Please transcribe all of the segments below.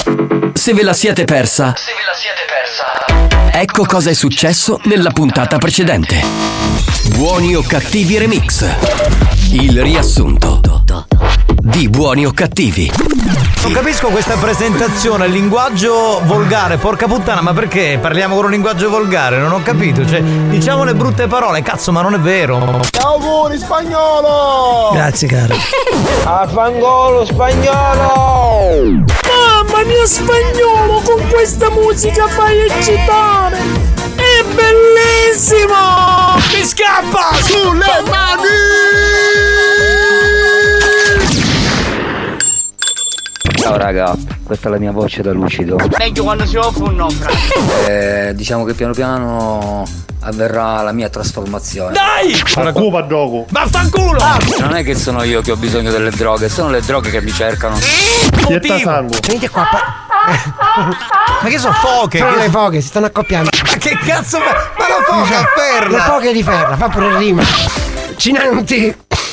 Se ve la siete persa, ecco cosa è successo nella puntata precedente. Buoni o cattivi remix. Il riassunto di Buoni o cattivi. Non capisco questa presentazione, il linguaggio volgare, porca puttana, ma perché parliamo con un linguaggio volgare? Non ho capito, cioè, diciamo le brutte parole, cazzo, ma non è vero. Auguri spagnolo! Grazie, caro. Affangolo spagnolo! Mamma mia, spagnolo, con questa musica fai eccitare! È bellissimo! Mi scappa! Sulle mani! Ciao raga, questa è la mia voce da lucido. Meglio quando si offre un no, diciamo che piano piano avverrà la mia trasformazione. Dai! Cuba gioco! Vaffanculo! Non è che sono io che ho bisogno delle droghe, sono le droghe che mi cercano. Venite qua. Ma che sono foche? Sono le foche, si stanno accoppiando. Ma che cazzo fa? Ma la foca ferra! Le foche di ferra, fa pure rima. Cinanti!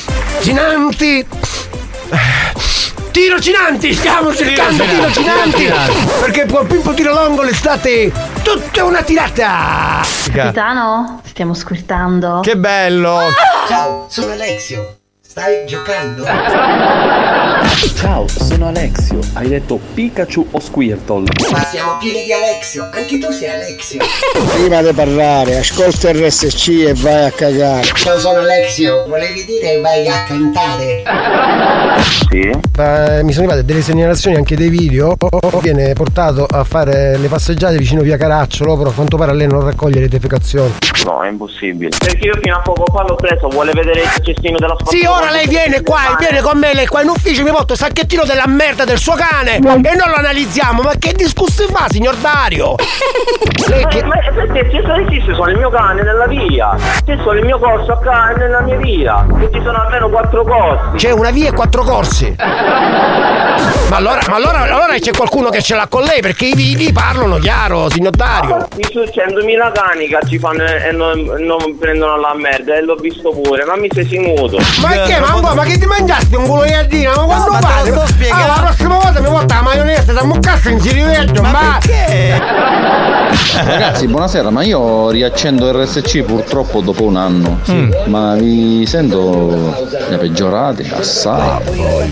Tiro Cinanti, stiamo cercando Tiro Cinanti! Perché con Pippo Tiro Longo l'estate tutta una tirata! Capitano, stiamo squirtando. Che bello! Ciao, sono Alexio. Stai giocando? Ciao, sono Alexio. Hai detto Pikachu o Squirtle? Ma siamo pieni di Alexio, anche tu sei Alexio. Prima di parlare, ascolta RSC e vai a cagare. Ciao, sono Alexio. Volevi dire vai a cantare? Sì. Mi sono arrivate delle segnalazioni anche dei video. Viene portato a fare le passeggiate vicino via Caracciolo, però a quanto pare lei non raccoglie le defecazione. No, è impossibile. Perché io fino a poco fa l'ho preso, vuole vedere il cestino della spazzatura. Sì, ora lei viene qua, viene con me, lei qua in ufficio mi porta il sacchettino della merda del suo cane e non lo analizziamo. Ma che discorsi fa, signor Dario? Ma perché se sono il mio cane nella via, se sono il mio corso a cane nella mia via, e ci sono almeno 4 corsi. C'è una via e 4 corsi. Ma allora c'è qualcuno che ce l'ha con lei, perché i vivi parlano chiaro, signor Dario. Ci sono 100.000 cani che ci fanno e non prendono la merda, e l'ho visto pure, ma mi sei simuto. Ma che? Ma che ti mangiasti un culo di ardina? Ma quando fate? La prossima volta mi porta la maionese da muccasso in ciriveggio, ma perché? Ragazzi, buonasera, ma io riaccendo RSC purtroppo dopo un anno. Ma vi sento peggiorati, assai.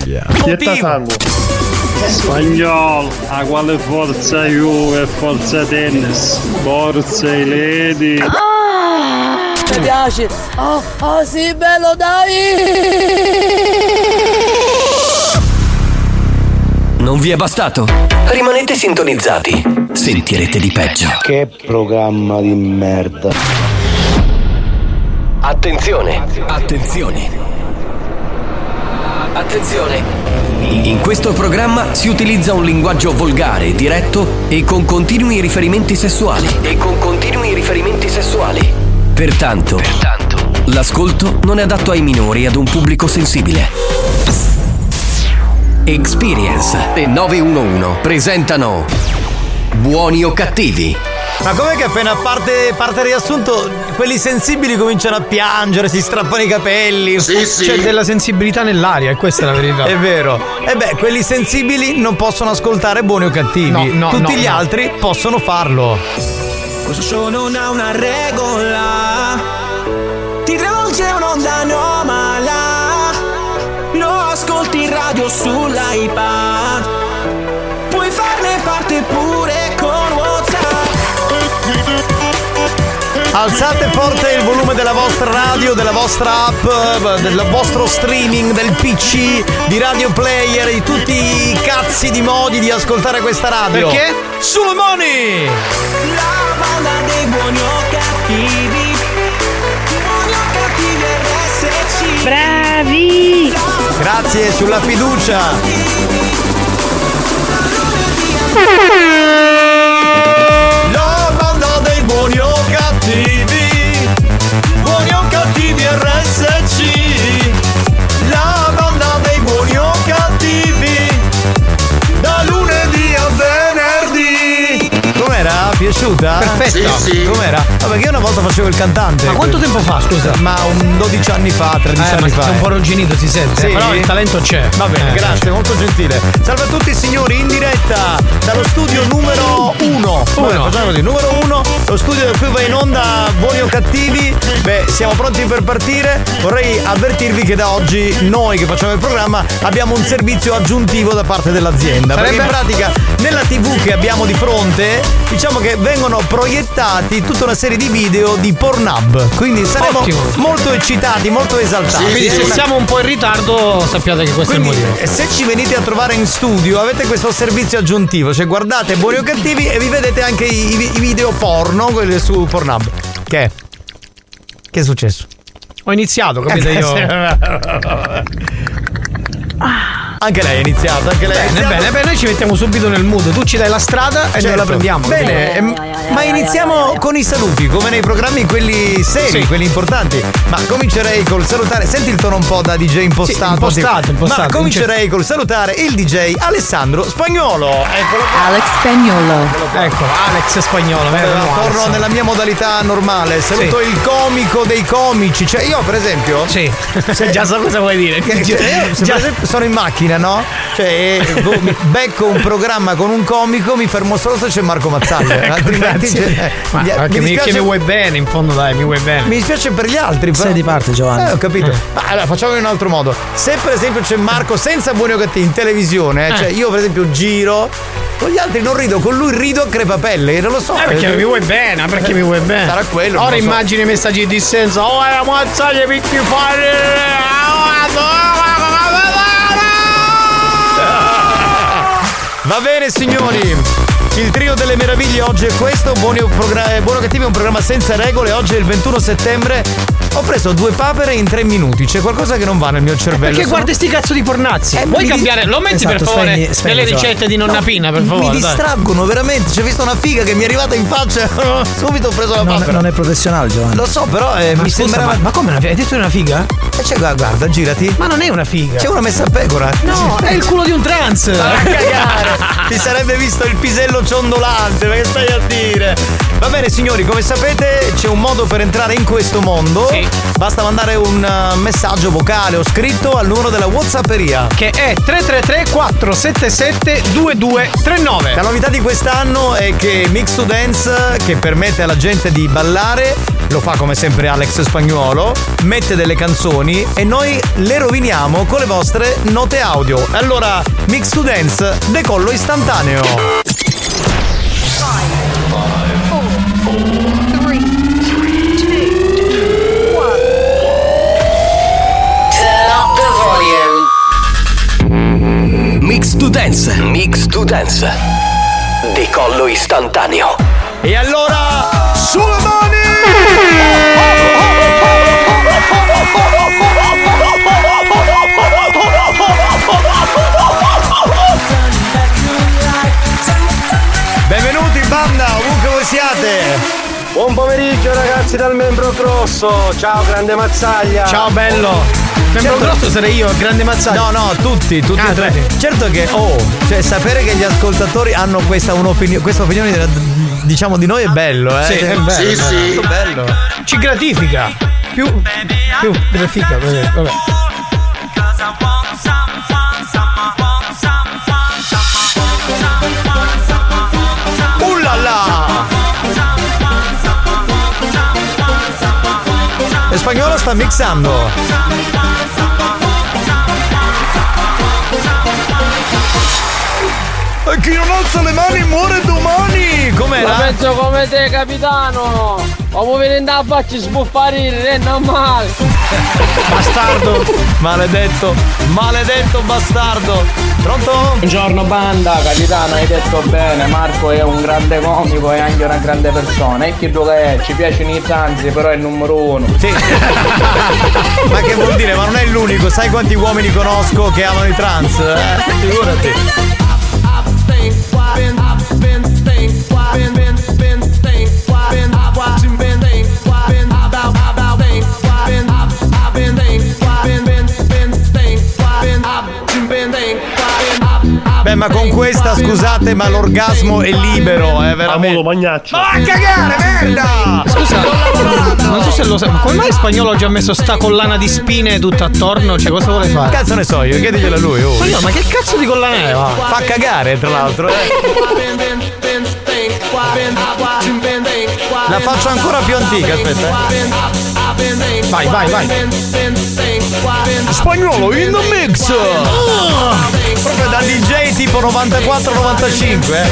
Spagnolo, a quale forza Juve e forza tennis? Forza i lady. Mi piace. Oh sì, bello, dai. Non vi è bastato? Rimanete sintonizzati. Sentirete di peggio. Che programma di merda. Attenzione. In questo programma si utilizza un linguaggio volgare, diretto e con continui riferimenti sessuali. Pertanto, l'ascolto non è adatto ai minori e ad un pubblico sensibile. Experience e 911 presentano Buoni o cattivi. Ma com'è che appena parte il riassunto quelli sensibili cominciano a piangere, si strappano i capelli? Sì. C'è della sensibilità nell'aria, e questa è la verità. È vero. E beh, quelli sensibili non possono ascoltare Buoni o cattivi. Tutti gli altri possono farlo. Questo show non ha una regola, ti rivolge un'onda anomala, lo ascolti in radio sull'iPad, puoi farne parte pure con WhatsApp. Alzate forte il volume della vostra radio, della vostra app, del vostro streaming, del PC, di Radio Player, di tutti i cazzi di modi di ascoltare questa radio. Perché? Sulle mani! La banda dei buoni o cattivi, buoni o cattivi RSC. Bravi! Grazie, sulla fiducia. La banda dei buoni o cattivi, buoni o cattivi RSC. La banda dei buoni o cattivi, da lunedì a venerdì. Com'era? piaciuta? Perfetta. Sì. Com'era? Vabbè, che io una volta facevo il cantante. Ma quanto tempo fa, scusa? Ma 12 anni fa, 13 anni fa. È un po' arrugginito, si sente. Sì? Però il talento c'è. Va bene, grazie, molto gentile. Salve a tutti signori, in diretta dallo studio numero 1. Facciamo così, numero 1, lo studio da cui va in onda Buoni o Cattivi. Beh, siamo pronti per partire. Vorrei avvertirvi che da oggi noi che facciamo il programma abbiamo un servizio aggiuntivo da parte dell'azienda. Perché in pratica nella TV che abbiamo di fronte, diciamo che vengono proiettati tutta una serie di video di Pornhub. Quindi saremo molto eccitati, molto esaltati. Quindi se siamo un po' in ritardo, sappiate che questo è il motivo. Se ci venite a trovare in studio avete questo servizio aggiuntivo, cioè guardate Buoni o Cattivi e vi vedete anche i video porno, quelli su Pornhub. Che è successo? Ho iniziato, capite io. Anche lei è iniziata, Bene, noi ci mettiamo subito nel mood. Tu ci dai la strada e noi la prendiamo. Bene, ma iniziamo con i saluti, come nei programmi quelli seri, quelli importanti. Ma comincerei col salutare. Senti il tono un po' da DJ impostato. Impostato. Ma comincerei col salutare il DJ Alessandro Spagnolo. Eccolo qua. Alex Spagnolo. Ecco, Alex Spagnolo. Torno nella mia modalità normale. Saluto il comico dei comici. Cioè io per esempio. Sì. Già so cosa vuoi dire. Io per esempio sono in macchina, no? Cioè mi becco un programma con un comico, mi fermo solo se c'è Marco Mazzaglia. Altrimenti mi vuoi bene, in fondo dai, mi vuoi bene. Mi dispiace per gli altri, però. Sei di parte, Giovanni. Ho capito. Ma allora facciamo in un altro modo. Se per esempio c'è Marco senza Buoni o Cattivi in televisione, cioè io per esempio giro, con gli altri non rido, con lui rido a crepapelle, non lo so. Perché mi vuoi bene, perché mi vuoi bene. Sarà quello. Ora immagini i messaggi di dissenso. Oh, Mazzaglia, picchi Va bene signori, il trio delle meraviglie oggi è questo. Buoni o Cattivi è un programma senza regole. Oggi è il 21 settembre. Ho preso 2 papere in 3 minuti. C'è qualcosa che non va nel mio cervello. Perché guardi sti cazzo di pornazzi? Vuoi cambiare? Lo metti per favore nelle ricette di nonna Pina, per favore. Mi distraggono veramente. C'è visto una figa che mi è arrivata in faccia. Subito ho preso la papera. Non è professionale, Giovanni. Lo so, però mi sembra. Ma come hai detto una figa? Guarda, girati. Ma non è una figa. C'è una messa a pecora. No, è il culo di un trans. A cagare. Ti sarebbe visto il pisello ciondolante. Ma che stai a dire? Va bene signori, come sapete c'è un modo per entrare in questo mondo. Sì. Basta mandare un messaggio vocale o scritto al numero della WhatsApperia, che è 333-477-2239. La novità di quest'anno è che Mix to Dance, che permette alla gente di ballare, lo fa come sempre Alex Spagnolo, mette delle canzoni e noi le roviniamo con le vostre note audio. Allora, Mix to Dance, decollo istantaneo. 5, 4, 3, 2, 1. Mix to Dance. Mix to Dance. Decollo istantaneo. E allora, sulle mani! Benvenuti banda, ovunque voi siate. Buon pomeriggio ragazzi dal Membro Grosso. Ciao grande Mazzaglia. Ciò bello. Membro grosso sarei io, grande Mazzaglia. No, tutti e tre. Certo che cioè sapere che gli ascoltatori hanno questa opinione diciamo di noi è bello, Sì, è bello. Sì. Bello. Ci gratifica. Più gratifica, vabbè. E Spagnolo sta mixando. E chi non alza le mani muore domani. Com'era? La penso come te, capitano. Come venendo a farci sbuffare il re normale. Bastardo. Maledetto bastardo. Pronto? Buongiorno banda, capitano, hai detto bene. Marco è un grande comico e anche una grande persona. E chi tu che è? Ci piacciono i trans, però è il numero 1. Sì. Ma che vuol dire? Ma non è l'unico. Sai quanti uomini conosco che amano i trans? Figurati. Beh, ma con questa, scusate. scusate, ma l'orgasmo è libero, veramente. Ma va a cagare, merda! Scusa, non so se lo sai, ma come mai il spagnolo oggi ha messo sta collana di spine tutto attorno? Cioè, cosa vuole fare? Cazzo ne so io, chiediglielo a lui. Ma no, ma che cazzo di collana è? Fa cagare, tra l'altro. La faccio ancora più antica, aspetta. Vai. Spagnolo in the mix. Proprio da DJ tipo 94-95.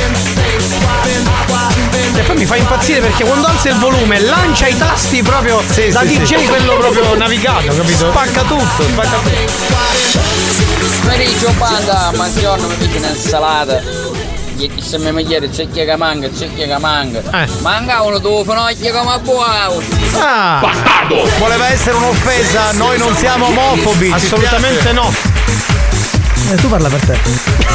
E poi mi fa impazzire perché quando alza il volume lancia i tasti proprio da DJ quello proprio navigato, capito? Spacca tutto. Pomeriggio banda, ma giorno mi dice un'insalata. Se mi mangiare c'è che manca. Manca uno tuo finocchio come buono. Bastardo! Voleva essere un'offesa, noi non siamo omofobi. Assolutamente no. Tu parla per te.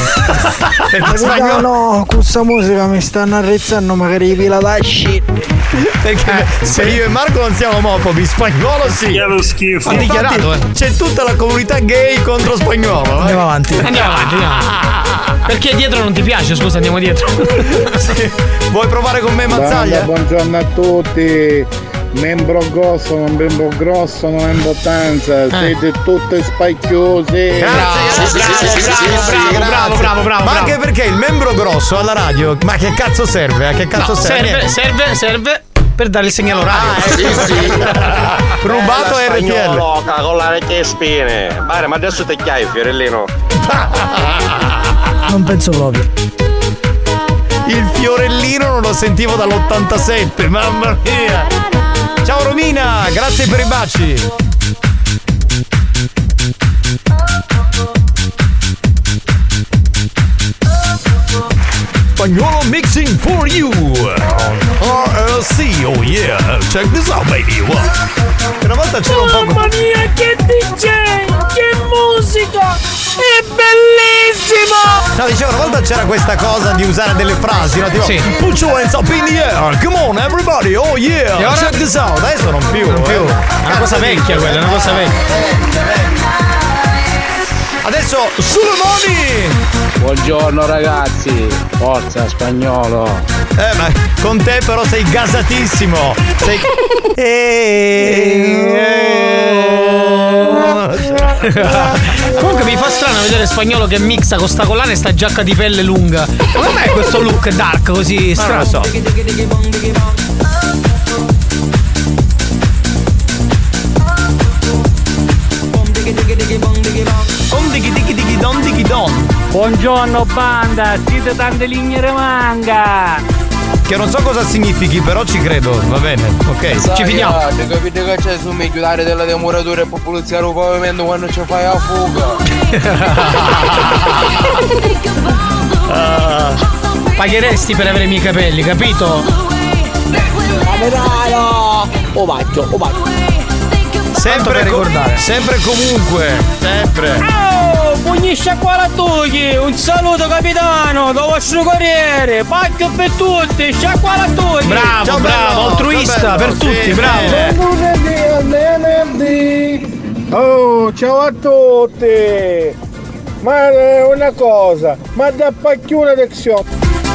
No, questa musica mi stanno arrezzando, magari vi la lasci. Perché se io e Marco non siamo omofobi, Spagnolo sì. Che lo schifo. Ha dichiarato, C'è tutta la comunità gay contro Spagnolo. Andiamo avanti. Perché dietro non ti piace? Scusa, andiamo dietro. Sì. Vuoi provare con me, Mazzaglia? Buongiorno a tutti. Membro grosso, non membro grosso, non ha importanza. Siete tutte spacchiose. Bravo. Ma anche perché il membro grosso alla radio, ma che cazzo serve? A che cazzo serve? Serve per dare il segnale orario. Sì. Rubato RTL. Con la vecchia spine. Ma adesso te chiai, Fiorellino. Non penso proprio. Il fiorellino non lo sentivo dall'87, mamma mia. Ciao Romina, grazie per i baci. Spagnolo mixing for you. RLC, oh yeah. Check this out, baby. Una volta c'era un po'. Mamma mia, che DJ! Che musica! È bellissimo! No, dicevo, una volta c'era questa cosa di usare delle frasi, no? Tipo, put your hands up in the air, come on everybody, oh yeah, e ora? check this out. Adesso non più. È una cosa vecchia quella, è una cosa vecchia. Adesso sulle mani! Buongiorno ragazzi, forza Spagnolo. Ma con te però sei gasatissimo. Sei. Comunque mi fa strano vedere Spagnolo che mixa con sta collana e sta giacca di pelle lunga. Ma com'è questo look dark così strano? Non lo so. Buongiorno banda, siete tante linee manga. Che non so cosa significhi, però ci credo, va bene, ok. Ci fidiamo. Capite che c'è su migliorare della demuratura e popolazione il pavimento quando ci fai a fuga. Pagheresti per avere i miei capelli, capito? Capitano! O bacio. Sempre comunque, sempre. Oh, pugni sciacqualatugli, un saluto capitano, do vostro corriere, pacchio per tutti, sciacqualatugli. Bravo, Ciao, bravo, altruista per tutti, bravo. Oh, ciao a tutti. Ma una cosa, ma da pacchione d'ezione.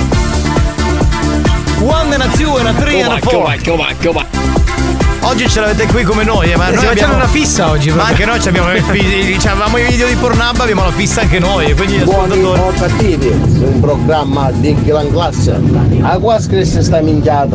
One and a two and a three and a four. Oggi ce l'avete qui come noi, ma noi abbiamo una fissa oggi. Ma anche noi avevamo i video di Pornhub, abbiamo la fissa anche noi. Quindi buoni o cattivi, un programma di gran classe. A qua scrisse sta minchiata.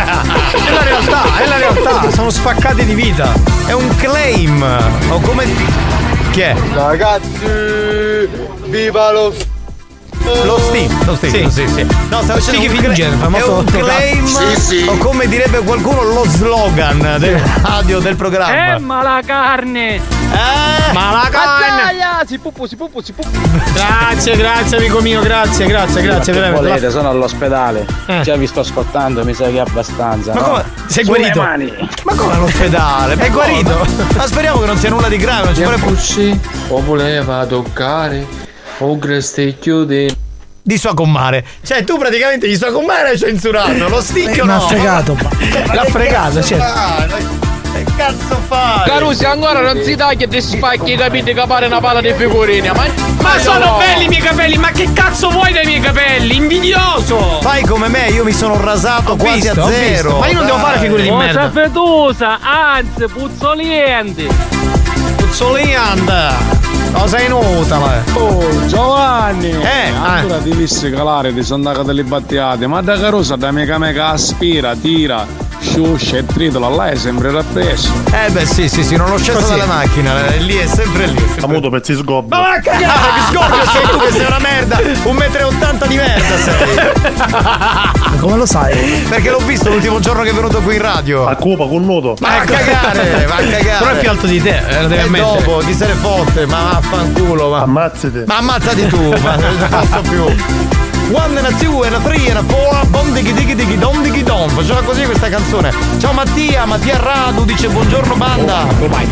È la realtà, sono spaccati di vita. È un claim. O come. Chi è? Ragazzi, viva lo Steve. Sì. No, stavo dicendo è un claim, sì. O come direbbe qualcuno lo slogan del radio del programma. Ma la carne! Ma la carne! Si puppo. Grazie amico mio, grazie veramente. Volete, sono all'ospedale. Già vi sto ascoltando, mi sa che è abbastanza. Ma no? come? Sei guarito? Ma come all'ospedale? È guarito? Ma speriamo che non sia nulla di grave, non ci vuole così. O voleva toccare. O greste chiude. Di sua commare. Cioè tu praticamente di sua commare hai censurato. Lo sticchio no. L'ha fregato, certo. Che cazzo fai? Carusi ancora non si taglia e ti spacchi i capelli che pare una palla di figurine. Ma sono belli i miei capelli, ma che cazzo vuoi dai miei capelli? Invidioso! Fai come me, io mi sono rasato quasi a zero. Ma io non devo fare figure di merda. Cosa fetusa, anzi, puzzoliente. Puzzoliente. Cosa è inutile? Oh Giovanni! Allora ti visse calare, ti sono andate delle battiate, ma da Carusa da mica aspira, tira, sciuscia e tritola, là è sempre rappresso. Beh sì, non l'ho sceso dalla macchina, lì è sempre lì. Avuto pezzi sgobbio. Ma va a cagare, che sgobbio sei tu che sei una merda! 1,80 m di merda sei! Come lo sai? Perché l'ho visto l'ultimo giorno che è venuto qui in radio. A Cuba con nudo. Va a cagare, va a cagare. Però è più alto di te, lo devi ammettere. Dopo, chi se ne fotte, ma vaffanculo, ma. Ammazzati. Ma ammazzati tu, ma non ne posso più. 1 and a 2 and a 3 and a 4, bom dighi dighi dighi dom dighi dom. Faceva così questa canzone. Ciao Mattia Radu dice buongiorno banda.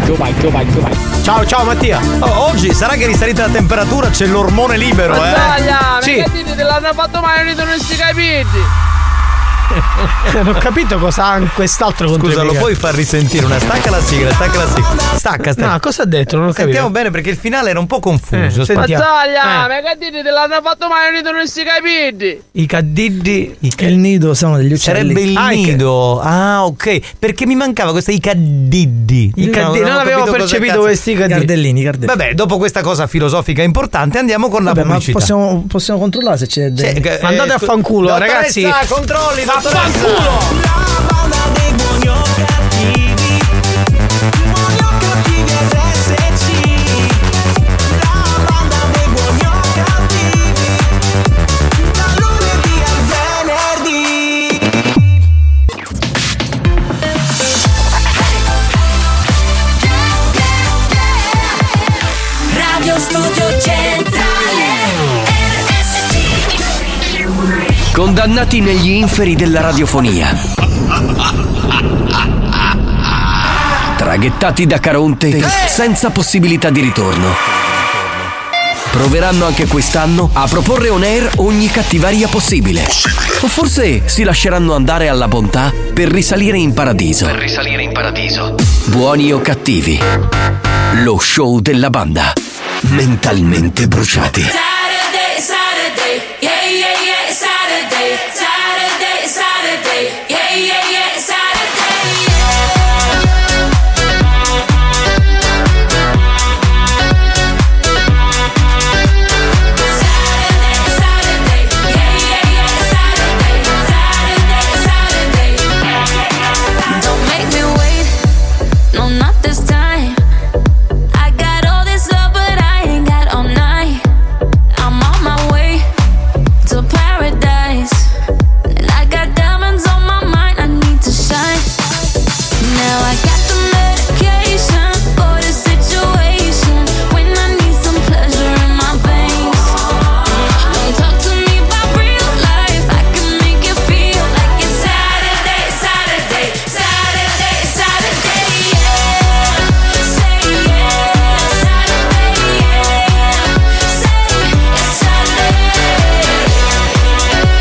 Ciao Mattia. Oggi sarà che è risalita la temperatura, c'è l'ormone libero, Taglia, Sì. che dite te l'hanno fatto mai unito non si capiti? Non ho capito cosa ha quest'altro contro. Scusa, lo puoi far risentire una stacca la sigla. Stacca. No, cosa ha detto? Non ho capito. Sentiamo bene perché il finale era un po' confuso. Taglia, ma che dite te l'hanno fatto mai unito non si capiti? I caddiddi. Il nido sono degli uccelli. Sarebbe il nido. Ah, ok. Perché mi mancava questa i caddiddi. Non avevo percepito questi Cardellini. Vabbè, dopo questa cosa filosofica importante andiamo con la pubblicità. Ma possiamo controllare se c'è Andate a fanculo, ragazzi. Controlli, fanculo. La banda dei buoni o cattivi. Buoni o cattivi RSC. La banda dei buoni o cattivi. Da lunedì al venerdì. Radio Studio Centrale RSC. Condannati negli inferi della radiofonia. Traghettati da Caronte senza possibilità di ritorno. Proveranno anche quest'anno a proporre on air ogni cattiveria possibile. O forse si lasceranno andare alla bontà per risalire in paradiso. Buoni o cattivi. Lo show della banda. Mentalmente bruciati. Saturday, yeah, yeah, yeah, Saturday, yeah, yeah, yeah, Saturday, Saturday. Don't make me wait, no, not this time. I got all this love, but I ain't got all night. I'm on my way to paradise, and I got diamonds on my mind, I need to shine. Now I got the medication for the situation, when I need some pleasure in my veins. Don't talk to me about real life, I can make you feel like it's Saturday, Saturday, Saturday, Saturday, yeah. Say yeah, Saturday, yeah. Say it's Saturday.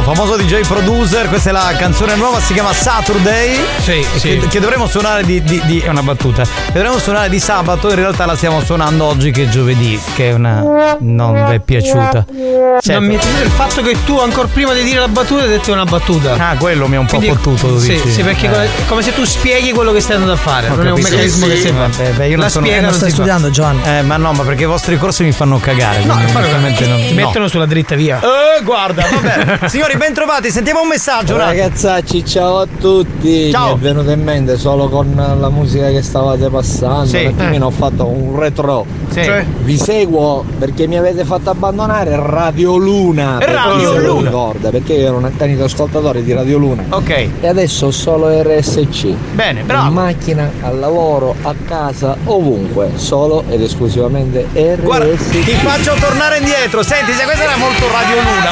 famoso DJ producer, questa è la canzone nuova, si chiama Saturday. Sì. Che dovremmo suonare è una battuta. Che dovremmo suonare di sabato, in realtà la stiamo suonando oggi che è giovedì, che è una. Non vi è piaciuta. Non mi è piaciuto il fatto che tu ancora prima di dire la battuta hai detto una battuta. Ah, quello mi ha un po' fottuto, lo dici. Sì, perché è come se tu spieghi quello che stai andando a fare. Non è un meccanismo che si fa. Io la spiega, non stai studiando, Giovanni. Ma no, ma perché i vostri corsi mi fanno cagare. No, ti mettono sulla dritta via. Guarda, vabbè. Signori, ben trovati, sentiamo un messaggio. Ragazzacci, ciao a tutti. Ciao. Mi è venuto in mente solo con la musica che stavate passando. Sì. Un attimino ho fatto un retro. Sì. Cioè? Vi seguo perché mi avete fatto abbandonare Radio Luna. Radio Luna. Ricorda, perché io ero un accanito ascoltatore di Radio Luna. Ok. E adesso solo RSC. Bene, bravo. In macchina, al lavoro, a casa, ovunque. Solo ed esclusivamente RSC. Guarda, ti faccio tornare indietro. Senti, se questa era molto Radio Luna,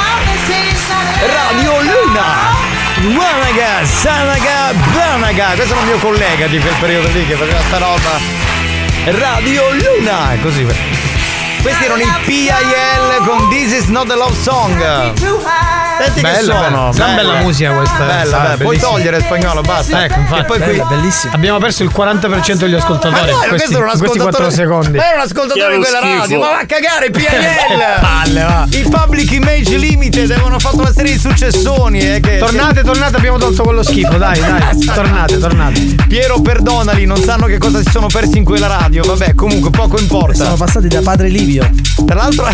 Radio Luna. Wanaga, Sanaga, Banaga. Questo è un mio collega di quel periodo lì che faceva sta roba. Radio Luna. Così. Questi erano i PIL con This Is Not a Love Song. Senti che sono. È una bella musica questa. Bella. Puoi togliere spagnolo, basta. Ecco, infatti. E poi qui bellissimo. Abbiamo perso il 40% degli ascoltatori. Ma no, questo era un questi 4 secondi. Era un ascoltatore di quella radio. Ma va a cagare, PIL. Palle, va. I Public Image Limited avevano fatto una serie di successoni. Tornate, abbiamo tolto quello schifo. Dai. Tornate. Piero, perdonali, non sanno che cosa si sono persi in quella radio. Vabbè, comunque poco importa. Sono passati da Padre Livio. Tra l'altro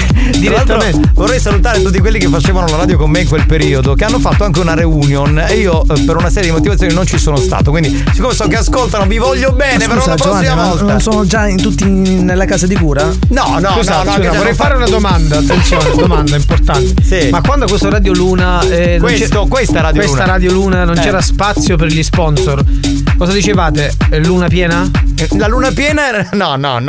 vorrei salutare tutti quelli che facevano la radio con me in quel periodo, che hanno fatto anche una reunion e io per una serie di motivazioni non ci sono stato, quindi siccome so che ascoltano vi voglio bene. Ma scusa, però la prossima volta non sono già tutti nella casa di cura? No, scusa, vorrei fare una domanda, attenzione, domanda importante. Sì. Ma quando questo Radio Luna questa Radio Luna non c'era spazio per gli sponsor, cosa dicevate? Luna piena? La luna piena era... No.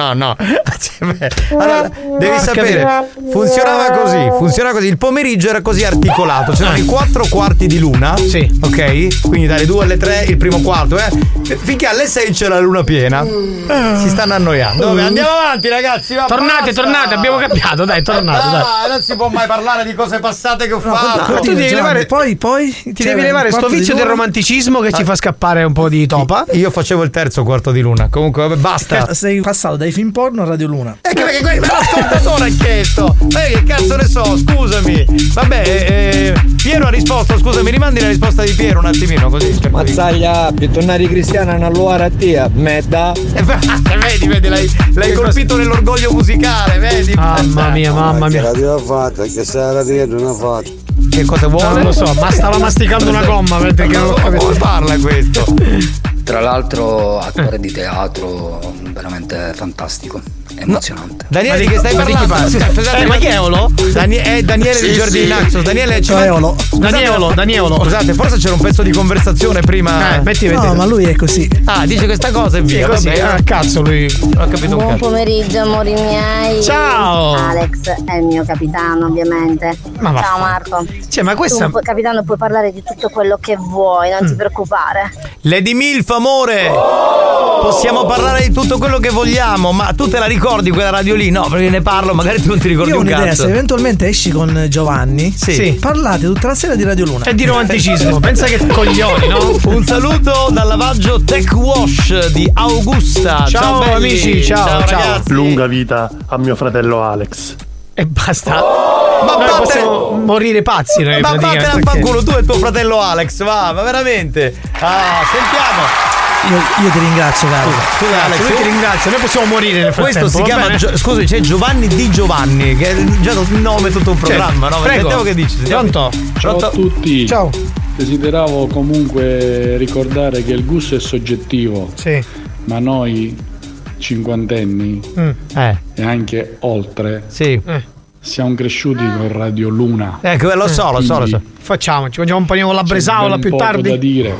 Allora, devi sapere, funzionava così. Il pomeriggio era così articolato. C'erano i 4 quarti di luna. Sì. Ok? Quindi dalle 2 alle 3 il primo quarto, finché alle 6 c'è la luna piena. Si stanno annoiando. Vabbè, andiamo avanti, ragazzi. Tornate, abbiamo capito, dai, tornate. Dai. Non si può mai parlare di cose passate che ho fatto. Tu devi levare, poi ti devi levare sto vizio del romanticismo che ci fa scappare un po' di topa. Io facevo il terzo quarto di luna. Comunque, vabbè, basta. Sei passato dai film porno a Radio Luna. Perché l'ascoltatore ha chiesto. Ma che cazzo ne so, scusami. Vabbè, Piero ha risposto, scusami, rimandi la risposta di Piero un attimino così. Mazzaglia, più tornare cristiana non lo a tia, metta. Vedi, l'hai colpito nell'orgoglio musicale, vedi? Mamma mia. Che radio ha fatto? Che sarà dietro una fatta? Che cosa vuole? Non lo so, ma stava masticando una gomma, perché non ho capito. Come parla questo? Tra l'altro attore di teatro veramente fantastico, emozionante. Daniele, di che stai parlando? Scusate, ma chi è Eolo? Daniele di Giardini Naxos. Daniele, Daniele. Scusate, forse c'era un pezzo di conversazione prima. No, ma lui è così. Dice questa cosa e via. Così, cazzo lui. Non ho capito un Buon cazzo. pomeriggio, amori miei. Ciao. Alex è il mio capitano, ovviamente. Ciao Marco. Cioè, ma questa... Tu, capitano, puoi parlare di tutto quello che vuoi, non ti preoccupare. Lady Milf, amore. Possiamo parlare di tutto quello che vogliamo, ma tu te la ricordi quella radio lì? No, perché ne parlo, magari tu non ti ricordi Io ho un un'idea, cazzo. se eventualmente esci con Giovanni, sì. parlate tutta la sera di Radio Luna. E di romanticismo, pensa che coglioni, no? Un saluto dal lavaggio Tech Wash di Augusta. Ciao belli. amici, ciao. Ragazzi. Lunga vita a mio fratello Alex. E basta. Ma noi possiamo morire pazzi noi. Ma vattene a fanculo tu e tuo fratello Alex, va, ma veramente. Sentiamo. Io ti ringrazio, caro. Scusa, Alex, lui ti ringrazio, noi possiamo morire nel frattempo. Questo si chiama scusi, c'è Giovanni Di Giovanni, che è già il nome tutto un programma, no? Prego. Sentiamo che dici. Ciao a tutti. Ciao. Desideravo comunque ricordare che il gusto è soggettivo. Sì. Ma noi cinquantenni e anche oltre siamo cresciuti con Radio Luna. Ecco, lo so. Facciamoci un po' con la Bresaola più tardi. Da dire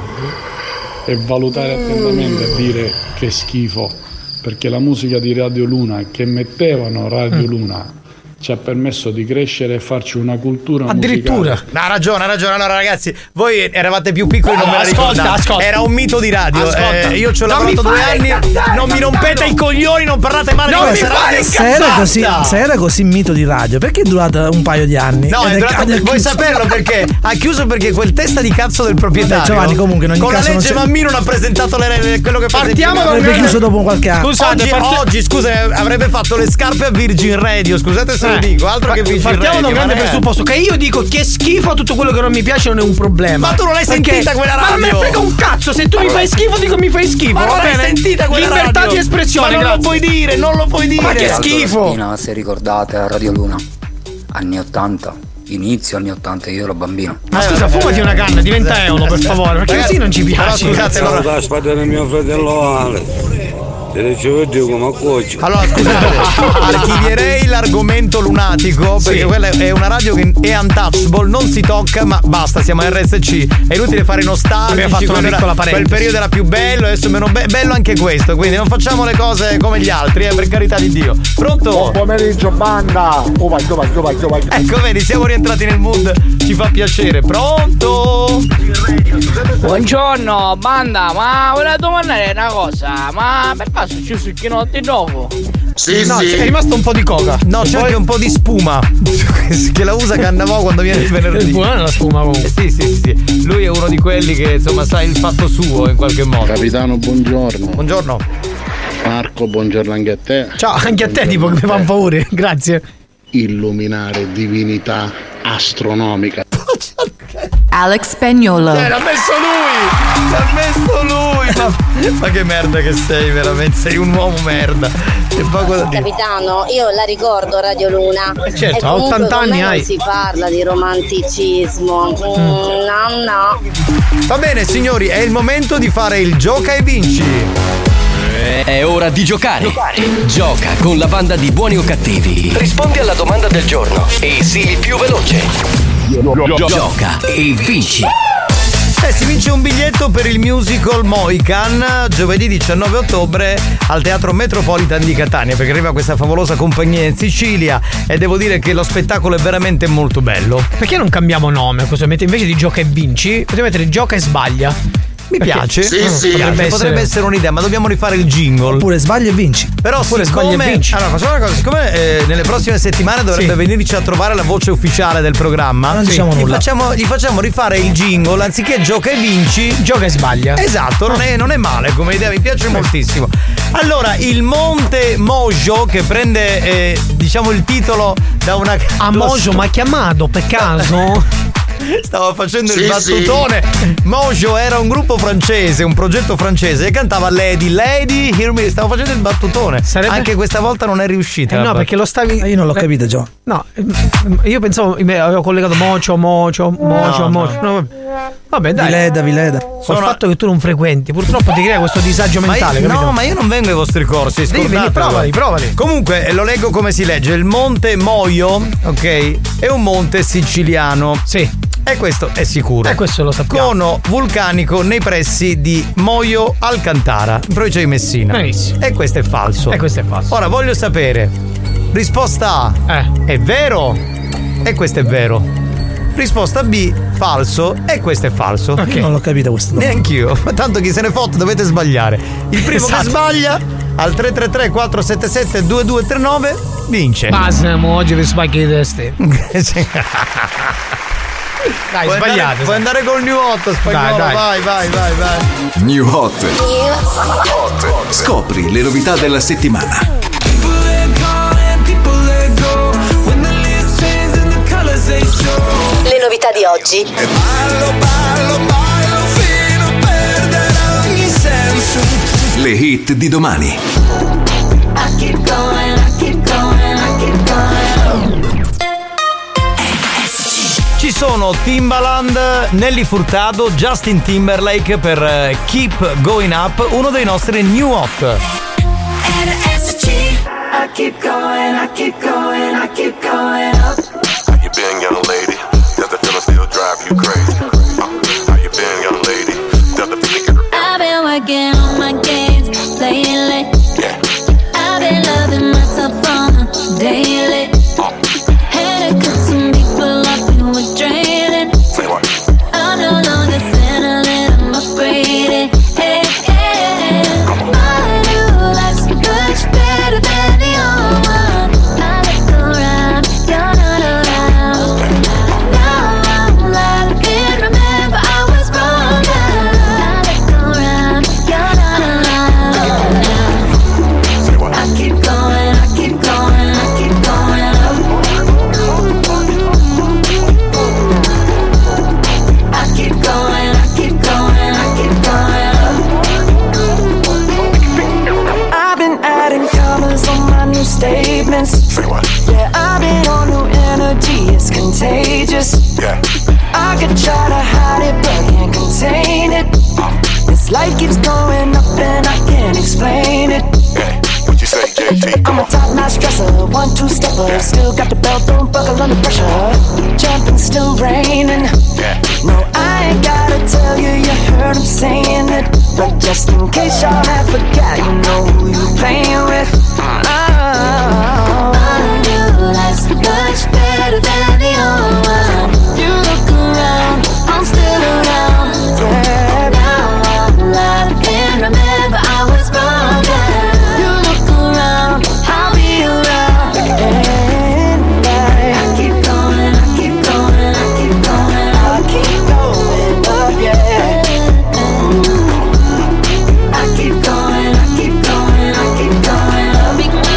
e valutare attentamente a dire che schifo, perché la musica di Radio Luna che mettevano Radio Luna ci ha permesso di crescere e farci una cultura addirittura musicale. No, ha ragione. Allora ragazzi, voi eravate più piccoli, non me la ricordate. Ascolta. Era un mito di radio. Io ci ho Non lavorato mi 2 fare anni. incazzare, Non mi rompete i coglioni, non parlate male di questa radio. Se era così mito di radio, perché è durata un paio di anni? No, è durato, vuoi saperlo perché? Ha chiuso perché quel testa di cazzo del proprietario. Vabbè, Giovanni, comunque in ogni con caso la legge non c'è- Mammì non ha presentato quello che Partiamo da Avrebbe chiuso dopo qualche anno. Scusate, oggi scusa, avrebbe fatto le scarpe a Virgin Radio. Scusate se lo dico, altro che Virgin partiamo da un grande presupposto che io dico che schifo, tutto quello che non mi piace non è un problema. Ma tu non l'hai sentita quella radio? Ma non me ne frega un cazzo, se tu mi fai schifo dico mi fai schifo. Ma non va l'hai bene? sentita quella Libertà radio? di espressione, Ma non grazie. lo puoi dire, non lo puoi dire. Ma che schifo. Se ricordate a Radio Luna, anni 80, inizio anni 80, io ero bambino. Ma scusa, fumati una canna, diventa euro per favore, perché così non ci piace. Scusate, allora. Aspetta del mio fratello Ale. Allora scusate, archivierei l'argomento lunatico perché quella è una radio che è untouchable, non si tocca, ma basta, siamo a RSC. È inutile fare nostalgici. Abbiamo fatto una piccola parentesi. Quel periodo era più bello, adesso è meno bello anche questo, quindi non facciamo le cose come gli altri, per carità di Dio. Pronto? Buon pomeriggio, banda! Vai. Ecco, vedi, siamo rientrati nel mood, ci fa piacere. Pronto? Buongiorno, banda, ma volevo domandare una cosa, ma per caso c'è succhinotti dopo? No, è rimasto un po' di coca. No, c'è anche un po' di spuma che la usa Cannavò quando viene il venerdì. È buona la spuma comunque. Sì. Lui è uno di quelli che insomma sa il fatto suo in qualche modo. Capitano, buongiorno. Buongiorno. Marco, buongiorno anche a te. Ciao, anche a te tipo che mi fa un favore, grazie. Illuminare divinità astronomica. Alex Spagnolo. L'ha messo lui. Ma che merda che sei, veramente. Sei un uomo merda. C'è poco da dire. Capitano, io la ricordo Radio Luna. Certo, e comunque 80 anni con me hai. non si parla di romanticismo. No. Va bene signori, è il momento di fare il gioca e vinci. È ora di giocare. Gioca con la banda di Buoni o Cattivi. Rispondi alla domanda del giorno e sii il più veloce. Gioca e vinci. Si vince un biglietto per il musical Mohican giovedì 19 ottobre al Teatro Metropolitan di Catania, perché arriva questa favolosa compagnia in Sicilia e devo dire che lo spettacolo è veramente molto bello. Perché non cambiamo nome? Cosa invece di gioca e vinci, potete mettere gioca e sbaglia. Mi piace. Potrebbe essere un'idea, ma dobbiamo rifare il jingle. Oppure sbaglia e vinci. Però Oppure sbaglia e vinci. Allora facciamo una cosa, siccome nelle prossime settimane dovrebbe venirci a trovare la voce ufficiale del programma, non diciamo nulla. Gli facciamo rifare il jingle, anziché gioca e vinci, gioca e sbaglia. Esatto, non è male come idea, mi piace moltissimo. Allora, il Monte Mojo, che prende diciamo il titolo da una a Mojo, ma chiamato per caso? Stavo facendo il battutone. Mojo era un gruppo francese, un progetto francese, e cantava Lady, Hear Me. Stavo facendo il battutone. Anche questa volta non è riuscita. No, perché lo stavi. Io non l'ho capito, Gio. No, io pensavo, avevo collegato Mocio. No, vabbè, dai. Vileda. Col fatto che tu non frequenti, purtroppo ti crea questo disagio mentale. Ma io non vengo ai vostri corsi. Provali. Comunque lo leggo come si legge. Il Monte Moio, ok, è un monte siciliano. Sì. E questo è sicuro. E questo lo sappiamo. Cono vulcanico nei pressi di Moio Alcantara, in provincia di Messina. Benissimo. E questo è falso. Ora voglio sapere. Risposta A. È vero? E questo è vero. Risposta B, falso, e questo è falso. Okay. Non l'ho capito questo. Neanch'io. Ma tanto chi se ne fotte, dovete sbagliare. Il primo che sbaglia al 333 477 2239 vince. Basta, oggi vi sbagli di teste. Dai, sbagliate. Puoi andare col New Hot, Spagnolo. Dai. Vai. New Hot. Scopri le novità della settimana. Le novità di oggi. Le hit di domani. Ci sono Timbaland, Nelly Furtado, Justin Timberlake per Keep Going Up, uno dei nostri New Hot. I keep going up. How you been, young lady? Does the feeling still drive you crazy? How you been, young lady? Does the feeling I've been working on my games lately. I've been loving myself on a daily. Say what? Yeah, I've been on new energy, it's contagious. Yeah. I could try to hide it, but can't contain it. This life keeps going up and I can't explain it. Yeah. What you say, JT? I'm a top-notch dresser, 1-2-stepper. Still got the belt, don't buckle under pressure. Jumping, still raining. Yeah. No, I ain't gotta tell you, you heard him saying it. But just in case y'all have forgot, you know who you playing with. Life's much better than the old one. You look around, I'm still around. Yeah, now I'm alive and remember I was wrong. You look around, I'll be around. And I keep going, I keep going, I keep going, I keep going up, yeah. I keep going, I keep going, I keep going up.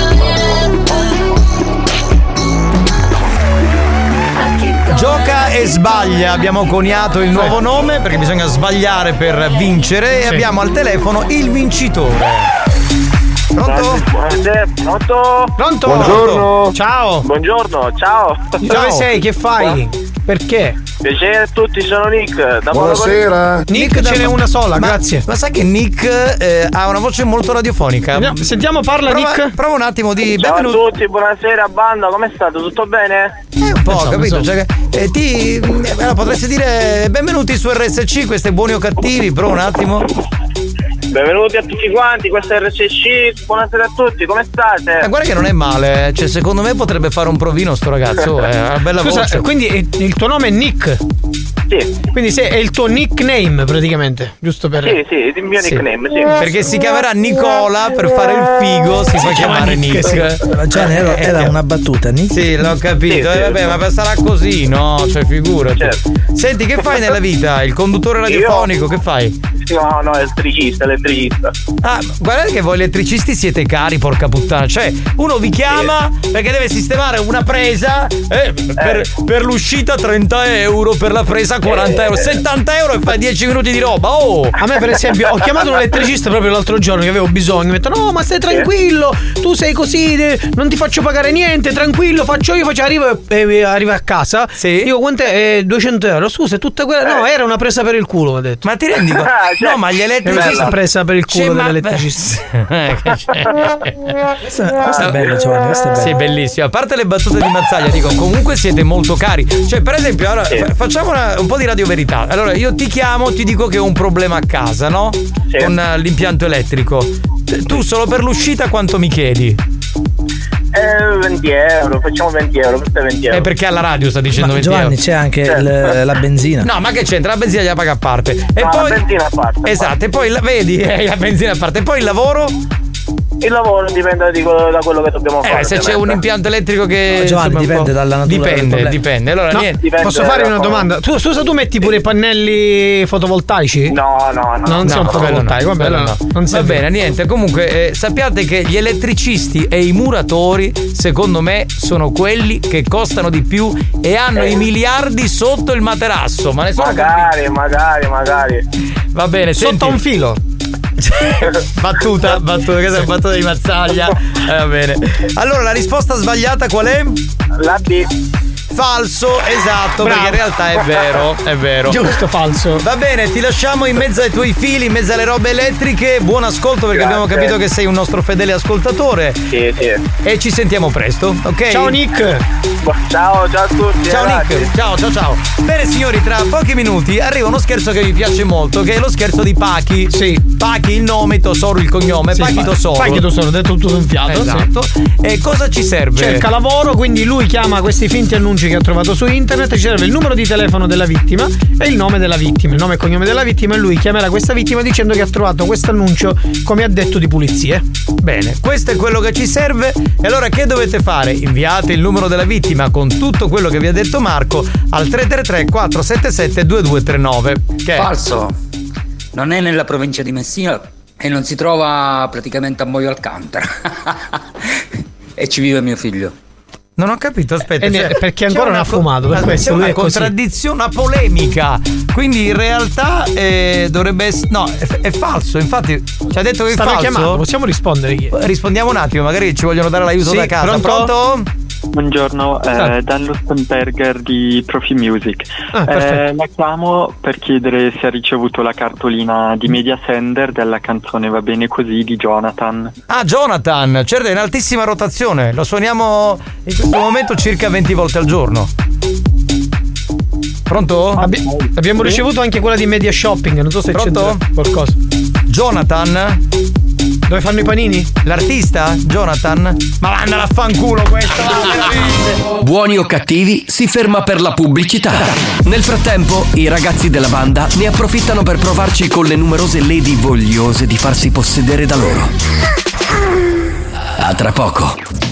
Gioca e sbaglia, abbiamo coniato il nuovo nome perché bisogna sbagliare per vincere e abbiamo al telefono il vincitore. Pronto? Pronto? Pronto? Buongiorno. Ciao. Buongiorno, ciao. Dove sei? Che fai? Perché? Piacere a tutti, sono Nick. Da Buonasera. Nick ce n'è una sola, grazie. Ma sai che Nick ha una voce molto radiofonica? Sentiamo, parla Nick. Prova un attimo di Ciao benvenuto. a tutti, buonasera banda, come state? Tutto bene? Un po', capito? Cioè, potresti dire benvenuti su RSC, questi buoni o cattivi, prova un attimo. Benvenuti a tutti quanti, questa è RSC, buonasera a tutti, come state? Guarda che non è male, cioè secondo me potrebbe fare un provino sto ragazzo, è una bella voce. Quindi il tuo nome è Nick? Sì. Quindi è il tuo nickname praticamente, giusto per... Sì, il mio nickname, sì. Perché si chiamerà Nicola, per fare il figo si fa chiamare Nick. Era una battuta, Nick. Sì, l'ho capito, vabbè, ma sarà così, no? Cioè figurati. Certo. Senti, che fai nella vita? Il conduttore radiofonico, che fai? No, elettricista. Ah, guardate che voi elettricisti siete cari, porca puttana. Cioè, uno vi chiama perché deve sistemare una presa per l'uscita 30 euro, per la presa 40 euro, 70 euro e fai 10 minuti di roba. Oh! A me per esempio ho chiamato un elettricista proprio l'altro giorno che avevo bisogno. Mi ha detto no, ma stai tranquillo, tu sei così, non ti faccio pagare niente, tranquillo, arrivo a casa. Sì. Dico quant'è? 200 euro. Scusa, è tutta quella. No, era una presa per il culo, mi ha detto. Ma ti rendi conto? No, ma gli elettricisti presa per il culo dell'elettricista. Questa è bella, Giovanni, questa è bella. Sì, bellissima. A parte le battute di Mazzaglia, dico, comunque siete molto cari. Cioè, per esempio, allora, facciamo un po' di radioverità. Allora, io ti chiamo, ti dico che ho un problema a casa, no? Sì. Con l'impianto elettrico. Tu solo per l'uscita quanto mi chiedi? 20 euro, facciamo 20 euro, questo è 20 euro. È perché alla radio sta dicendo 20 Giovanni, euro. c'è anche la benzina. No, ma che c'entra? La benzina gliela paga a parte. E no, poi la benzina a parte. Esatto, e poi vedi, la benzina a parte. E poi il lavoro? Il lavoro dipende da quello che dobbiamo fare. Se c'è un impianto elettrico che. No, Giovanni, dipende dalla natura. Dipende. Allora, no, niente. Dipende. Posso fare una domanda? Tu metti pure i pannelli fotovoltaici? No. Non sono fotovoltaici, Va bene, niente. Comunque, sappiate che gli elettricisti e i muratori, secondo me, sono quelli che costano di più e hanno i miliardi sotto il materasso. Ma ne sono magari. Va bene, sotto un filo. battuta, questa è una battuta di Mazzaglia. Va bene. Allora, la risposta sbagliata qual è? La B. Falso, esatto. Bravo. Perché in realtà è vero. Giusto, falso. Va bene, ti lasciamo in mezzo ai tuoi fili, in mezzo alle robe elettriche. Buon ascolto, perché abbiamo capito che sei un nostro fedele ascoltatore. Sì. E ci sentiamo presto, ok? Ciao Nick. Ciao a tutti. Ciao Nick. Ciao. Bene signori, tra pochi minuti arriva uno scherzo che mi piace molto, che è lo scherzo di Pachi. Sì. Pachi il nome, Tosoro il cognome. Sì, Pachi Tosoro. Pachi Tosoro, detto tutto un fiato. Esatto. Sì. E cosa ci serve? Cerca lavoro, quindi lui chiama questi finti annunci che ha trovato su internet, ci serve il numero di telefono della vittima e il nome della vittima, il nome e cognome della vittima, e lui chiamerà questa vittima dicendo che ha trovato questo annuncio come addetto di pulizie. Bene, questo è quello che ci serve. E allora che dovete fare? Inviate il numero della vittima con tutto quello che vi ha detto Marco al 333 477 2239. Che è? Falso. Non è nella provincia di Messina e non si trova praticamente a Moio Alcantara. E ci vive mio figlio. Non ho capito, aspetta. Perché ancora non ha fumato, per questo c'è una lui è così. contraddizione, una polemica. Quindi in realtà dovrebbe essere. No, è falso. Infatti ci ha detto che è Stava falso. chiamando, possiamo rispondere? Rispondiamo un attimo, magari ci vogliono dare l'aiuto da casa. Pronto? Buongiorno, Dallo Stemberger di Profi Music. La chiamo per chiedere se ha ricevuto la cartolina di Media Sender della canzone Va bene così di Jonathan. Ah, Jonathan, certo, è in altissima rotazione. Lo suoniamo in questo momento circa 20 volte al giorno. Pronto? Abbiamo ricevuto anche quella di Media Shopping, non so se c'è qualcosa. Jonathan? Dove fanno i panini? L'artista? Jonathan? Ma mandala a fanculo questo, veramente. Buoni o cattivi si ferma per la pubblicità. Nel frattempo, i ragazzi della banda ne approfittano per provarci con le numerose lady vogliose di farsi possedere da loro. A tra poco.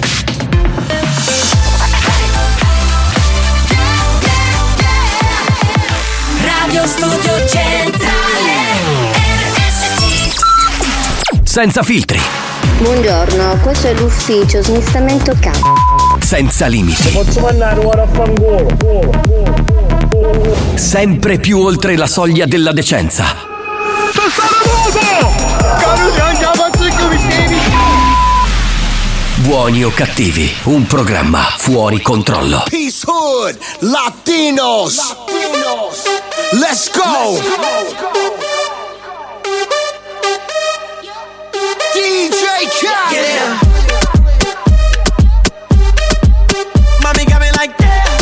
Radio Studio Centrale RSC. Senza filtri, Buongiorno, questo è l'ufficio smistamento capo. senza limiti, Posso mandare ora a fangolo? sempre più oltre la soglia della decenza. Buoni o cattivi, un programma fuori controllo. Peace Hood, Latinos. Let's go. DJ Khaled. Mommy got me like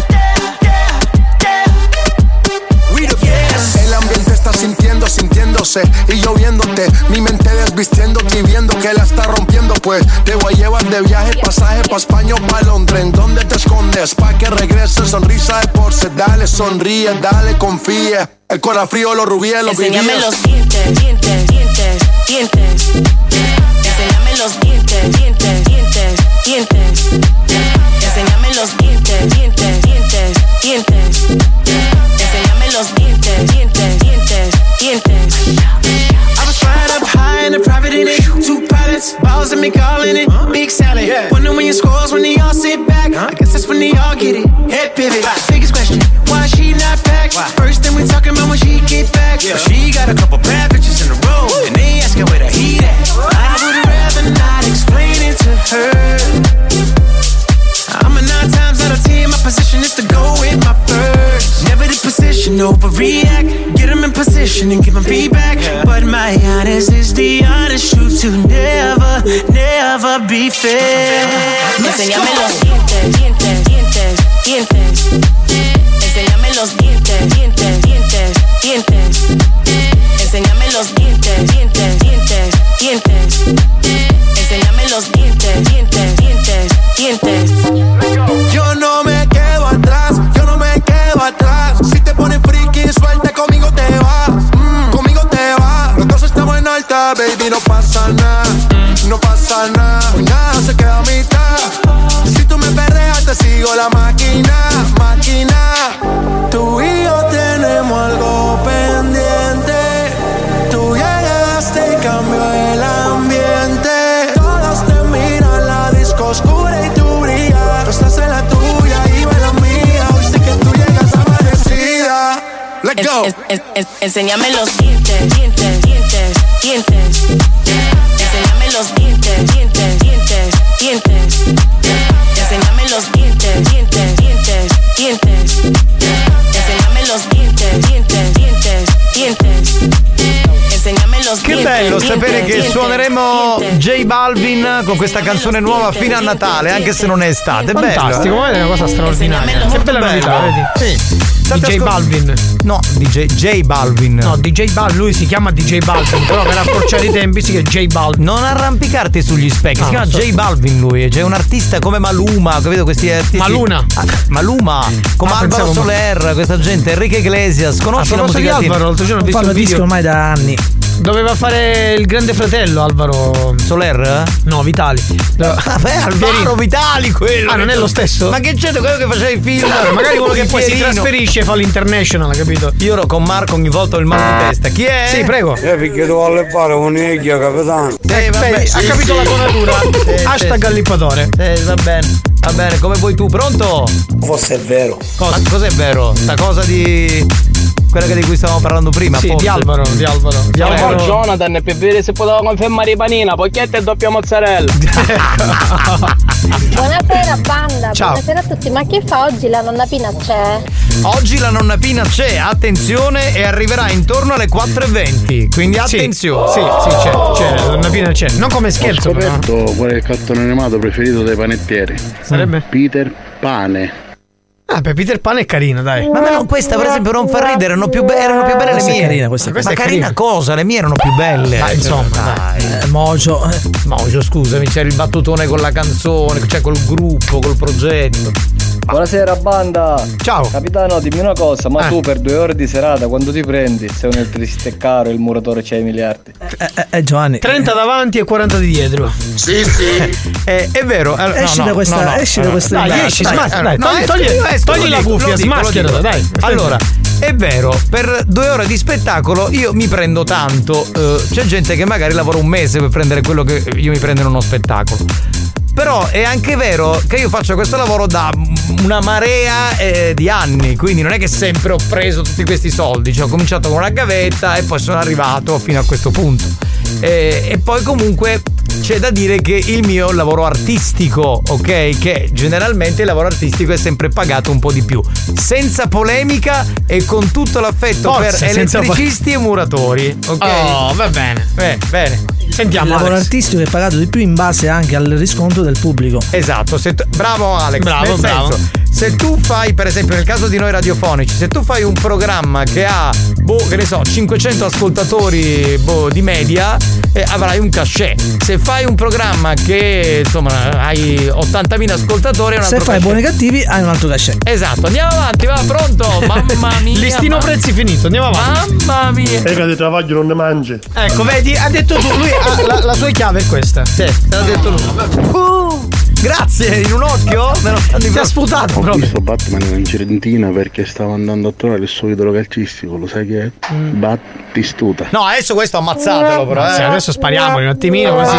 we the best. El ambiente está sintiéndose y yo viéndote, mi mente desvistiéndote y viendo que la está rompiendo, pues te voy a llevar de viaje, pasaje pa' España o pa' Londres. ¿En dónde te escondes? Pa' que regreses, sonrisa de porce, dale, sonríe, dale, confía. El corazón frío, los rubíes, los vivíes. Enséñame los dientes, dientes, dientes, dientes. Enséñame los dientes, dientes, dientes, dientes. Enséñame los dientes, dientes, dientes, dientes. Enséñame los dientes, dientes, dientes, dientes. I was flying up high in a private in it. Two pilots, balls and me calling it Big Sally. Wonder when your scores when they all sit back. I guess that's when they all get it. Head pivot. Biggest question, why she not back? First thing we talking about when she get back. But she got a couple bad bitches in a row, and they asking where the heat at. I would rather not explain it to her. I'm a 9 times out of 10, my position is to go with my first. Never the position, overreact. Get them in position and give them feedback. But my honest is the honest truth to never, never be fair. Enséñame los dientes, dientes, dientes, dientes. Enséñame los dientes, dientes, dientes, dientes. Enséñame los dientes, dientes, dientes, dientes. Enséñame los dientes, dientes, dientes, dientes. Yo no me quedo atrás, yo no me quedo atrás. Si te pones friki, suelta, conmigo te vas. Conmigo te vas. Los dos estamos en alta, baby, no pasa nada. No pasa nada, hoy nada se queda a mitad. Si tú me perreas, te sigo la máquina, máquina. Tú y yo tenemos algo pendiente. Tú llegaste y cambió el ambiente. Todos te miran, la disco oscura y tú brillas. Tú estás en la tuya y yo en la mía. Hoy sé que tú llegas amanecida. Let's go. Enséñame los dientes, dientes, dientes, dientes. Enséñame los dientes, dientes, dientes, dientes. Enséñame los dientes, dientes, dientes, dientes. Enséñame los dientes, dientes, dientes, dientes. Enséñame los Che dientes. bello dientes, sapere che dientes, suoneremo dientes. J Balvin con questa canzone nuova fino a Natale, anche se non è estate. È Fantastico, bello. è una cosa straordinaria. Che bella novità, vedi? Sì. DJ Balvin. No, J Balvin. No, DJ Balvin, lui si chiama DJ Balvin, però per accorciare i tempi si chiama J Balvin. Non arrampicarti sugli specchi, si chiama J Balvin lui, c'è un artista come Maluma, capito questi artisti? Maluma. Maluma, come Alvaro pensavo Soler, questa gente, Enrique Iglesias, conosci la musica di Alvaro, l'altro giorno ho visto un video ormai da anni. Doveva fare il Grande Fratello Alvaro Soler? No, Vitali. Vabbè, Alvaro Vitali quello. Ah, non è lo stesso? Ma che c'è quello che faceva i film? Magari uno che poi si trasferisce e fa l'International, capito? Io ero con Marco ogni volta ho il mal di testa. Chi è? Sì, prego. Perché tu vuole fare un'egghia, capitano. Vabbè, ha capito la conatura. Hashtag allippatore. Va bene, come vuoi tu, pronto? Forse è vero. Ma cos'è vero? Sta cosa di quella di cui stavamo parlando prima. Sì, forse. di Alvaro. Ciao Jonathan, per vedere se poteva confermare i panina, pocchietta e doppia mozzarella. Buonasera banda, Ciao. buonasera a tutti. Ma che fa oggi la nonna Pina c'è? Oggi la nonna Pina c'è, attenzione, e arriverà intorno alle 4:20. Quindi attenzione. Sì, c'è, la nonna Pina c'è. Non come scherzo, Ho scoperto qual è il cartone animato preferito dei panettieri. Sarebbe? Peter Pane. Ah, per Peter Pan è carina, dai. Ma no, questa per esempio non fa ridere, erano più belle le Questa è mie. carina, questa è Ma carina. carina cosa? Le mie erano più belle. Ma insomma, Mojo. Mojo, scusami, c'era il battutone con la canzone, cioè col gruppo, col progetto. Buonasera banda. Ciao. Capitano, dimmi una cosa, ma tu per 2 ore di serata quando ti prendi? Sei un elettricista caro e il muratore c'ha i miliardi. Giovanni. 30 davanti e 40 di dietro. Sì. È vero. Esci da questa. Dai, esci, dai, togli la cuffia, smascherala, dai. Allora, è vero, per 2 ore di spettacolo io mi prendo tanto. C'è gente che magari lavora un mese per prendere quello che io mi prendo in uno spettacolo. Però è anche vero che io faccio questo lavoro da una marea di anni, quindi non è che sempre ho preso tutti questi soldi, cioè ho cominciato con una gavetta e poi sono arrivato fino a questo punto. E poi comunque c'è da dire che il mio è un lavoro artistico, ok? Che generalmente il lavoro artistico è sempre pagato un po' di più. Senza polemica e con tutto l'affetto Forse, per elettricisti e muratori, ok? Oh, va bene. Bene. Sentiamo, il lavoro Alex. artistico è pagato di più in base anche al riscontro del pubblico. Esatto, bravo Alex. Bravo. Se tu fai, per esempio nel caso di noi radiofonici, se tu fai un programma che ha, che ne so, 500 ascoltatori di media, avrai un cachet. Se fai un programma che insomma hai 80.000 ascoltatori, è un altro se fai cachet. buoni e cattivi hai un altro cachet. Esatto, andiamo avanti, va, pronto? Mamma mia. Listino prezzi finito, andiamo avanti. Mamma mia. Che di travaglio non ne mangi. Ecco, vedi, ha detto tu, lui la sua chiave è questa. Sì, te l'ha detto lui. Grazie, in un occhio me lo stanno ti ha sputato Ho proprio. visto Batman in Fiorentina perché stava andando a trovare il suo idolo calcistico, lo sai che è? Battistuta. No, adesso questo ammazzatelo però. Sì, adesso spariamo un attimino così.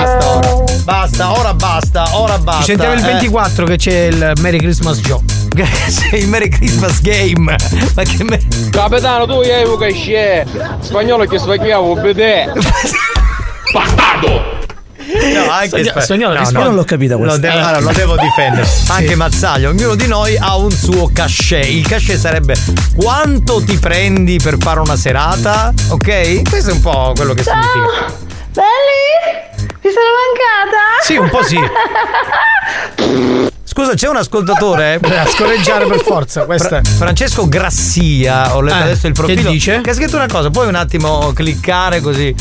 Ora basta. Ci sentiamo il 24 che c'è il Merry Christmas Joe. C'è il Merry Christmas Game. Ma che Capitano, tu hai un cachet. Spagnolo che sbagliavo, vedè. Bastardo! No, anche Io non l'ho capita questa. Allora, lo devo difendere. Anche Mazzaglia, ognuno di noi ha un suo cachet. Il cachet sarebbe quanto ti prendi per fare una serata, ok? Questo è un po' quello che significa. Belli? Ti sono mancata? Sì, un po' sì. Scusa, c'è un ascoltatore? A scorreggiare per forza. Questa Francesco Grassia, ho letto adesso il profilo. Che dice? Che ha scritto una cosa, puoi un attimo cliccare così.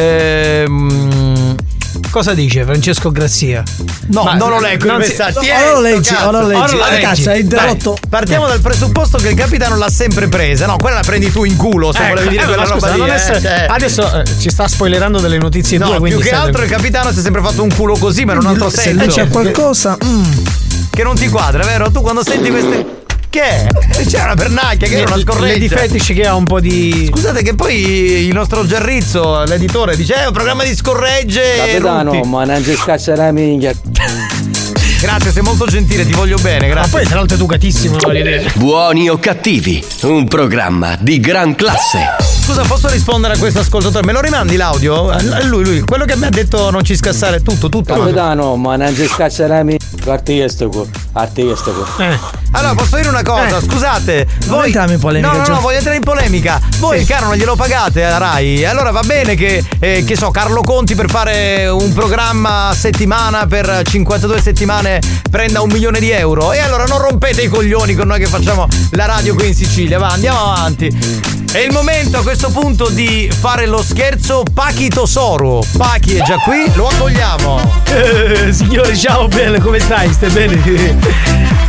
Cosa dice Francesco Grassia? No, non lo leggo il messaggio. Ora lo leggi. Cazzo, hai interrotto. Dai, partiamo dal presupposto che il capitano l'ha sempre presa. No, quella la prendi tu in culo, se volevi dire quella roba lì. Adesso ci sta spoilerando delle notizie no, tue. Più che altro il capitano si è sempre fatto un culo così, ma in un altro senso. Se c'è qualcosa che non ti quadra, vero? Tu quando senti queste... Che è? C'è una pernacchia che è una scorreggia. Lady Fetish che ha un po' di... Scusate che poi il nostro Giarrizzo, l'editore, dice è un programma di scorregge. Capitano, ma non ci scaccia la minchia. Grazie, sei molto gentile, ti voglio bene, grazie. Ma poi tra l'altro è educatissimo, voglio dire. Buoni o cattivi, un programma di gran classe. Scusa, posso rispondere a questo ascoltatore? Me lo rimandi l'audio? Lui, quello che mi ha detto non ci scassare tutto. Capitano, ma non ci scaccia la minchia. Artistico. Allora, posso dire una cosa? Scusate, non entriamo in polemica. No, voglio entrare in polemica. Voi il caro non glielo pagate a Rai. Allora va bene che so, Carlo Conti per fare un programma a settimana per 52 settimane prenda 1 milione di euro. E allora non rompete i coglioni con noi che facciamo la radio qui in Sicilia. Va, andiamo avanti. È il momento a questo punto di fare lo scherzo Pachi Tosoro. Pachi è già qui, lo accogliamo. Signori, ciao, bene, come stai? Stai bene?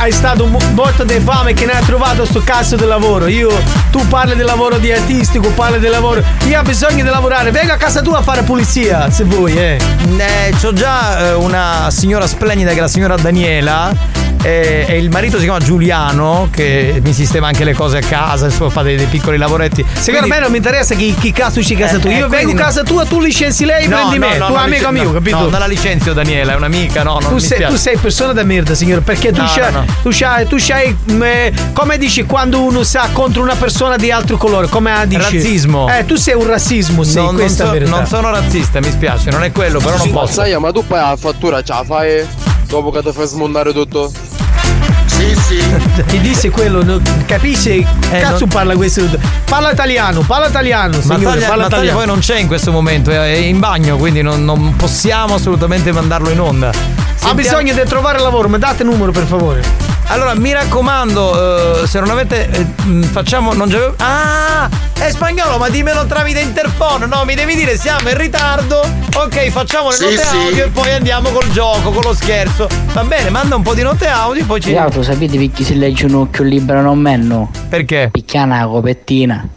hai stato morto di fame che ne hai trovato sto cazzo di lavoro. Tu parli del lavoro di artistico, parli del lavoro. Io ho bisogno di lavorare, vengo a casa tua a fare pulizia, se vuoi, C'ho già una signora splendida che è la signora Daniela. E il marito si chiama Giuliano, che mi sistema anche le cose a casa, insomma fa dei piccoli lavoretti. Secondo me non mi interessa chi cazzo ci casa tu. Io vengo a casa tua, tu licenzi lei, prendi me. Tu amico mio, capito? No, non la licenzio Daniela, è un'amica, no, non tu sei persona da merda, signore, perché tu c'hai come dici quando uno sa contro una persona di altro colore, come dici? Razzismo. Tu sei un razzismo, sì, questa è la verità. Non sono razzista, mi spiace, non è quello, però non posso. Sai, ma tu poi la fattura ce la fai dopo che ti fai smontare tutto? Sì. Ti disse quello, capisci? Cazzo parla questo? Parla italiano, signore, parla italiano. Poi non c'è in questo momento, è in bagno, quindi non possiamo assolutamente mandarlo in onda. Ha bisogno di trovare lavoro, ma date numero per favore. Allora, mi raccomando, se non avete facciamo è spagnolo, ma dimmelo tramite interfono. No, mi devi dire siamo in ritardo. Ok, facciamo le note audio e poi andiamo col gioco, con lo scherzo. Va bene, manda un po' di note audio e poi ci. L'altro sapete perché si legge un occhio libero non menno? Perché? Picchiana la copettina.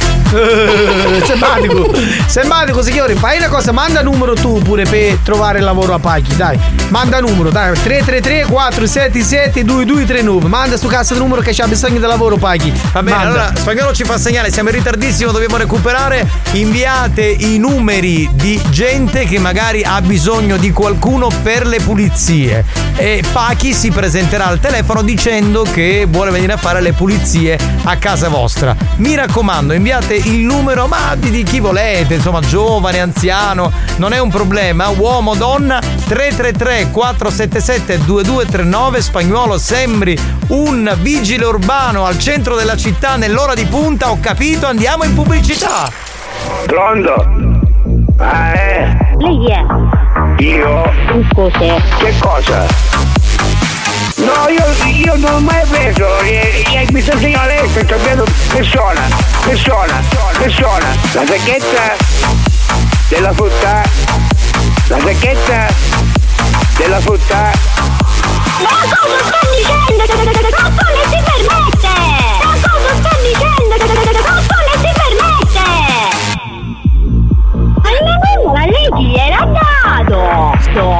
Simpatico signore, fai una cosa, manda numero tu pure per trovare lavoro a Paghi, dai, manda numero, dai, 333 477 2239, manda su cazzo il numero che c'ha bisogno di lavoro Paghi. Va bene, allora spagnolo ci fa segnale, siamo in ritardissimo, dobbiamo recuperare. Inviate i numeri di gente che magari ha bisogno di qualcuno per le pulizie e Paghi si presenterà al telefono dicendo che vuole venire a fare le pulizie a casa vostra. Mi raccomando, inviate il numero, ma di chi volete, insomma, giovane, anziano, non è un problema, uomo, donna, 333 477 2239. Spagnolo, sembri un vigile urbano al centro della città nell'ora di punta, ho capito, andiamo in pubblicità. Pronto? Lei chi è? Io? Cos'è? Che cosa? No, io non ho mai preso, mi sta segnando lei, sto vedendo persona, la sacchetta della frutta, Ma cosa sta dicendo? Non si permette! Ma cosa sta dicendo? Non si permette! Ma lei chi era dato?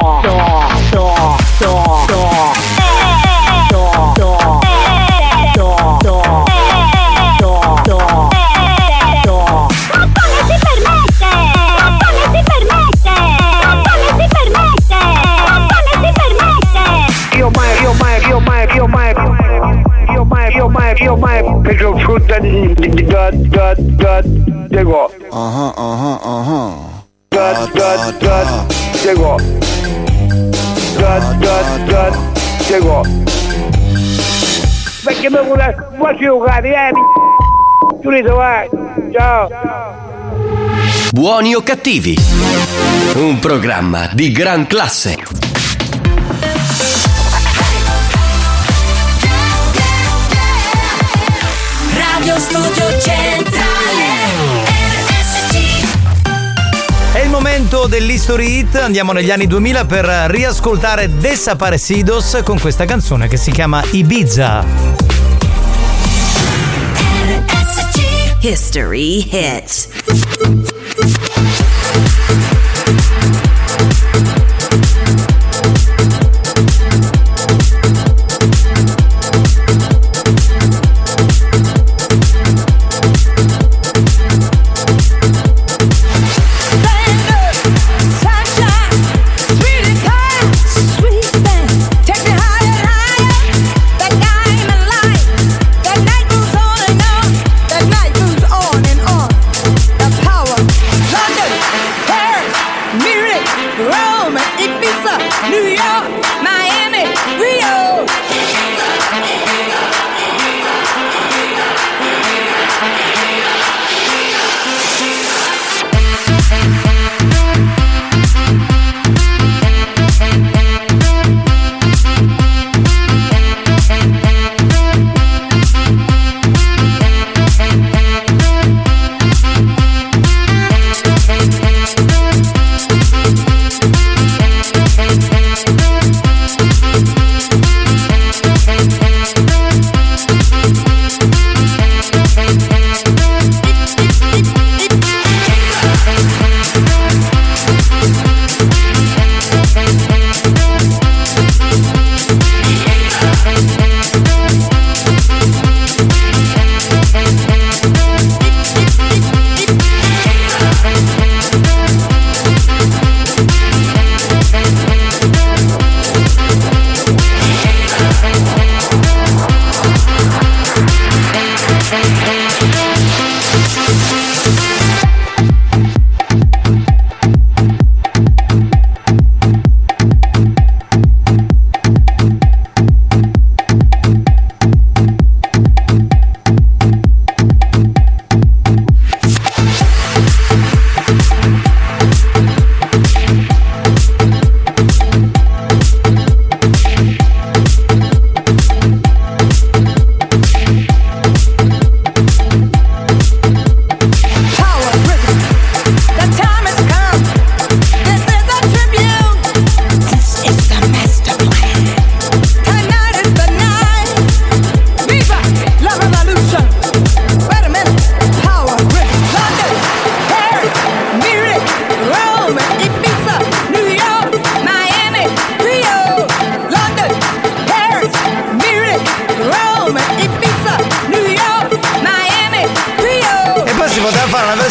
Io mai preso frutta di go. Perché mi vuole giocare, tu vai. Ciao. Buoni o cattivi? Un programma di gran classe. Radio Studio Centrale RSC. È il momento dell'History Hit, andiamo negli anni 2000 per riascoltare Desaparecidos con questa canzone che si chiama Ibiza. RSC History Hit. Power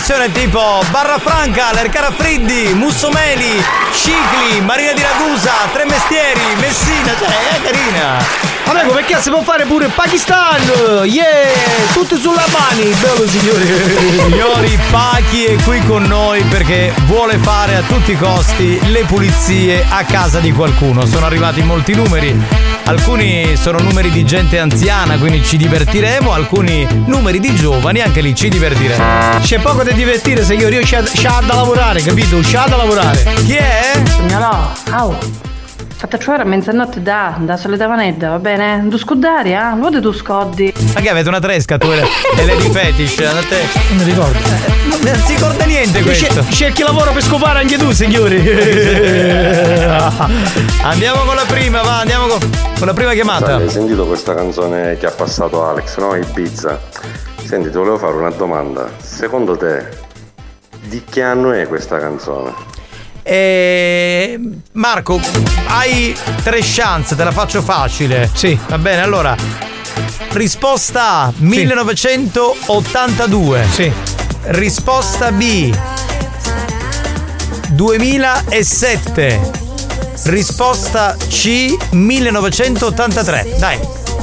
versione tipo Barra Franca, Lercara Friddi, Mussomeli, Cicli, Marina di Ragusa, Tre Mestieri, Messina, cioè è carina. Vabbè, perché si può fare pure Pakistan, tutti sulla mani, bello signori. Signori, Pachi è qui con noi perché vuole fare a tutti i costi le pulizie a casa di qualcuno. Sono arrivati molti numeri, alcuni sono numeri di gente anziana, quindi ci divertiremo, alcuni numeri di giovani, anche lì ci divertiremo. C'è poco da divertire, signori, io c'ho da lavorare, capito? C'ho da lavorare. Chi è? Signora, fatta trovare a mezzanotte da solita vanedda, va bene? Non scudare, Vuoi tu scoddi? Ma che avete una tresca tu e Lady Fetish? A te? Non mi ricordo. Non si ricorda niente questo. Cerchi lavoro per scopare anche tu, signori. Andiamo con la prima, va, andiamo con la prima chiamata. Hai sentito questa canzone che ha passato Alex, no? Ibiza. Senti, ti volevo fare una domanda. Secondo te, di che anno è questa canzone? Marco, hai 3 chance, te la faccio facile. Sì. Va bene, allora. Risposta A, 1982. Sì. Risposta B, 2007. Risposta C, 1983. Dai.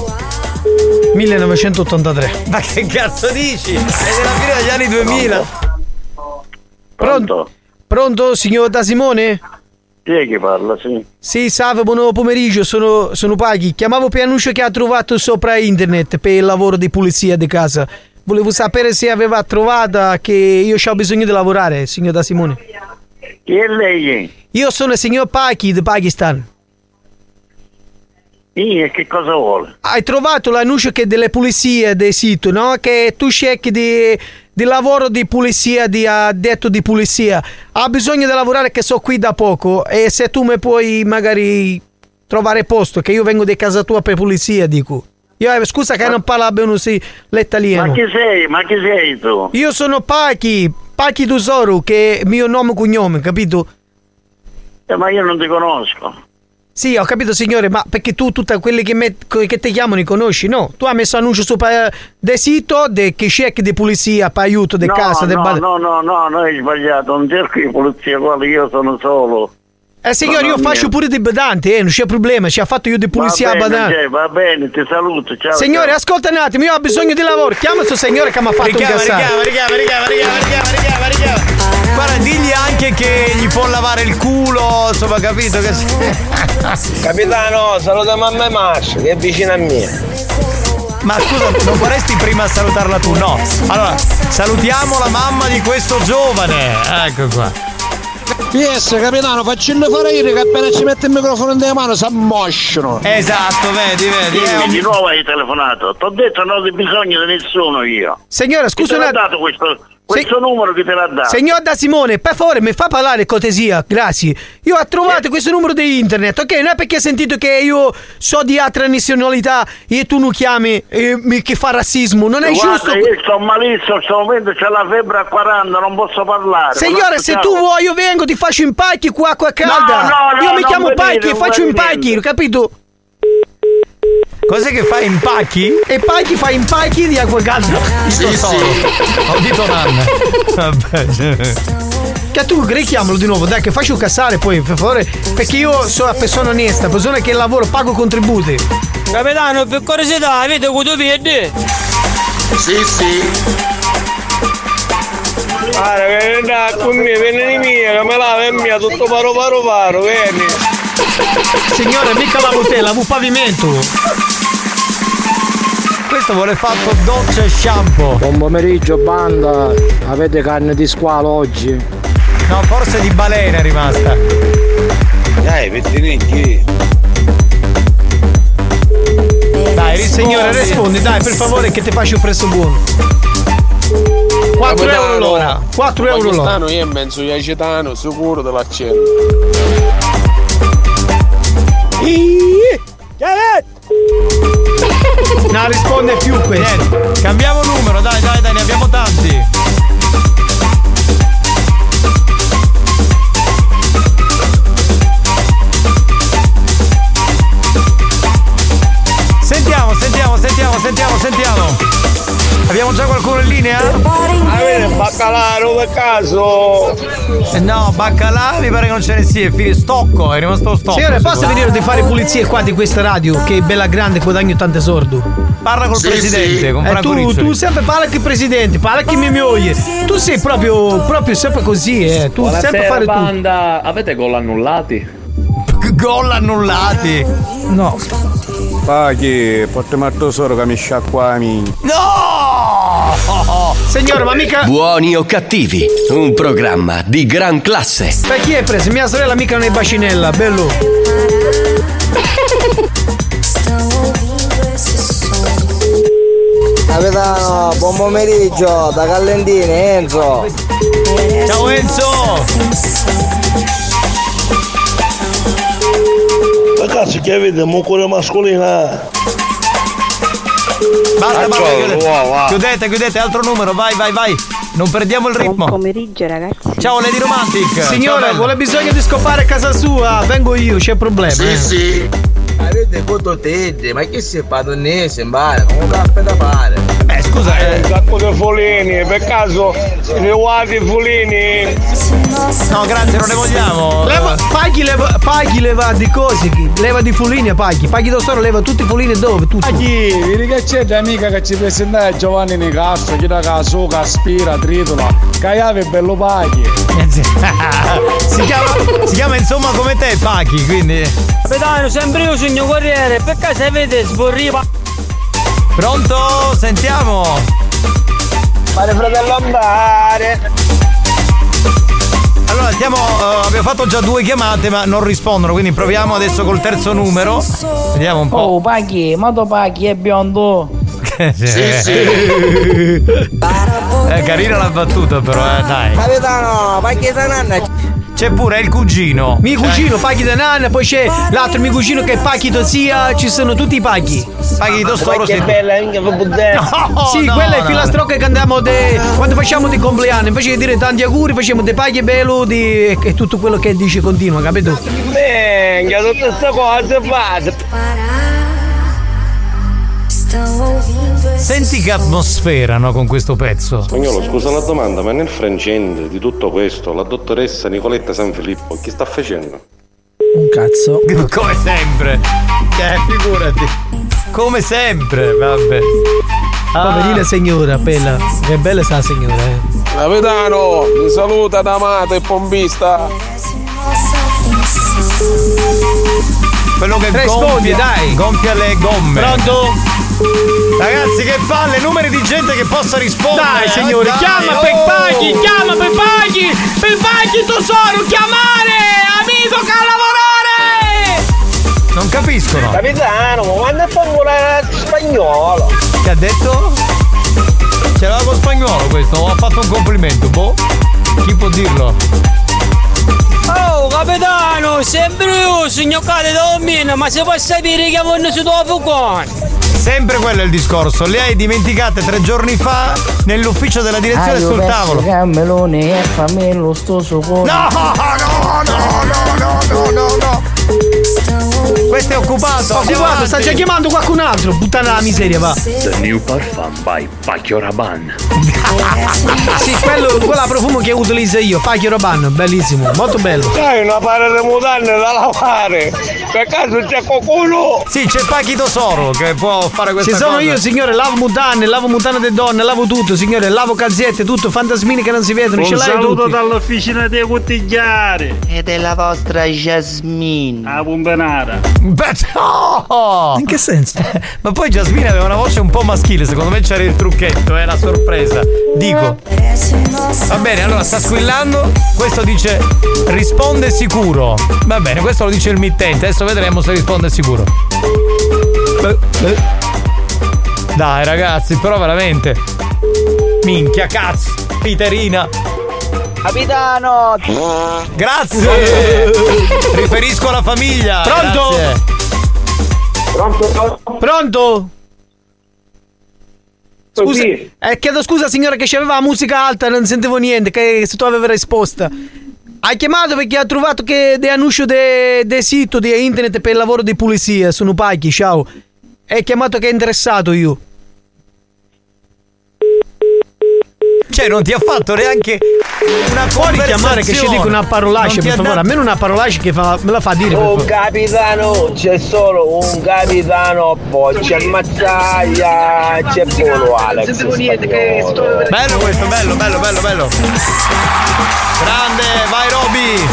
1983. Ma che cazzo dici? È della fine degli anni 2000. Pronto? Pronto, signor Da Simone? Chi è che parla, sì? Sì, salve, buon pomeriggio, sono Paghi. Chiamavo per annuncio che ha trovato sopra internet per il lavoro di pulizia di casa. Volevo sapere se aveva trovato, che io ho bisogno di lavorare, signor Da Simone. Chi è lei? Io sono il signor Paghi di Pakistan. E che cosa vuole? Hai trovato l'annuncio che delle pulizie del sito, no? Che tu cerchi di lavoro di pulizia, di addetto di pulizia. Ha bisogno di lavorare, che so qui da poco, e se tu mi puoi magari trovare posto, che io vengo di casa tua per pulizia, dico. Io, scusa che non parla bene l'italiano. Ma chi sei tu? Io sono Paki Tesoro, che è il mio nome e cognome, capito? Ma io non ti conosco. Sì, ho capito, signore, ma perché tu tutti quelli che ti chiamano li conosci? No, tu hai messo annuncio sopra del sito che cerchi di pulizia per aiuto di casa. No, hai sbagliato, non cerco di pulizia, guarda, io sono solo. Signore, io faccio pure di badante, non c'è problema, ci ha fatto io di pulizia a badante. Va bene, ti saluto, ciao. Signore, ciao. Ascolta un attimo, io ho bisogno di lavoro, chiama questo signore che mi ha fatto incassare. Richiama. Guarda, digli anche che gli può lavare il culo, insomma, capito? Che... Capitano, saluta mamma e Mascio, che è vicina a me. Ma scusa, non vorresti prima salutarla tu? No. Allora, salutiamo la mamma di questo giovane. Ecco qua. PS, capitano, faccelo fare io che appena ci mette il microfono in mano si ammosciano. Esatto, vedi. Di nuovo hai telefonato. T'ho detto non ho bisogno di nessuno io. Signora, scusa un attimo. Dato questo numero che te l'ha dato. Signor Da Simone, per favore, mi fa parlare cortesia, grazie. Io ho trovato questo numero di internet, ok? Non è perché hai sentito che io so di altra nazionalità e tu non chiami che fa razzismo, non è giusto. Io sto malissimo, in questo momento c'è la febbre a 40, non posso parlare. Signore, se tu vuoi io vengo, ti faccio impacchi con acqua calda. No, io mi chiamo Pacchi e faccio impacchi, capito? Cos'è che fai, impacchi? E Pacchi fa impacchi di acqua calda. Sì. Ho dito nanna. Vabbè. Che tu richiamalo di nuovo, dai, che faccio cassare poi, per favore. Perché io sono una persona onesta, persona che lavoro, pago contributi. Capitano, per curiosità, avete avuto piede? Sì. Guarda, vieni con me, vieni mia, che me lava è mia, tutto paro, vieni. Signore, mica lavo te, lavo pavimento. Questo vuole fatto doccia e shampoo. Buon pomeriggio, banda. Avete carne di squalo oggi? No, forse di balena è rimasta. Dai, pettinetti. Dai, signore, rispondi, dai, per favore, che ti faccio presto buono. 4 euro l'ora. 4 euro l'ora. Io penso che acetano, sicuro te l'accendo. Non risponde più questo. Cambiamo numero, dai, ne abbiamo tanti. Sentiamo. Abbiamo già qualcuno in linea? Avete baccalaro per caso? No, baccalà mi pare che non ce ne sia, stocco, è rimasto stocco. Signore, posso venire di fare pulizie qua di questa radio che è bella grande, guadagno tante sordi. Parla col presidente, con Franco tu Riccioli. sempre parla con il presidente, parla con mia moglie. Tu sei proprio sempre così, Tu Buonasera, sempre fare banda. Avete gol annullati? Gol annullati? No. Paghi, portami al tesoro che mi sciacquami. No! Signore, ma mica. Buoni o cattivi, un programma di gran classe. Per chi è preso? Mia sorella mica non è bacinella, bello. Capitano, buon pomeriggio, da Callendini, Enzo. Ciao Enzo! Ragazzi, che avete mucura mascolina? Basta, chiudete, altro numero, vai. Non perdiamo il ritmo. Buon pomeriggio, ragazzi. Ciao Lady Romantic. Signora, vuole bisogno di scopare a casa sua? Vengo io, c'è problema. Sì. Avete voto tedde, ma che si fa donne sembra? Come cappe da fare? Scusa, un sacco di folini, per caso ne guardi folini? No, grazie, non ne vogliamo. Paghi leva di cose, leva di fulini, paghi tesoro, leva tutti i fulini dove? Tutti. Chi? Vedi che c'è l'amica che ci presenta Giovanni Nicastro, chi da caso, aspira, tritola, caiave bello paghi. si chiama insomma come te, Paghi, quindi. Capitano, sempre io sogno corriere, per caso avete sborriva. Pronto? Sentiamo. Fare fratello andare. Allora abbiamo fatto già 2 chiamate ma non rispondono, quindi proviamo adesso col terzo numero. Vediamo un po'. Oh, Paghi, moto Paghi è biondo. Sì. Carina la battuta però, dai. Capitano, Paghi Sananna. C'è pure il cugino. Mio cugino, Paghi da nanna, poi c'è l'altro mio cugino che è Paghi Tosia, ci sono tutti i Paghi. Paghi Tosoro, che bella, anche quella è filastrocca che andiamo quando facciamo di compleanno, invece di dire tanti auguri, facciamo dei Paghi bello e tutto quello che dice continua, capito? Venga, tutte queste cose fate. Senti che atmosfera, no, con questo pezzo. Spagnolo, scusa la domanda, ma nel frangente di tutto questo, la dottoressa Nicoletta Sanfilippo, chi sta facendo? Un cazzo. Come sempre. Figurati. Come sempre, vabbè. Poverina signora, bella. Che bella sta signora, Capitano, mi saluta D'Amato e pompista. Quello che rispondi, dai. Gonfia le gomme. Pronto? Ragazzi, che palle, numeri di gente che possa rispondere. Dai signori, chiama per Paghi, chiama per Paghi tesoro, chiamare, amico che a lavorare. Non capiscono. Capitano, ma quando è formulare spagnolo? Che ha detto? Ce l'aveva con spagnolo questo, ho fatto un complimento, boh. Chi può dirlo? Oh, capitano, sempre io, signor Cade Domino, ma se puoi sapere che vanno su dopo con. Sempre quello è il discorso, le hai dimenticate 3 giorni fa nell'ufficio della direzione sul tavolo. Cammelone e fammi lo sto con. No. Questo è occupato. Sta già chiamando qualcun altro. Buttana la miseria, va. The new parfum by Pacchio Rabanne. Sì, quella profumo che utilizzo io, Pacchio Rabanne, bellissimo, molto bello. Sai, una paio di mutande da lavare. Per caso c'è qualcuno? Sì, c'è Paghi Tosoro che può fare questa cosa. Ci sono io, signore, lavo mutande delle donne, lavo tutto, signore, lavo calzette, tutto, fantasmini che non si vedono, ce l'hai tutti. Un saluto dall'officina dei cottigliari. E della vostra Jasmine. A Pompenara. No! In che senso? Ma poi Jasmine aveva una voce un po' maschile, secondo me c'era il trucchetto, è la sorpresa. Dico. Va bene, allora sta squillando. Questo dice risponde sicuro. Va bene, questo lo dice il mittente. Adesso vedremo se risponde sicuro. Dai ragazzi, però veramente. Minchia cazzo, Piterina. Capitano! Grazie! Riferisco alla famiglia. Pronto? Grazie. Pronto? Scusa, Sì. chiedo scusa signora che c'aveva la musica alta, non sentivo niente, che se tu avevi risposta. Hai chiamato perché ha trovato che de annuncio de sito di internet per il lavoro di pulizia, sono Paghi, ciao. Hai chiamato che è interessato io. cioè non ti ha fatto neanche una Puoi chiamare che ci dico una parolaccia, per favore. Almeno una parolaccia che me la fa dire. Un capitano, c'è solo un capitano, poi c'è Mazzaglia, c'è Polo Alex. Bello questo, bello. Grande, vai Roby.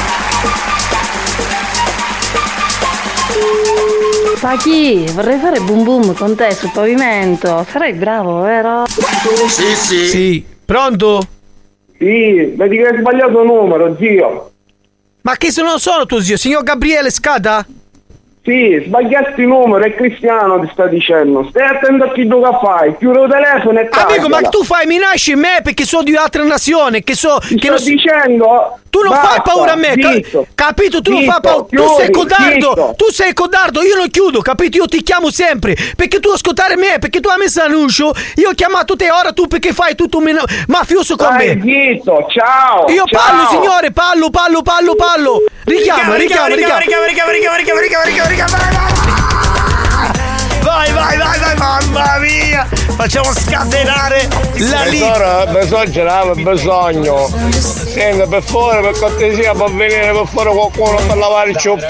Pachi, vorrei fare boom boom con te sul pavimento. Sarai bravo, vero? Sì. Pronto? Sì, vedi che hai sbagliato il numero, zio. Ma che se non sono tuo zio, signor Gabriele Scata? Sì, sbagliasti il numero, è Cristiano ti sta dicendo. Stai attento a chi tu che fai, chiudi il telefono e tagliala. Amico, ma tu minacci me perché sono di altra nazione, che so... Ti che sto non... dicendo... Tu non basta, fai paura a me, capito? Tu non fai paura, tu sei codardo, tu sei codardo, io non chiudo, capito? Io ti chiamo sempre, perché tu ascoltare me, perché tu hai messo l'annuncio, io ho chiamato te, ora tu perché fai tutto un mafioso con me. Zitto, ciao. Io ciao. parlo, signore, parlo. Richiama. Vai, mamma mia! Facciamo scatenare la lista. Bisogno. Senti, per favore, per cortesia, può venire per fare qualcuno per lavare il ciuffo.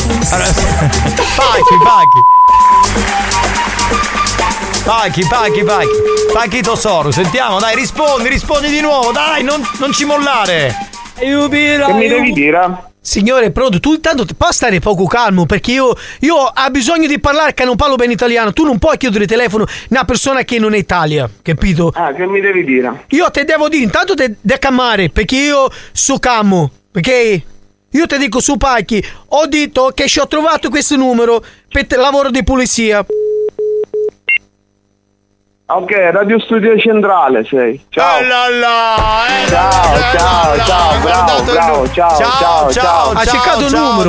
Pacchi. Pachito Soro, sentiamo, dai, rispondi di nuovo, dai, non ci mollare. Che mi devi dire? Signore Prodo, tu intanto puoi stare poco calmo, perché io ho bisogno di parlare, che non parlo bene italiano. Tu non puoi chiudere il telefono a una persona che non è Italia, capito? Che mi devi dire? Io te devo dire, intanto de camare, perché io so camo, ok? Io ti dico su Pacchi, ho detto che ci ho trovato questo numero per lavoro di pulizia. Ok, Radio Studio Centrale sei. Ciao. Ciao, bravo, ciao. Ha cercato il numero.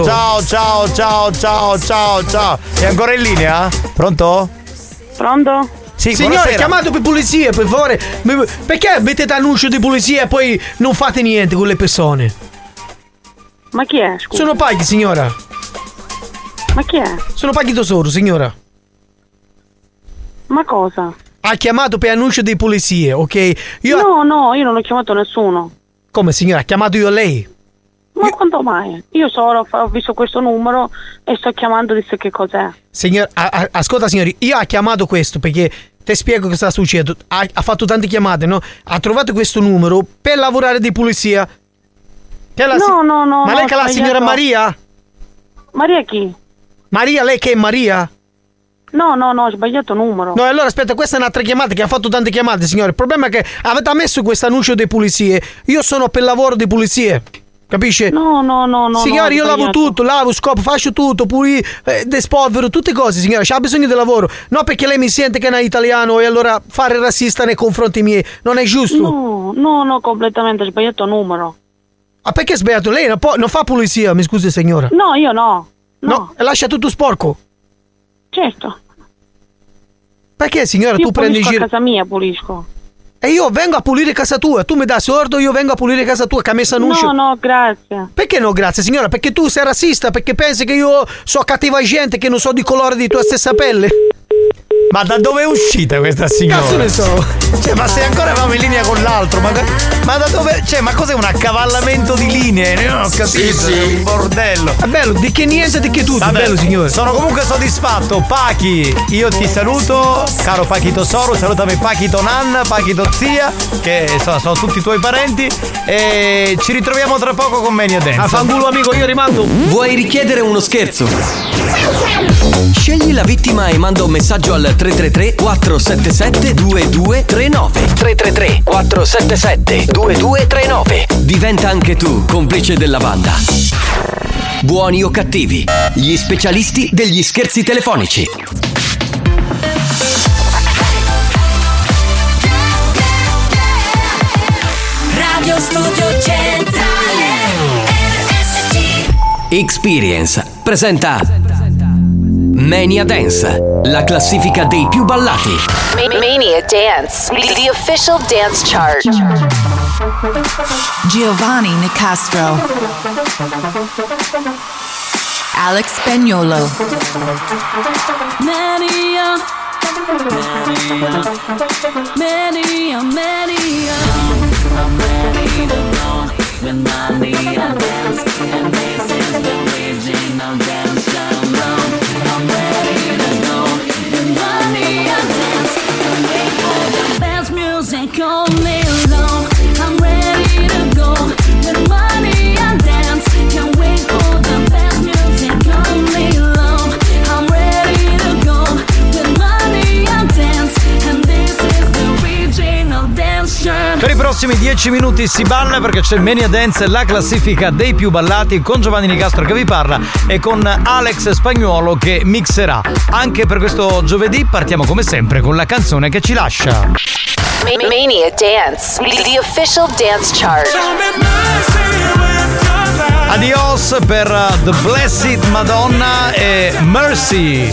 Ciao. È ancora in linea? Pronto? Sì, signore, buonasera. chiamato per pulizia, per favore. Perché mettete annuncio di pulizia e poi non fate niente con le persone? Ma chi è? Scusa. Sono Paghi, signora. Ma chi è? Sono Paghi Tesoro, signora. Ma cosa? Ha chiamato per annuncio di pulizie, ok? No, io non ho chiamato nessuno. Come, signora? Ha chiamato io a lei? Ma quando mai? Io solo ho visto questo numero e sto chiamando di che cos'è. Signora, ascolta signori, io ho chiamato questo perché ti spiego cosa sta succedendo. Ha fatto tante chiamate, no? Ha trovato questo numero per lavorare di pulizia. No. Ma lei che è la signora Maria? Maria chi? Maria, lei che è Maria? No, ho sbagliato numero. No, allora aspetta, questa è un'altra chiamata che ha fatto tante chiamate, signore. Il problema è che avete messo questo annuncio di pulizie. Io sono per lavoro di pulizie. Capisce? No. Signore, io lavo tutto, lavo, scopo, faccio tutto, despolvero, tutte cose, signore. C'ha bisogno di lavoro. No, perché lei mi sente che è italiano e allora fare razzista nei confronti miei. Non è giusto. No, completamente sbagliato numero. Ma perché è sbagliato? Lei non fa pulizia, mi scusi, signora. No, io no. No, e lascia tutto sporco. Certo. Perché, signora, io tu prendi giro? A casa mia pulisco. E io vengo a pulire casa tua. Tu mi dai sordo, io vengo a pulire casa tua, che ha messo annuncio. No, grazie. Perché no, grazie, signora? Perché tu sei razzista, perché pensi che io so cattiva gente, che non so di colore di tua stessa pelle. Ma da dove è uscita questa signora? Cazzo ne so. Cioè, ma se ancora eravamo in linea con l'altro, ma da dove? Cioè, ma cos'è un accavallamento di linee? Non ho capito, sì. È un bordello. È bello, di che niente, di che tutto. Vabbè, bello, signore. Sono comunque soddisfatto. Pachi, io ti saluto, caro Pachito Soro, salutami Pachito Nanna, Pachito Zia, che sono tutti i tuoi parenti. E ci ritroviamo tra poco con Mania Dance. A fanculo, amico, io rimando. Vuoi richiedere uno scherzo? Scegli la vittima e manda un messaggio al 333 477 2239. 333 477 2239. Diventa anche tu complice della banda. Buoni o cattivi, gli specialisti degli scherzi telefonici. Radio Studio Centrale RSC. Experience presenta Mania Dance, la classifica dei più ballati. Mania Dance, the official dance chart. Giovanni Nicastro, Alex Spagnolo, Mania, Mania, mania. I'm ready to go with mania dance, and this is the original dance shalom. I'm ready to go with mania dance, and wait for the best music all day long. I'm ready to go with mania dance, can't wait for the best music all day long. I'm ready to go with mania dance, and this is the original dance shalom. Per i prossimi 10 minuti si balla perché c'è Mania Dance, la classifica dei più ballati, con Giovanni Nicastro che vi parla e con Alex Spagnuolo che mixerà. Anche per questo giovedì partiamo come sempre con la canzone che ci lascia. Mania Dance, the official dance chart. Adios per The Blessed Madonna e Mercy.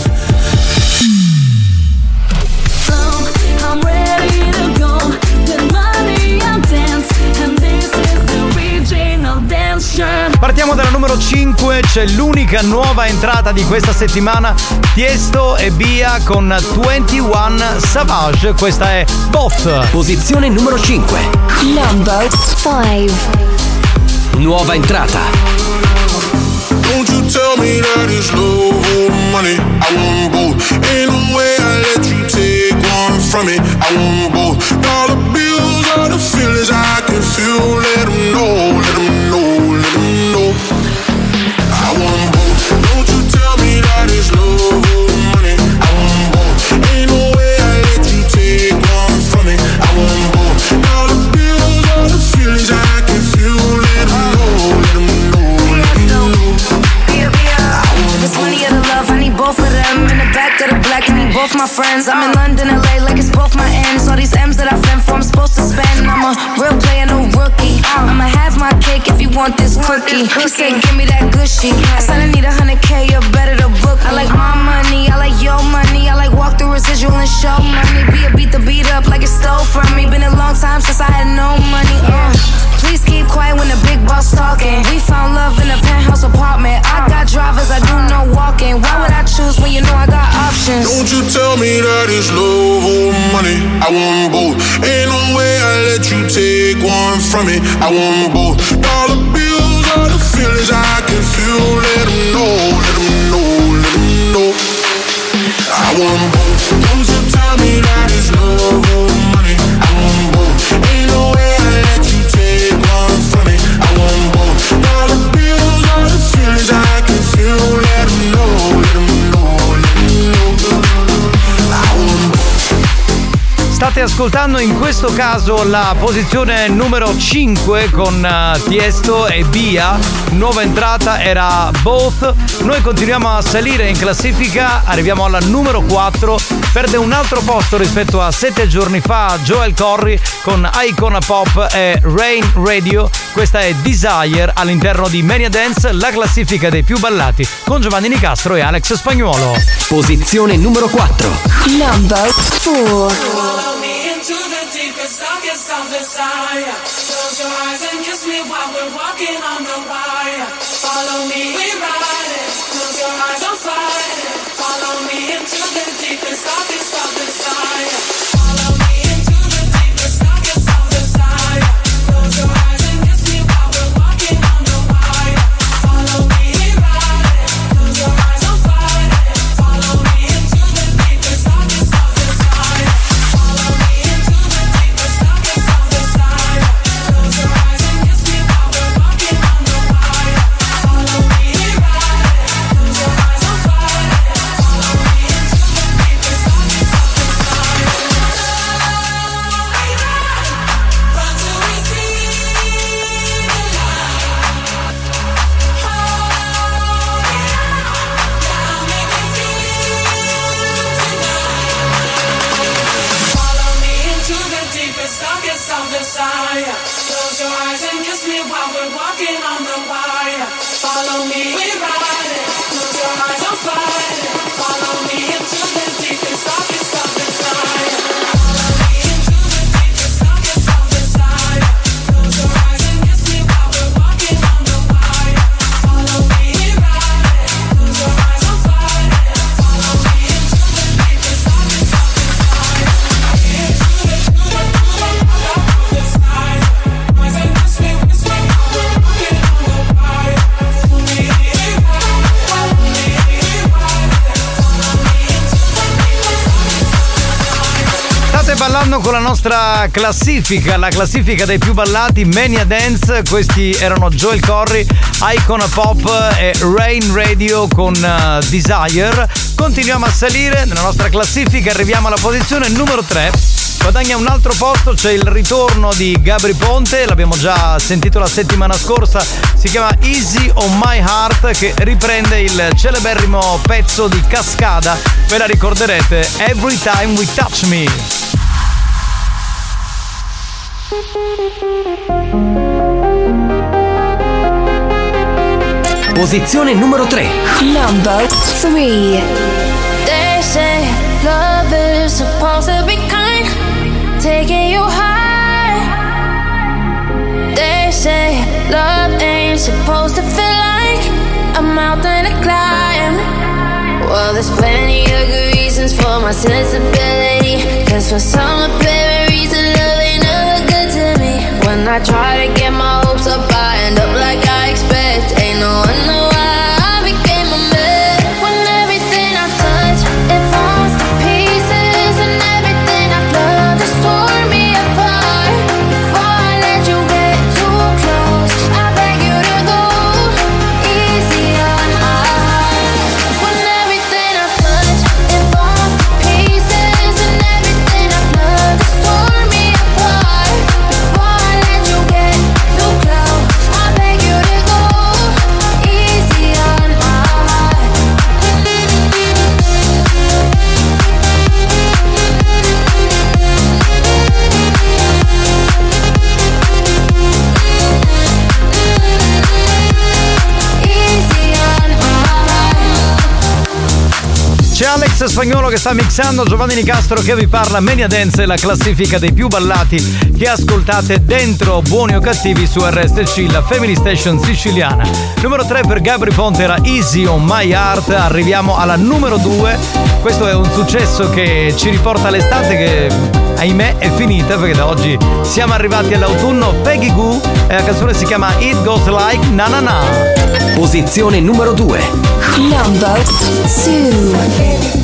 I'm ready to go with mania dance, and this is the original dance shalom. Partiamo dalla numero 5, c'è l'unica nuova entrata di questa settimana, Tiesto e Bia con 21 Savage, questa è Both. Posizione numero 5. Number 5. Nuova entrata. Don't you tell me that it's love or money. I want both. Ain't no way I let you take one from me. I want both. Dollar bills are the feelings I can feel. Let them know, let them know, let them know. I want both. Don't you tell me that it's love or money. I want both. Ain't no way I let you take one from me. I want both. Dollar bills are the feelings I can feel. Let them know, let them know, let them know. If it's money or the love, I need both of them. In the back of the black, I need both my friends. I'm in London, LA, like it's both my ends. All these M's that I fend for, I'm supposed to spend. I'm a real player, no rookie. I'ma have my cake if you want this cookie. He said, give me that good shit. I said, I need 100K, you're better to book me. I like my money, I like your money. I like walk through residual and show money. Be a beat the beat up like it stole from me. Been a long time since I had no money. Please keep quiet when the big boss talking. We found love in a penthouse apartment. I got drivers, I do no walking. Why would I choose when you know I got options? Don't you tell me that it's love or money. I want both. Ain't no way I let you take one from me. I want both. Dollar bills are the feelings I can feel. Let them know, let them know, let them know. I want both. Don't you tell me that it's love or money. I want both. Ain't no way I let you take one from me. I want both. Dollar bills are the feelings I can feel. Let them know, let them know, let them know. I want both. State ascoltando in questo caso la posizione numero 5 con Tiesto e Bia. Nuova entrata era Both. Noi continuiamo a salire in classifica, arriviamo alla numero 4. Perde un altro posto rispetto a 7 giorni fa Joel Corry con Icona Pop e Rain Radio. Questa è Desire all'interno di Mania Dance, la classifica dei più ballati con Giovanni Nicastro e Alex Spagnuolo. Posizione numero 4. Number 4. Into the deepest, darkest of desire. Close your eyes and kiss me while we're walking on the wire. Follow me, we ride it. Close your eyes, I'll fight it. Follow me into the deepest, darkest of desire. Follow me into the deepest, darkest of desire. Close your eyes and kiss me while we're walking on the wire. Follow me, we ride it. Close your eyes, I'll fight it. Follow me into the deepest, darkest of desire. Follow me. Close your eyes and kiss me while we're walking on the wire. Follow me, we ride it. Close your eyes, I'll fight it. Follow me into the deepest, darkest of desire. Follow me into the deepest, darkest of desire. Close your eyes and kiss me while we're walking on the wire. Follow me, we ride it. Close your eyes, I'll fight it. Follow me into the deepest, darkest of desire. ballando con la nostra classifica, la classifica dei più ballati, Mania Dance. Questi erano Joel Corry, Icona Pop e Rain Radio con Desire. Continuiamo a salire nella nostra classifica, arriviamo alla posizione numero 3. Guadagna un altro posto, c'è il ritorno di Gabry Ponte, l'abbiamo già sentito la settimana scorsa, si chiama Easy on My Heart, che riprende il celeberrimo pezzo di Cascada, ve la ricorderete, Every Time We Touch Me. Posizione numero 3. Number 3. They say love is supposed to be kind, taking you high. They say love ain't supposed to feel like a mountain to climb. Well, there's plenty of good reasons for my sensibility, 'cause for some apparent reason love ain't never good to me. When I try to get my hopes up, I end up like I expect. Ain't no wonder why I became a mess. When everything I touch, it falls to pieces, and everything I've loved has torn me apart. Before I let you get too close, I beg you to go easy on my heart. When everything I touch, it falls to pieces, and everything I've loved has torn me apart. Before I let you get too close, I beg you to go easy on my heart. Easy on my heart. C'è Alex Spagnolo che sta mixando, Giovanni Nicastro che vi parla. Mania Dance è la classifica dei più ballati che ascoltate dentro Buoni o Cattivi su RSC, la Family Station siciliana. Numero 3 per Gabry Ponte era Easy on My Heart. Arriviamo alla numero 2. Questo è un successo che ci riporta all'estate, che ahimè è finita, perché da oggi siamo arrivati all'autunno. Peggy Goo e la canzone si chiama It Goes Like Na Na Na. Posizione numero 2. Number 2.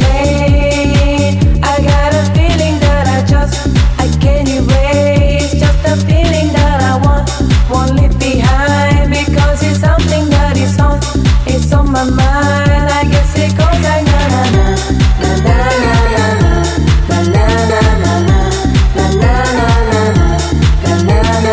I got a feeling that I can't erase. Just a feeling that I won't leave behind, because it's something that is on my mind. I guess it goes like na na na na na na na na na na na na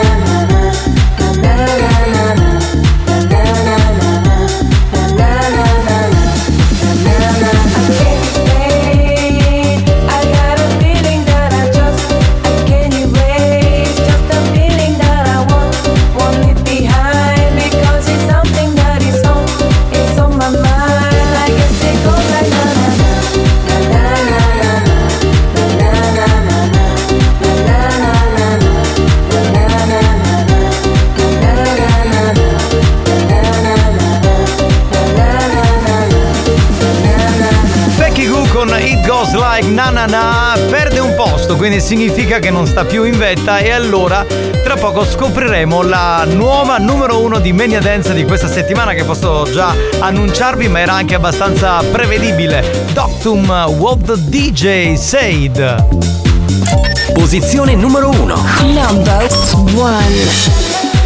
Like Na Na Na perde un posto, quindi significa che non sta più in vetta, e allora tra poco scopriremo la nuova numero 1 di Mania Dance di questa settimana, che posso già annunciarvi, ma era anche abbastanza prevedibile. Doctum, What the DJ Said. Posizione numero 1. Number 1.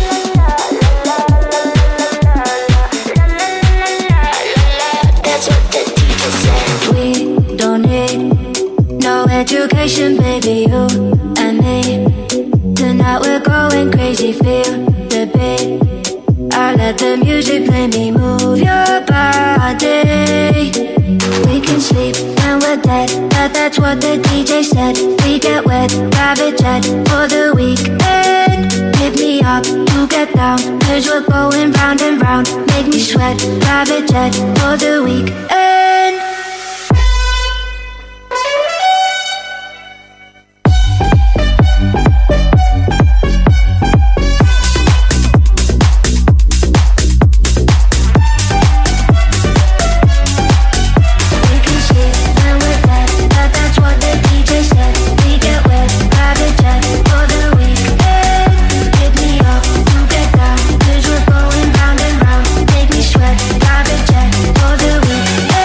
Education, baby, you and me. Tonight we're going crazy, feel the beat. I let the music play me, move your body. We can sleep and we're dead, but that's what the DJ said. We get wet, private jet for the weekend. Hit me up to get down, 'cause we're going round and round. Make me sweat, private jet for the weekend. Private jet for the weekend.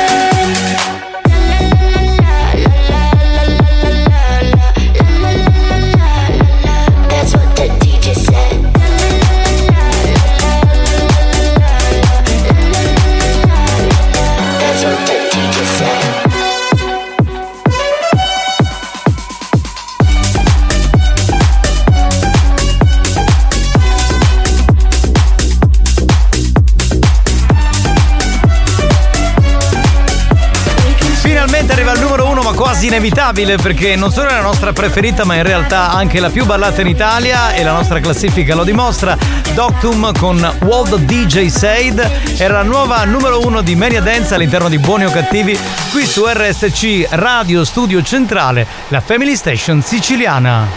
quasi inevitabile perché non solo è la nostra preferita ma in realtà anche la più ballata in Italia e la nostra classifica lo dimostra. Doctum con What the DJ Said era la nuova numero 1 di Mania Dance all'interno di Buoni o Cattivi qui su RSC Radio Studio Centrale, la Family Station siciliana.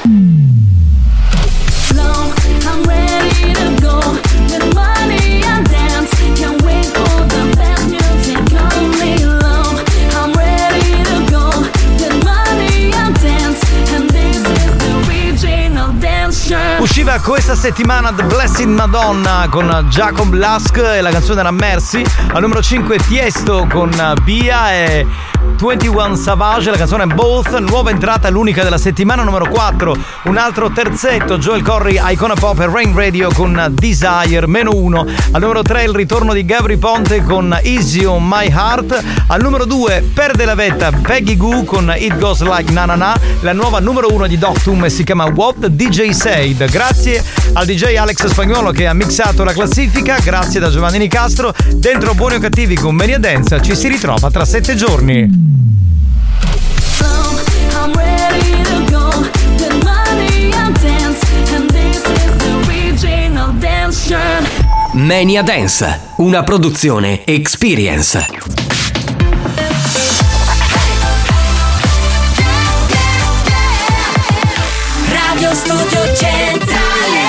I'm ready to go with money and dance. Can't wait for the best music. Call me love. I'm ready to go with money and dance. And this is the original dance show. Usciva questa settimana The Blessed Madonna con Jacob Lusk e la canzone era Mercy. Al numero 5 Tiesto con Bia e 21 Savage, la canzone Both. Nuova entrata, l'unica della settimana, numero 4 un altro terzetto, Joel Corry, Icona Pop e Rain Radio con Desire, meno 1. Al numero 3 il ritorno di Gabry Ponte con Easy on My Heart. Al numero 2 perde la vetta Peggy Goo con It Goes Like Na Na Na, la nuova numero 1 di Doctum e si chiama What the DJ Said. Grazie al DJ Alex Spagnuolo che ha mixato la classifica, grazie da Giovanni Nicastro. Dentro Buoni o Cattivi con Mania Dance ci si ritrova tra 7 giorni. I'm ready to go with money and dance. And this is the original dance show. Mania Dance, una produzione Experience. Radio Studio Centrale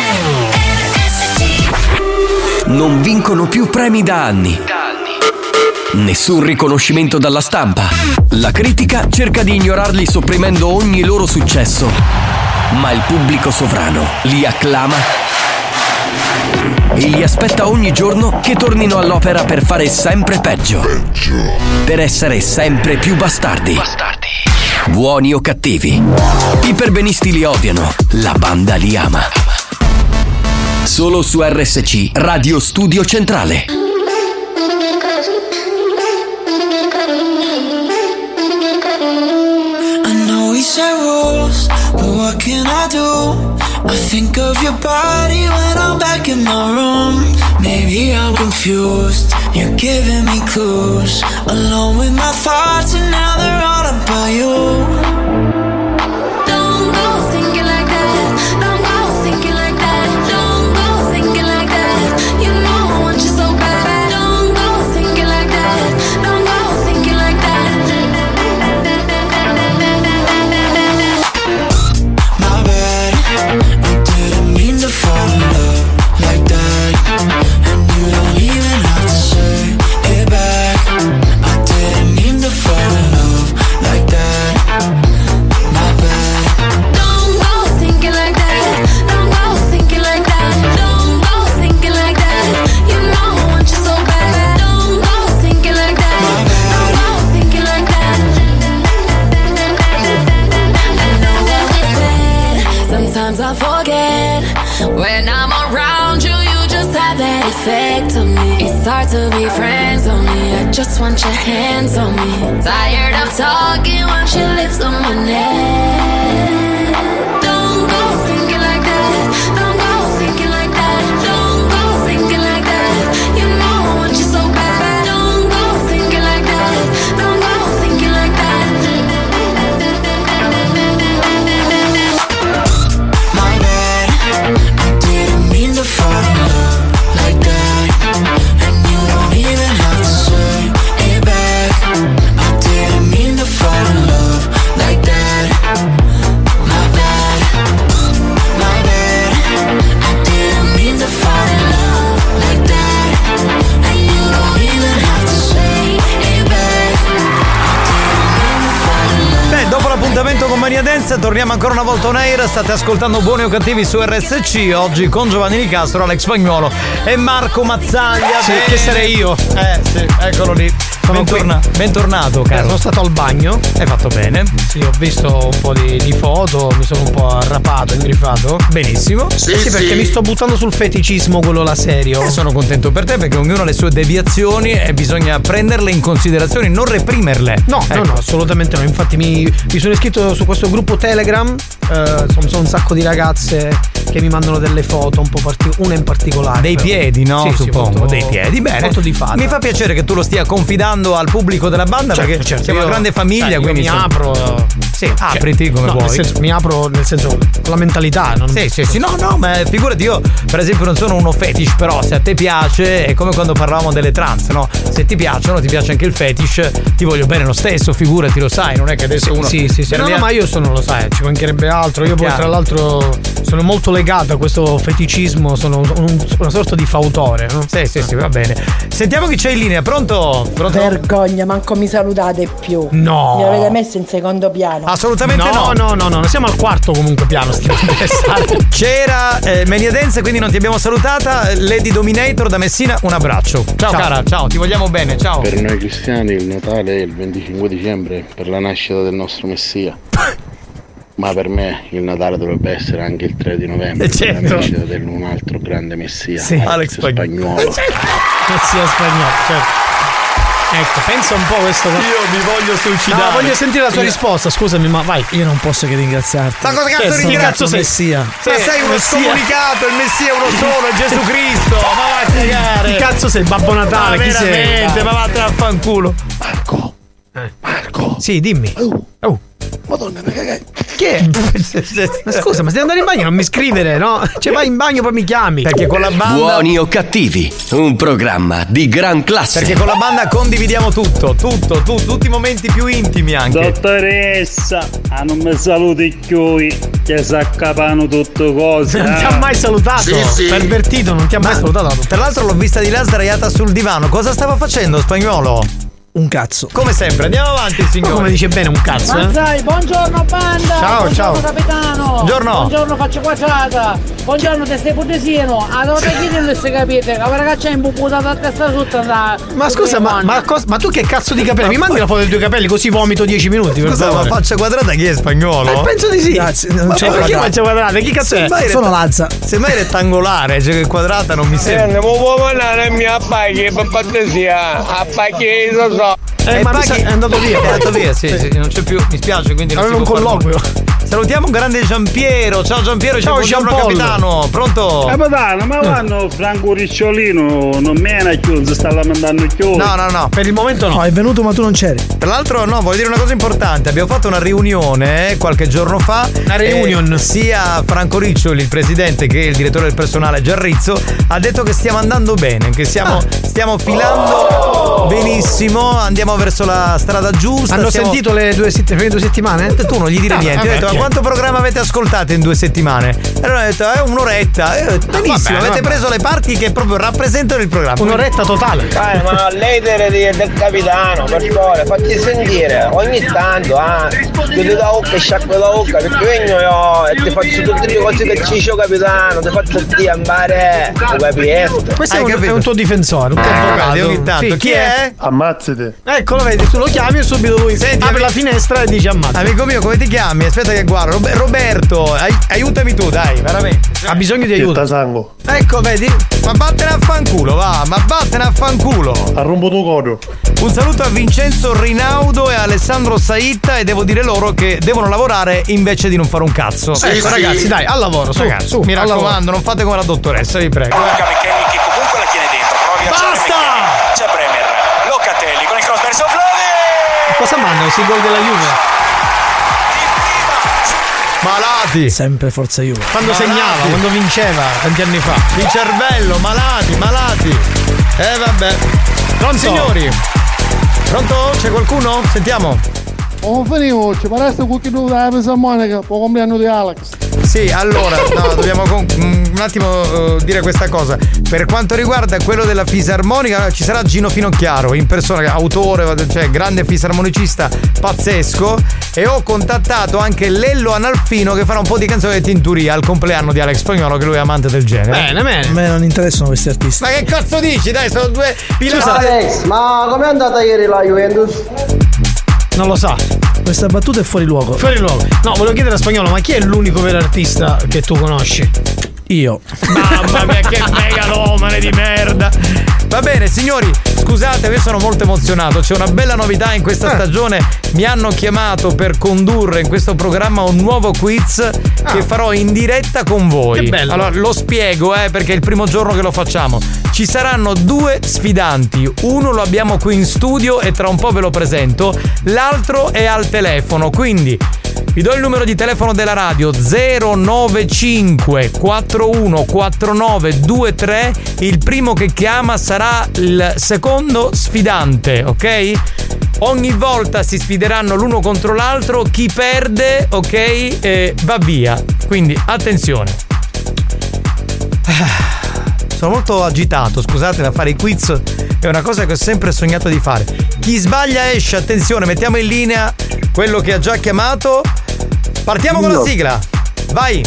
RSC. Non vincono più premi da anni. Nessun riconoscimento dalla stampa. La critica cerca di ignorarli sopprimendo ogni loro successo. Ma il pubblico sovrano li acclama e li aspetta ogni giorno che tornino all'opera per fare sempre peggio. Per essere sempre più bastardi. Buoni o cattivi. I perbenisti li odiano, la banda li ama. Solo su RSC Radio Studio Centrale. We set rules, but what can I do? I think of your body when I'm back in my room. Maybe I'm confused, you're giving me clues. Alone with my thoughts and now they're all about you. Don't go thinking like that. Don't go thinking like that. Don't go thinking like that. You know I want you so bad. Don't go thinking like that. Don't go thinking like that. Fall in love like that, and you don't even have to say it back. I didn't mean to fall in love like that. My bad. Don't go thinking like that. Don't go thinking like that. Don't go thinking like that. You know I want you so bad. Don't go thinking like that. Don't go thinking like that. I know what we said. Sometimes I forget. When I'm around you, you just have that effect on me. It's hard to be friends on me. I just want your hands on me. Tired of talking, want your lips on my neck. Don't go thinking like that. Don't go thinking like that. Don't go thinking like that. You know I want you so bad. Don't go thinking like that. Don't go thinking like that. My bad. I didn't mean to fall in love like that, and you don't even have to say it back. I didn't mean to fall in love like that. My bad, my bad. I didn't mean to fall in love like that, and you don't even have to say it back. I didn't mean to fall in love. Beh, dopo l'appuntamento con Mania Dance torniamo ancora una volta on air. State ascoltando Buoni o Cattivi su RSC. Oggi con Giovanni Nicastro, Alex Spagnuolo e Marco Mazzaglia. Sì, che sarei io. Sì, eccolo lì. Bentornato, caro. Sono stato al bagno. Hai fatto bene. Sì, ho visto un po' di foto, mi sono un po' arrapato, ingrifato. Benissimo. Sì, perché mi sto buttando sul feticismo, quello là serio. Sono contento per te perché ognuno ha le sue deviazioni e bisogna prenderle in considerazione, non reprimerle. No, ecco. No, assolutamente no. Infatti mi sono iscritto su questo gruppo Telegram. Sono un sacco di ragazze che mi mandano delle foto un po' una in particolare. Dei piedi, no? Sì, suppongo. Foto, dei piedi, bene. Foto di fata. Mi fa piacere che tu lo stia confidando parlando al pubblico della banda, perché siamo una grande famiglia, quindi mi apro. Sì, apriti come vuoi. Nel senso, mi apro nel senso con la mentalità. Non... Sì, no, ma figurati, io per esempio non sono uno fetish, però se a te piace è come quando parlavamo delle trans, no? Se ti piacciono, ti piace anche il fetish, ti voglio bene lo stesso, figurati, lo sai, non è che adesso uno. Sì. No, ma io lo sai, ci mancherebbe altro. Io poi tra l'altro sono molto legato a questo feticismo, sono una sorta di fautore, no? Sì, va bene. Sentiamo chi c'è in linea, pronto? Vergogna, manco mi salutate più. No. Mi avete messo in secondo piano. Assolutamente no, siamo al quarto comunque piano. C'era Mania Dance, quindi non ti abbiamo salutata. Lady Dominator da Messina, un abbraccio. Ciao cara, ciao, ti vogliamo bene, ciao. Per noi cristiani il Natale è il 25 dicembre, per la nascita del nostro Messia. Ma per me il Natale dovrebbe essere anche il 3 di novembre, per la nascita di un altro grande Messia, Alex Spagnuolo. Messia Spagnuolo, certo. Ecco, pensa un po' questo. Io mi voglio suicidare. No, voglio sentire la sua risposta, scusami, ma vai. Io non posso che ringraziarti. Ma cosa cazzo ringrazio Messia? Ma sei uno scomunicato, il Messia è uno solo, è Gesù Cristo. Ma vai a cagare. Chi cazzo sei? Babbo Natale, ma chi sei? Veramente, ma vattene a fanculo. Marco. Sì, dimmi. Oh. Madonna, mi cagai. Che è? Ma scusa, ma stai andando in bagno? Non mi scrivere, no? Cioè vai in bagno poi mi chiami. Perché con la banda. Buoni o cattivi, un programma di gran classe. Perché con la banda condividiamo tutto, tutti i momenti più intimi anche. Dottoressa, non mi saluti più, che si accapano tutte cose. Non ti ha mai salutato? Sì. Pervertito, non ti ha mai salutato. Tra l'altro l'ho vista di là sdraiata sul divano. Cosa stava facendo, Spagnuolo? Un cazzo. Come sempre, andiamo avanti, signore. Come dice bene, un cazzo. Dai, buongiorno banda. Ciao. Capitano. Buongiorno faccio quadrata. Buongiorno te stai puttesino. Allora chi non si capite? La ragazza è imbucata a testa tutta. Ma scusa, ma tu che cazzo di capelli? Mi mandi la foto dei tuoi capelli così vomito 10 minuti. Scusa, ma faccia quadrata chi è, Spagnuolo? Penso di sì. Grazie, ma perché faccia quadrata? Chi cazzo è? Sono Lazza. Semmai rettangolare, cioè che quadrata non mi sembra. Non può mandare il mio appaghi per cortesia. Appaghi so. Ma è andato via. È andato via, sì, non c'è più, mi spiace, quindi non aveva un colloquio. Salutiamo un grande Giampiero. Ciao Giampiero, ciao capitano. Pronto? Capitano, ma vanno Franco Ricciolino non mena chiuso, sta lamentando chiuso. No. Per il momento no. È venuto ma tu non c'eri. Tra l'altro voglio dire una cosa importante. Abbiamo fatto una riunione qualche giorno fa. Una reunion. Sia Franco Riccioli, il presidente, che il direttore del personale Giarrizzo ha detto che stiamo andando bene, che stiamo filando benissimo, andiamo verso la strada giusta. Hanno sentito le prime 2 settimane? Tu non gli dire niente. Ho detto, okay. ma quanto programma avete ascoltato in 2 settimane? E allora ho detto, un'oretta. Benissimo, avete preso le parti che proprio rappresentano il programma. Un'oretta totale. Ma lei del capitano, per favore, fatti sentire. Ogni tanto, chiudi la bocca e sciacqua la bocca, perché vengo io e ti faccio tutte le cose che ci dice capitano, ti faccio ti andare. Questo è un tuo difensore, un tuo avvocato. Ogni tanto. Sì, chi è? Ammazzate. Eccolo, vedi, tu lo chiami e subito lui apre la finestra e dice ammazza. Amico mio, come ti chiami? Aspetta che guardo. Roberto, aiutami tu, dai, veramente. Ha bisogno di aiuto. Sango. Ecco, vedi? Ma vattene a fanculo, va, Arrombo tuo codo. Un saluto a Vincenzo Rinaudo e Alessandro Saitta, e devo dire loro che devono lavorare invece di non fare un cazzo. Ecco, ragazzi, dai, al lavoro, su, mi raccomando, non fate come la dottoressa, vi prego. Luca McKenny che comunque la tiene dentro, provi a Basta! C'è Bremer, Locatelli con il cross verso Vlahovic. Cosa mandano? Si gol della Juve. Malati. Sempre forza Juve. Quando segnava, quando vinceva tanti anni fa. Di cervello, malati. Vabbè. Pronto? Signori. Pronto? C'è qualcuno? Sentiamo. Oh, venivo, ci pareste qualche della Pesa Monica, può compleanno di Alex. Sì, allora, dobbiamo un attimo dire questa cosa. Per quanto riguarda quello della fisarmonica, ci sarà Gino Finocchiaro in persona, autore, cioè grande fisarmonicista pazzesco, e ho contattato anche Lello Analfino che farà un po' di canzoni di tinturia al compleanno di Alex Spagnuolo, che lui è amante del genere. Bene. A me non interessano questi artisti. Ma che cazzo dici? Dai, sono 2 piloti. Alex, ma com'è andata ieri la Juventus? Non lo sa. Questa battuta è fuori luogo. No, volevo chiedere a Spagnolo, ma chi è l'unico vero artista che tu conosci? Io. Mamma mia, che megalomane di merda. Va bene, signori, scusate, io sono molto emozionato. C'è una bella novità in questa stagione. Mi hanno chiamato per condurre in questo programma un nuovo quiz che farò in diretta con voi. Che bello. Allora, lo spiego, perché è il primo giorno che lo facciamo. Ci saranno 2 sfidanti. Uno lo abbiamo qui in studio e tra un po' ve lo presento. L'altro è al telefono, quindi vi do il numero di telefono della radio 095 41 49 23. Il primo che chiama sarà il secondo sfidante, ok? Ogni volta si sfideranno l'uno contro l'altro. Chi perde, ok, va via. Quindi attenzione. Sono molto agitato, scusate, a fare i quiz è una cosa che ho sempre sognato di fare. Chi sbaglia esce, attenzione, mettiamo in linea quello che ha già chiamato. Partiamo con la sigla. Vai.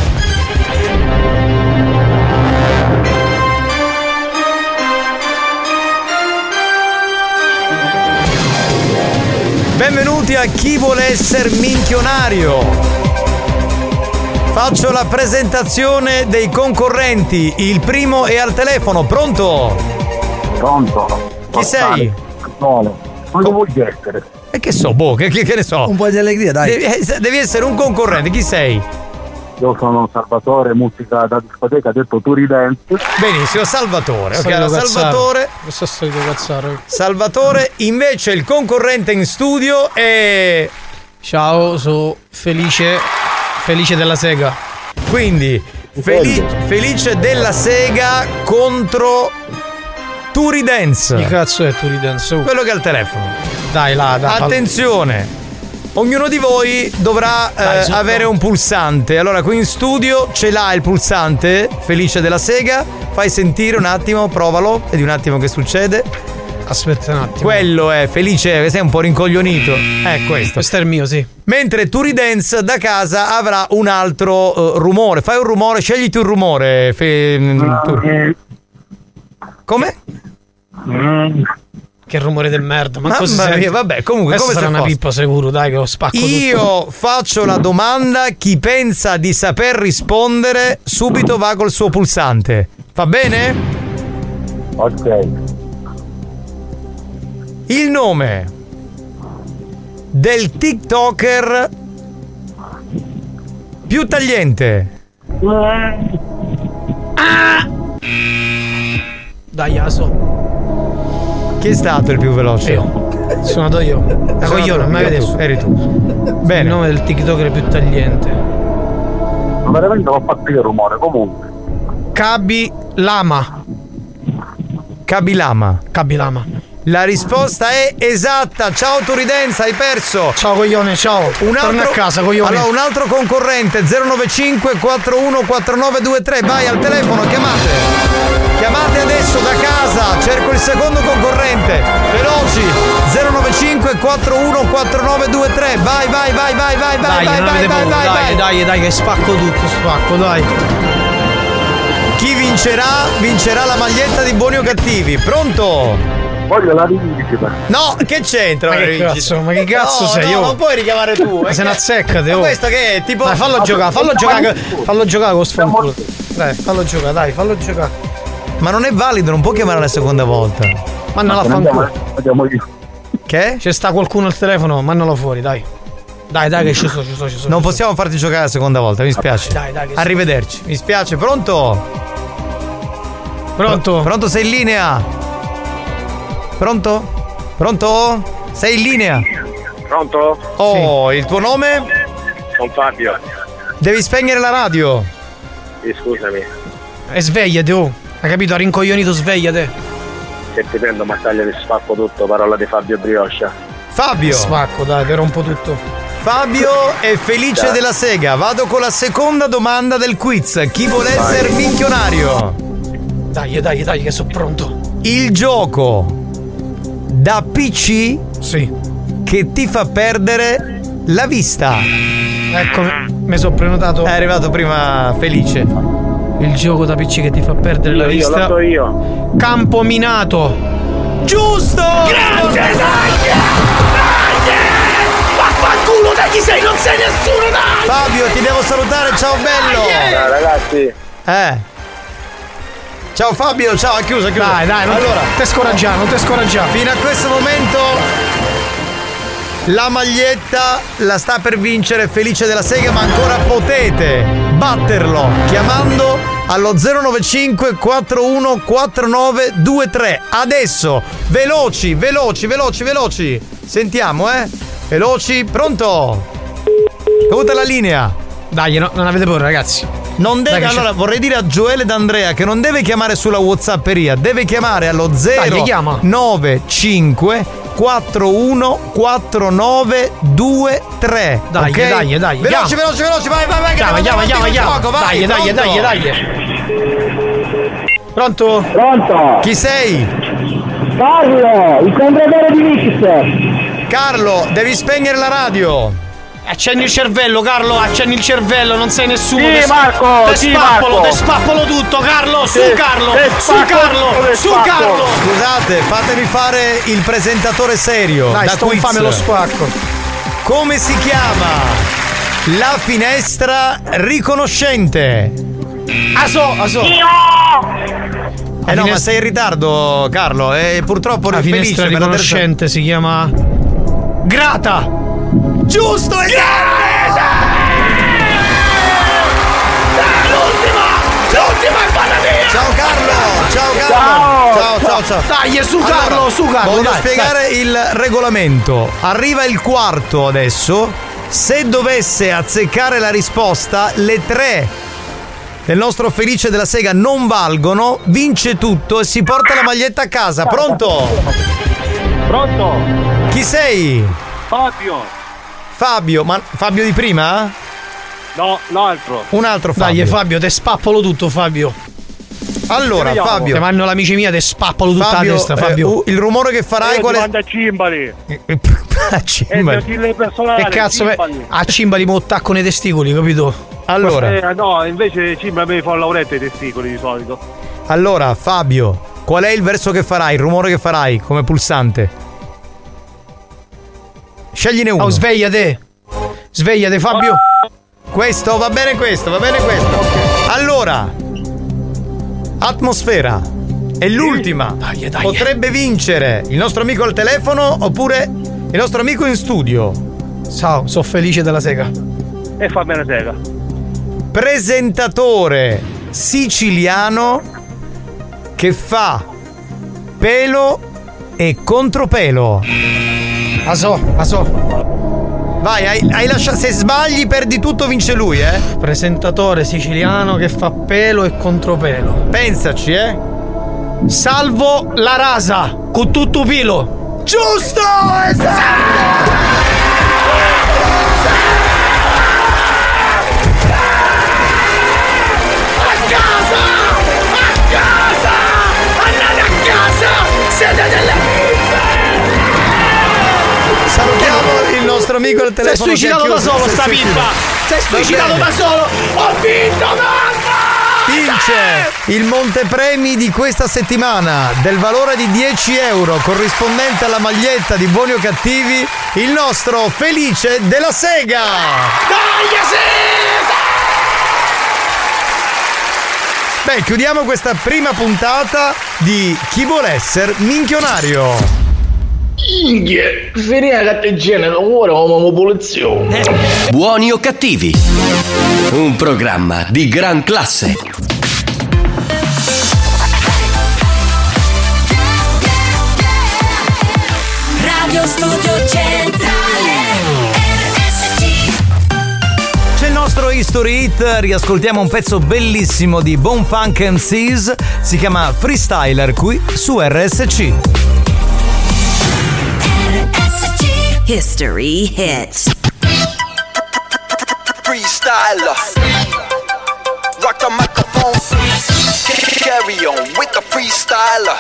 Benvenuti a Chi vuole essere minchionario. Faccio la presentazione dei concorrenti. Il primo è al telefono. Pronto? Pronto. Chi sei? No, non lo voglio essere. E che so, che ne so. Un po' di allegria, dai. Devi essere un concorrente. Chi sei? Io sono Salvatore, musica da discoteca, detto Turidense. Benissimo, Salvatore. Ok, allora, Salvatore. Questo solito cazzaro. Salvatore, invece il concorrente in studio è... Ciao, sono Felice della Sega. Quindi Felice della Sega contro Turidense. Che cazzo è Turidense? Quello che ha il telefono. Dai. Attenzione. Ognuno di voi dovrà avere un pulsante. Allora, qui in studio ce l'ha il pulsante Felice della Sega. Fai sentire un attimo, provalo. Vedi un attimo che succede. Aspetta un attimo. Quello è Felice, che sei un po' rincoglionito. Questo. Questo è il mio, sì. Mentre Turidense da casa avrà un altro rumore. Fai un rumore, scegliti un rumore. Come? Che rumore del merda. Ma mamma mia, vabbè, comunque come sarà una pippa sicuro, dai, che lo spacco io tutto. Faccio la domanda, chi pensa di saper rispondere subito va col suo pulsante. Va bene? Ok. Il nome del TikToker più tagliente. Dai, aso. Chi è stato il più veloce? Io. Sono andato io. La coglione, mai adesso. Eri tu. Bene. Il nome del TikToker più tagliente. Ma veramente ho fatto il rumore, comunque. Kabilama. La risposta è esatta. Ciao Turidense, hai perso. Ciao coglione, ciao. Torna a casa, coglione. Allora, un altro concorrente 095 41 49 23. Vai al telefono, chiamate adesso da casa. Cerco il secondo concorrente. Veloci. 095 41 49 23. Vai. Dai, che spacco tutto, dai. Chi vincerà la maglietta di Buoni o Cattivi. Pronto? Voglio la rivincita. No, che c'entra? Ma che cazzo sei? No, non puoi richiamare tu. Ma se ne azzeccate, oh. Questo che è tipo. Dai, fallo giocare con sfanculo. Dai, fallo giocare. Ma non è valido, non può chiamare la seconda volta. Mannala a fanculo. Andiamo io. Che? C'è sta qualcuno al telefono, mannalo fuori, dai. Dai, che ci sto. Non possiamo farti giocare la seconda volta, mi spiace. Dai, arrivederci. Mi spiace. Pronto? Pronto, sei in linea? Pronto? Sei in linea? Pronto? Oh, sì. Il tuo nome? Sono Fabio. Devi spegnere la radio. Sì, scusami. E svegliati, oh. Hai capito? Ha rincoglionito, svegliate. Se ti prendo ma taglia di spacco tutto, parola di Fabio Brioscia. Fabio! Spacco, dai, ti rompo tutto. Fabio è Felice della Sega. Vado con la seconda domanda del quiz. Chi vuole essere minchionario? Dai, che sono pronto. Il gioco da PC che ti fa perdere la vista. Ecco, mi sono prenotato. È arrivato prima Felice. Il gioco da PC che ti fa perdere la vista. Lo so io. Campo minato. Giusto! Grande, dai! Vaffanculo, dai, chi sei? Non sei nessuno, dai! Fabio, ti devo salutare, ciao bello! Ciao ragazzi. Ciao Fabio, ciao, chiusa. Dai, allora, te scoraggiamo. Fino a questo momento la maglietta la sta per vincere Felice della Sega, ma ancora potete batterlo chiamando allo 095 41 4923. Adesso, veloci. Sentiamo, veloci, pronto? Caduta la linea. Dai, non avete paura, ragazzi. Non deve, Dai, allora vorrei dire a Gioele ed Andrea che non deve chiamare sulla WhatsApperia, deve chiamare allo 095 41 4923. Dai, okay? dai. Veloci, vai. Chiama. Dai. Pronto? Chi sei? Carlo, il compratore di Mix. Carlo, devi spegnere la radio. Accendi il cervello, Carlo, non sei nessuno. Sì, Marco, te spappolo tutto, Carlo, su Carlo. Scusate, fatemi fare il presentatore serio. Dai, da quiz. Fammi lo spacco. Come si chiama la finestra riconoscente? Aso. No, ma sei in ritardo, Carlo. Purtroppo la finestra riconoscente si chiama grata. Giusto, L'ultima è balla mia! Ciao Carlo. Dai, su Carlo. Voglio spiegare il regolamento. Arriva il quarto adesso. Se dovesse azzeccare la risposta, le 3 del nostro Felice della Sega non valgono, vince tutto e si porta la maglietta a casa. Pronto? Chi sei? Fabio, ma Fabio di prima? No, l'altro. Un altro Fabio. Dai, Fabio, te spappolo tutto, Fabio. Allora, Fabio. Chiamano l'amici mia, te spappolo tutta Fabio, la testa, Fabio. Il rumore che farai qual è? Manda cimbali. Cimbali. Che cazzo? A cimbali mo attacco nei testicoli, capito? Allora. No, invece cimbali mi fa un lavoretto ai testicoli di solito. Allora, Fabio, qual è il verso che farai, il rumore che farai come pulsante? Scegliene uno. Svegliate, Fabio. Questo, va bene questo. Allora, atmosfera. È l'ultima. Dai. Potrebbe vincere il nostro amico al telefono oppure il nostro amico in studio. Ciao, sono Felice della Sega. E fammi una sega. Presentatore siciliano che fa pelo e contropelo. Aso. Vai, hai lasciato. Se sbagli perdi tutto, vince lui, Presentatore siciliano che fa pelo e contropelo. Pensaci, Salvo la rasa con tutto pilo. Giusto! Esatto! Andate a casa! Siete delle pippe! Salutiamo il nostro amico al telefono. Si è suicidato da solo, sta pippa! Ho vinto, mamma! Vince il montepremi di questa settimana del valore di 10 euro corrispondente alla maglietta di Buoni o Cattivi, il nostro Felice della Sega. Dai, Beh, chiudiamo questa prima puntata di Chi vuole essere minchionario. Finire la catteggina, ora come popolazione. Buoni o Cattivi, un programma di gran classe. Radio Studio Centrale RSC. C'è il nostro History Hit, riascoltiamo un pezzo bellissimo di Bone Funk MCs, si chiama Freestyler qui su RSC. History Hits. Freestyler. Rock the microphone. Carry on with the freestyler.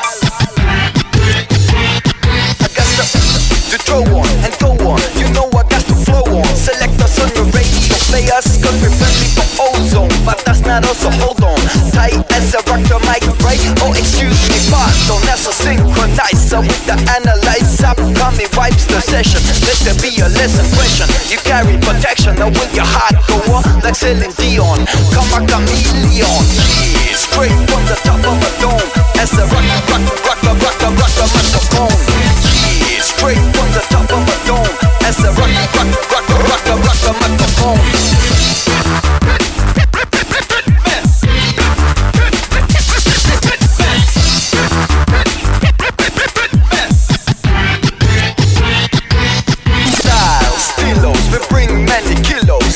I got to throw on and go on. You know I got to flow on. Select us on the radio players, cause we're friendly for ozone. But that's not us, so hold on. Tight as I rock the mic, right? Oh, excuse me, pardon. That's a synchronizer with the analyzer. Coming wipes the session. Let there be a lesson question. You carry protection, now will your heart go on? Like Celine Dion, come a chameleon. Yeah, straight from the top of a dome.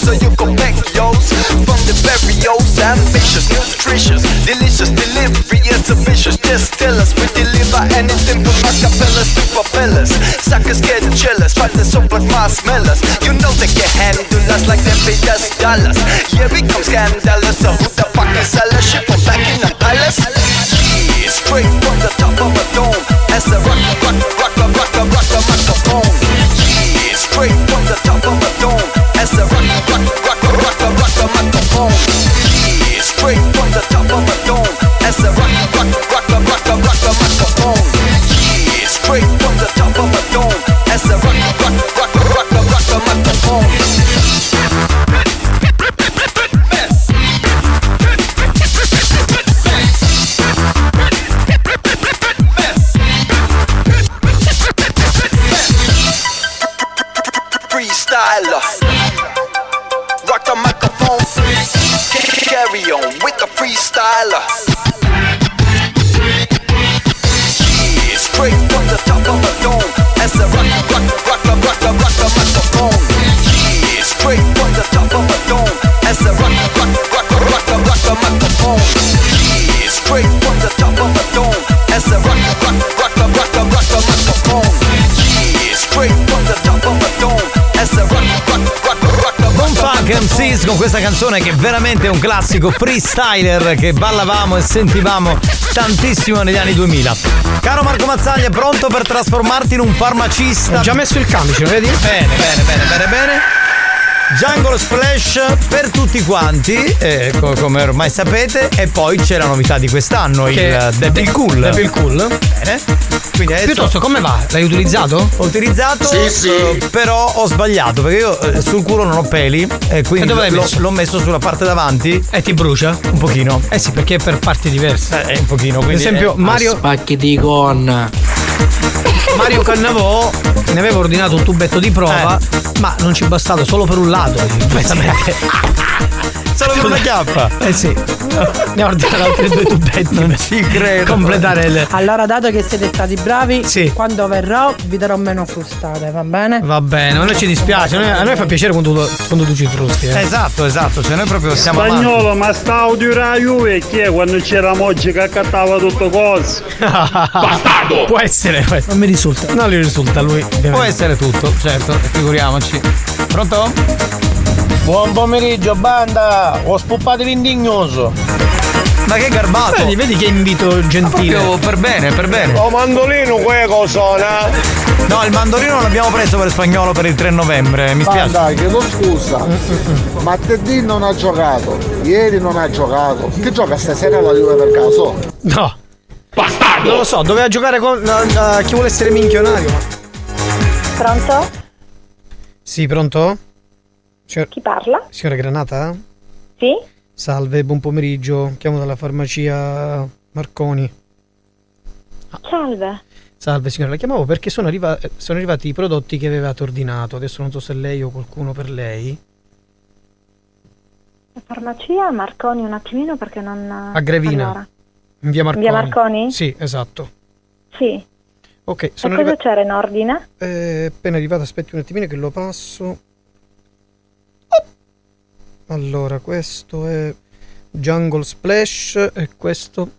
so you can pack yours. From the various, ambitious, nutritious, delicious delivery is ambitious. Just tell us, we deliver anything from acapellas to propellers. Suckers get chillers, find the soap like marshmallows. You know they can handle us like they pay us dollars. Yeah, we come scandalous, so who the fuck is selling shit from back in the palace? Yeah, straight from the top of a dome. As a rock a microphone. Yeah, straight from the top of a dome. As a rock a microphone. Yeah, straight from the top of a dome. As a rock a microphone. Yeah, straight from the top of a dome. As a rock a microphone. Freestyler, rock the microphone, carry on with the freestyler. Yeah, straight from the top of the dome, as a rock the microphone. Yeah, straight from the top of the dome, as a rock the microphone. Yeah, straight from the top of the dome, as a rock the microphone. Yeah, straight from the top of the dome. Bon Funk MCs con questa canzone che veramente è un classico freestyler che ballavamo e sentivamo tantissimo negli anni 2000. Caro Marco Mazzaglia, pronto per trasformarti in un farmacista? Ho già messo il camice, lo vedi? Bene. Jungle Splash per tutti quanti, come ormai sapete, e poi c'è la novità di quest'anno, il Devil Cool. Devil Cool. Bene. Quindi adesso, piuttosto come va? L'hai utilizzato? Ho utilizzato, sì. Però ho sbagliato perché io sul culo non ho peli e quindi l'ho messo sulla parte davanti. E ti brucia? Un pochino. Eh sì, perché è per parti diverse. Un pochino. Quindi, ad esempio Mario spacchi di gonna. Mario Cannavò ne aveva ordinato un tubetto di prova, ma non ci è bastato solo per un lato, giustamente. Solo per una chiappa. Eh sì. Ne ha ordinato altri 2 tubetti. Non ci credo. Completare il. Allora, dato che siete stati bravi, sì, quando verrò vi darò meno frustate, va bene? Va bene, a noi ci dispiace, a noi fa piacere quando tu ci frusti. Esatto, cioè noi proprio siamo Spagnolo, ma sta audio la Juve chi è quando c'era Moggi che accattava tutto cose? Bastardo! Può essere. Non mi risulta. Non gli risulta lui. Può essere tutto, certo, figuriamoci. Pronto? Buon pomeriggio banda, ho spuppato l'indignoso. Ma che garbato! Vedi che invito gentile. Per bene. Oh mandolino quella cosona. No, il mandolino non l'abbiamo preso per Spagnolo per il 3 novembre, mi spiace. Dai, chiedo scusa. Martedì non ha giocato, ieri non ha giocato. Che gioca stasera la Juve per caso? No. Bastardo! Non lo so, doveva giocare con chi vuole essere minchionario. Pronto? Sì, pronto? Chi parla? Signora Granata? Sì? Salve, buon pomeriggio. Chiamo dalla farmacia Marconi. Salve. Salve signora, la chiamavo perché sono arrivati i prodotti che avevate ordinato. Adesso non so se lei o qualcuno per lei. La farmacia Marconi un attimino perché non. A Grevina. Allora. In via Marconi. Via Marconi? Sì, esatto. Sì. Ok, sono cosa c'era in ordine? Appena arrivato, aspetti un attimino che lo passo. Allora, questo è Jungle Splash e questo.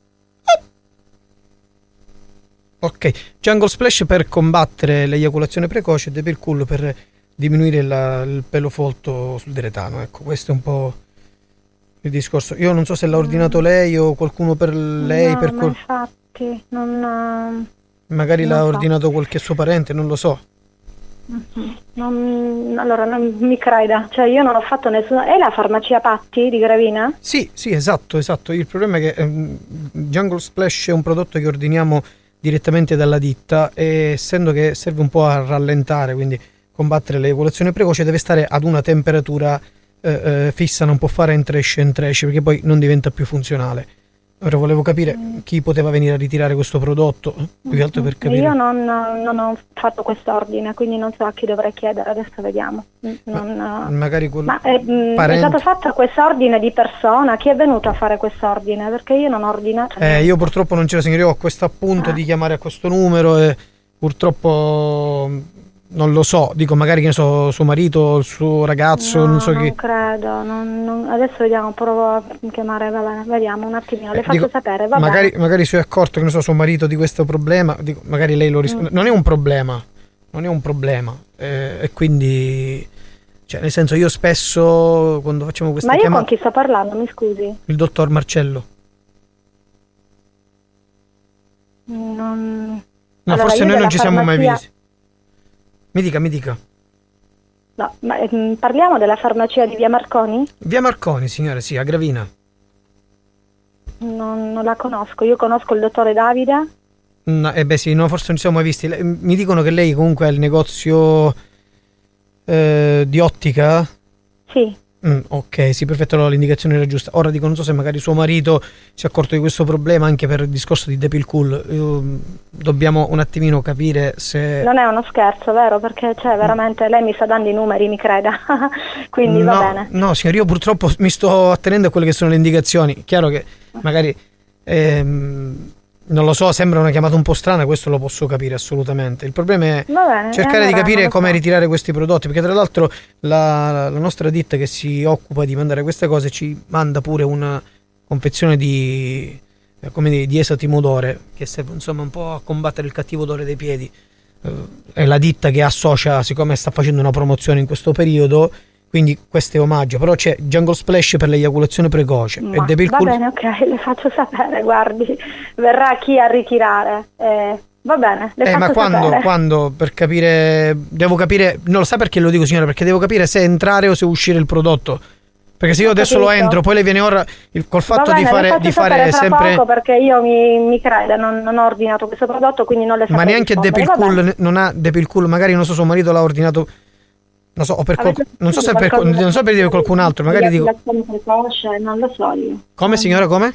Ok, Jungle Splash per combattere l'eiaculazione precoce e Devil Cool per diminuire il pelo folto sul deretano. Ecco, questo è un po' il discorso. Io non so se l'ha ordinato lei o qualcuno per lei. No, per ma infatti non. Magari non l'ha so. ordinato qualche suo parente, non lo so. Allora non mi creda, cioè io non ho fatto nessuno. È la farmacia Patti di Gravina? Sì, esatto. Il problema è che Jungle Splash è un prodotto che ordiniamo direttamente dalla ditta e essendo che serve un po' a rallentare, quindi combattere l'eiaculazione precoce, deve stare ad una temperatura fissa, non può fare entra esce perché poi non diventa più funzionale. Ora volevo capire chi poteva venire a ritirare questo prodotto, più che altro per capire. Io non ho fatto quest'ordine, quindi non so a chi dovrei chiedere, adesso vediamo. Magari Ma è stato fatto quest'ordine di persona? Chi è venuto a fare quest'ordine? Perché io non ho ordinato niente. Io purtroppo non c'era, signore, io ho questo appunto di chiamare a questo numero e purtroppo non lo so, dico magari che ne so, suo marito, il suo ragazzo, No, non so chi. Non credo, adesso vediamo, provo a chiamare, va bene, vediamo un attimino, le faccio sapere, va bene. Magari si è accorto che ne so, suo marito di questo problema, dico, magari lei lo non è un problema, e quindi, cioè, nel senso, io spesso quando facciamo queste chiamate. Ma io chiamate, con chi sto parlando, mi scusi? il dottor Marcello. No, allora, forse noi non ci siamo mai visti. Mi dica. No, ma parliamo della farmacia di Via Marconi? Via Marconi, signore, sì, a Gravina. Non la conosco, io conosco il dottore Davide. No, forse non ci siamo mai visti. Mi dicono che lei comunque ha il negozio di ottica? Sì. Ok, sì, perfetto, allora l'indicazione era giusta. Ora dico, non so se magari suo marito si è accorto di questo problema anche per il discorso di Depil Cool. Dobbiamo un attimino capire se... Non è uno scherzo, vero? Perché veramente lei mi sta dando i numeri, mi creda. Quindi va bene. No, signor, io purtroppo mi sto attenendo a quelle che sono le indicazioni. Chiaro che magari... non lo so, sembra una chiamata un po' strana, questo lo posso capire assolutamente. Il problema è cercare di capire come ritirare questi prodotti, perché tra l'altro la nostra ditta che si occupa di mandare queste cose ci manda pure una confezione di esatimodore che serve insomma un po' a combattere il cattivo odore dei piedi. È la ditta che associa, siccome sta facendo una promozione in questo periodo, quindi questo è omaggio, però c'è Jungle Splash per l'eiaculazione precoce. Va bene, ok, le faccio sapere, guardi, verrà chi a ritirare. Va bene, le faccio sapere. Ma quando? Per capire, devo capire, non lo sa perché lo dico, signora, perché devo capire se entrare o se uscire il prodotto. Perché se io adesso lo entro, poi lei viene ora col fatto di fare sempre poco, perché io mi creda, non ho ordinato questo prodotto, quindi non le saprei ma neanche Depil Cool, non ha Depil Cool, magari non so, suo marito l'ha ordinato. Non so, non so se per qualcun altro, magari dico. Precoce, non lo so io. Come, signora, come?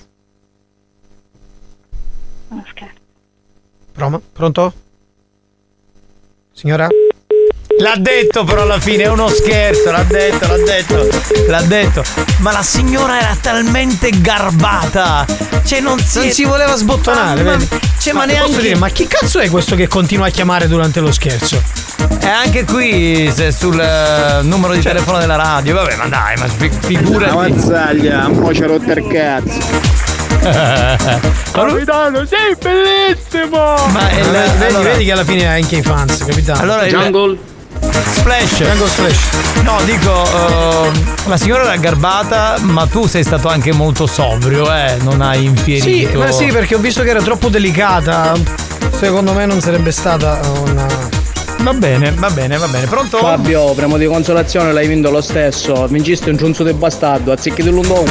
Non scherzo. Pronto? Signora? L'ha detto però alla fine, è uno scherzo, l'ha detto. Ma la signora era talmente garbata, cioè non si voleva sbottonare, vedi? Cioè, ma neanche posso dire, ma chi cazzo è questo che continua a chiamare durante lo scherzo? E anche qui sul numero di telefono della radio, vabbè, ma dai, ma figurati. La mazzaglia, un po' c'è rotto il cazzo. Capitano, sei bellissimo! Ma vedi che alla fine ha anche i fans, capitano. Allora Jungle Splash. No, dico, la signora era garbata, ma tu sei stato anche molto sobrio, non hai infierito. Sì, ma sì, perché ho visto che era troppo delicata. Secondo me non sarebbe stata una... Va bene. Pronto? Fabio, premo di consolazione, l'hai vinto lo stesso. Vinciste un giunzo del bastardo, azzecchi di lungo.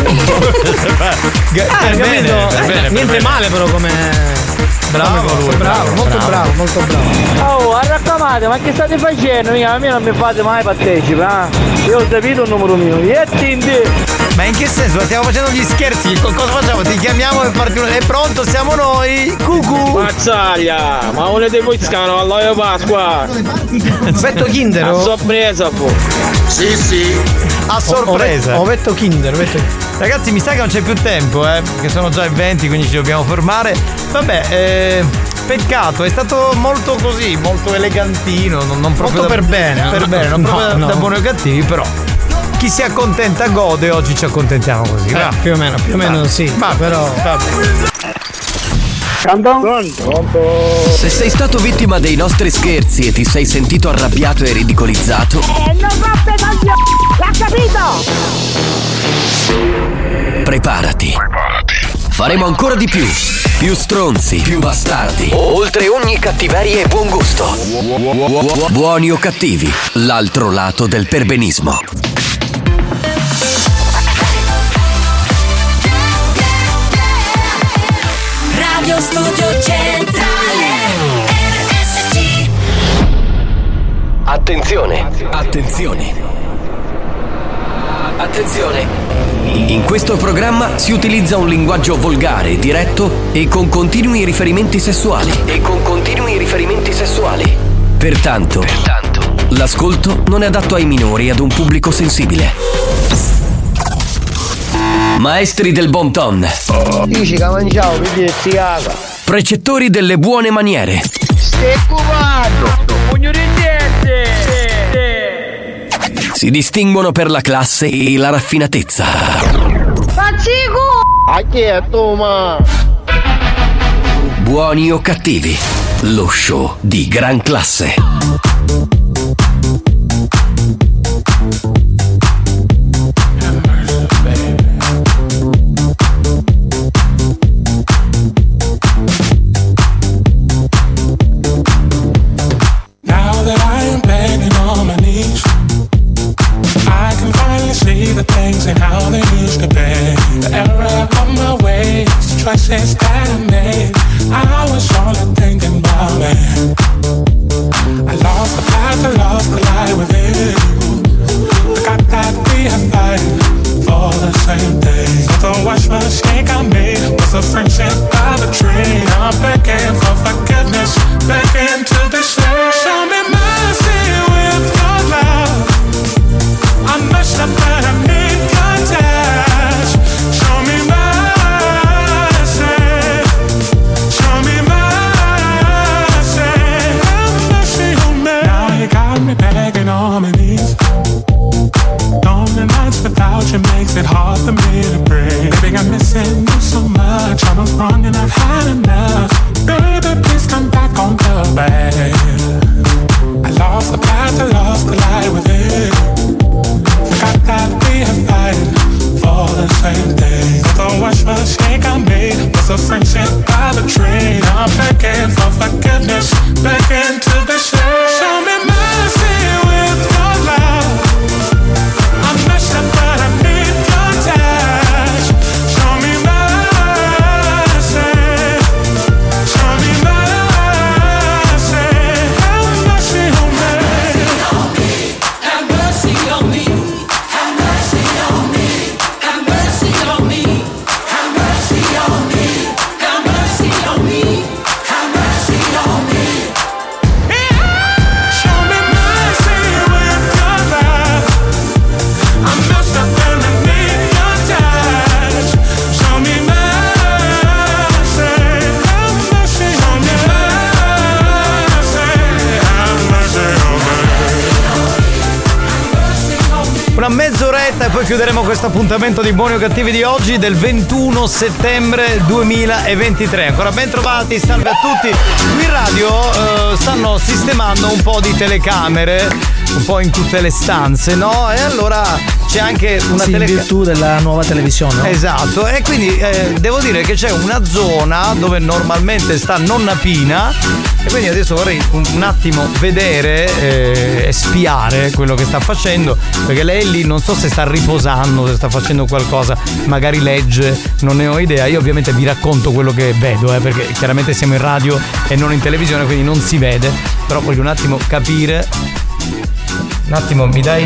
Bene. Niente male però come... Bravo, molto bravo. Oh, arraccamate, ma che state facendo? A me non mi fate mai partecipa, Io ho capito il numero mio. Ma in che senso? Stiamo facendo gli scherzi, cosa facciamo? Ti chiamiamo per farti è pronto, siamo noi, cucù. Mazzaglia, ma volete voi scano all'olio Pasqua? Aspetto Kinder. A sorpresa, Sì. A sorpresa. Ho detto Kinder. Ragazzi, mi sa che non c'è più tempo, perché sono già i 20, quindi ci dobbiamo fermare. Vabbè, peccato, è stato molto così, molto elegantino, non proprio molto per bene, non proprio da buoni o cattivi, però chi si accontenta gode, oggi ci accontentiamo così. Più o meno sì. Ma però Pronto? Se sei stato vittima dei nostri scherzi e ti sei sentito arrabbiato e ridicolizzato, non roppe coglioni! L'ha capito! preparati. Faremo ancora di più. Più stronzi, più bastardi. Oltre ogni cattiveria e buon gusto. Buoni o cattivi, l'altro lato del perbenismo. Radio Studio Centrale RSC. Attenzione. In questo programma si utilizza un linguaggio volgare, diretto e con continui riferimenti sessuali. Pertanto, l'ascolto non è adatto ai minori e ad un pubblico sensibile. Maestri del bon ton. Dici che mangiavo, Precettori delle buone maniere. stai cubando, pugno di gente. Si distinguono per la classe e la raffinatezza. Pazzico! A chi è tu, ma? Buoni o cattivi, lo show di gran classe. Now that I am begging on my knees, I can finally see the things and how they used to be. The error of my ways, the choices that I made, I was only thinking about me. I lost the path, I lost the light within. Forgot that we are fighting for the same thing. So the wash mistake I made was a friendship by the tree. I'm begging for forgiveness, begging to be saved. Show me mercy with your love. I messed up but I need your touch. Show me mercy. Show me mercy. Have mercy on me. Now you got me begging on my knees. Lonely nights without you makes it hard for me to breathe. Baby, I'm missing you so much. I was wrong and I've had enough. Baby, please come back on the way. I lost the path, I lost the light within. Forgot that we are fighting for the same thing. The worst mistake I made was a friendship by the tree. I'm begging for forgiveness, begging to be saved. Show me mercy with your love. I messed up but I need your touch. Show me mercy. Show me mercy. Have mercy on me. Have mercy on me. Have mercy on me. Have mercy on me. Have mercy on me. Have mercy on me. Have mercy on me. Show me mercy with your love. I messed up and I need your touch. Show me mercy. Have mercy on me. Have mercy on me. Una mezz'oretta e poi chiuderemo questo appuntamento di Buoni o Cattivi di oggi del 21 settembre 2023. Ancora ben trovati, salve a tutti. Qui in radio stanno sistemando un po' di telecamere, un po' in tutte le stanze, no? E allora c'è anche una in virtù della nuova televisione, no? Esatto, e quindi devo dire che c'è una zona dove normalmente sta nonna Pina e quindi adesso vorrei un attimo vedere e spiare quello che sta facendo, perché lei lì non so se sta riposando, se sta facendo qualcosa, magari legge, non ne ho idea. Io ovviamente vi racconto quello che vedo, perché chiaramente siamo in radio e non in televisione, quindi non si vede, però voglio un attimo capire. Un attimo, mi dai?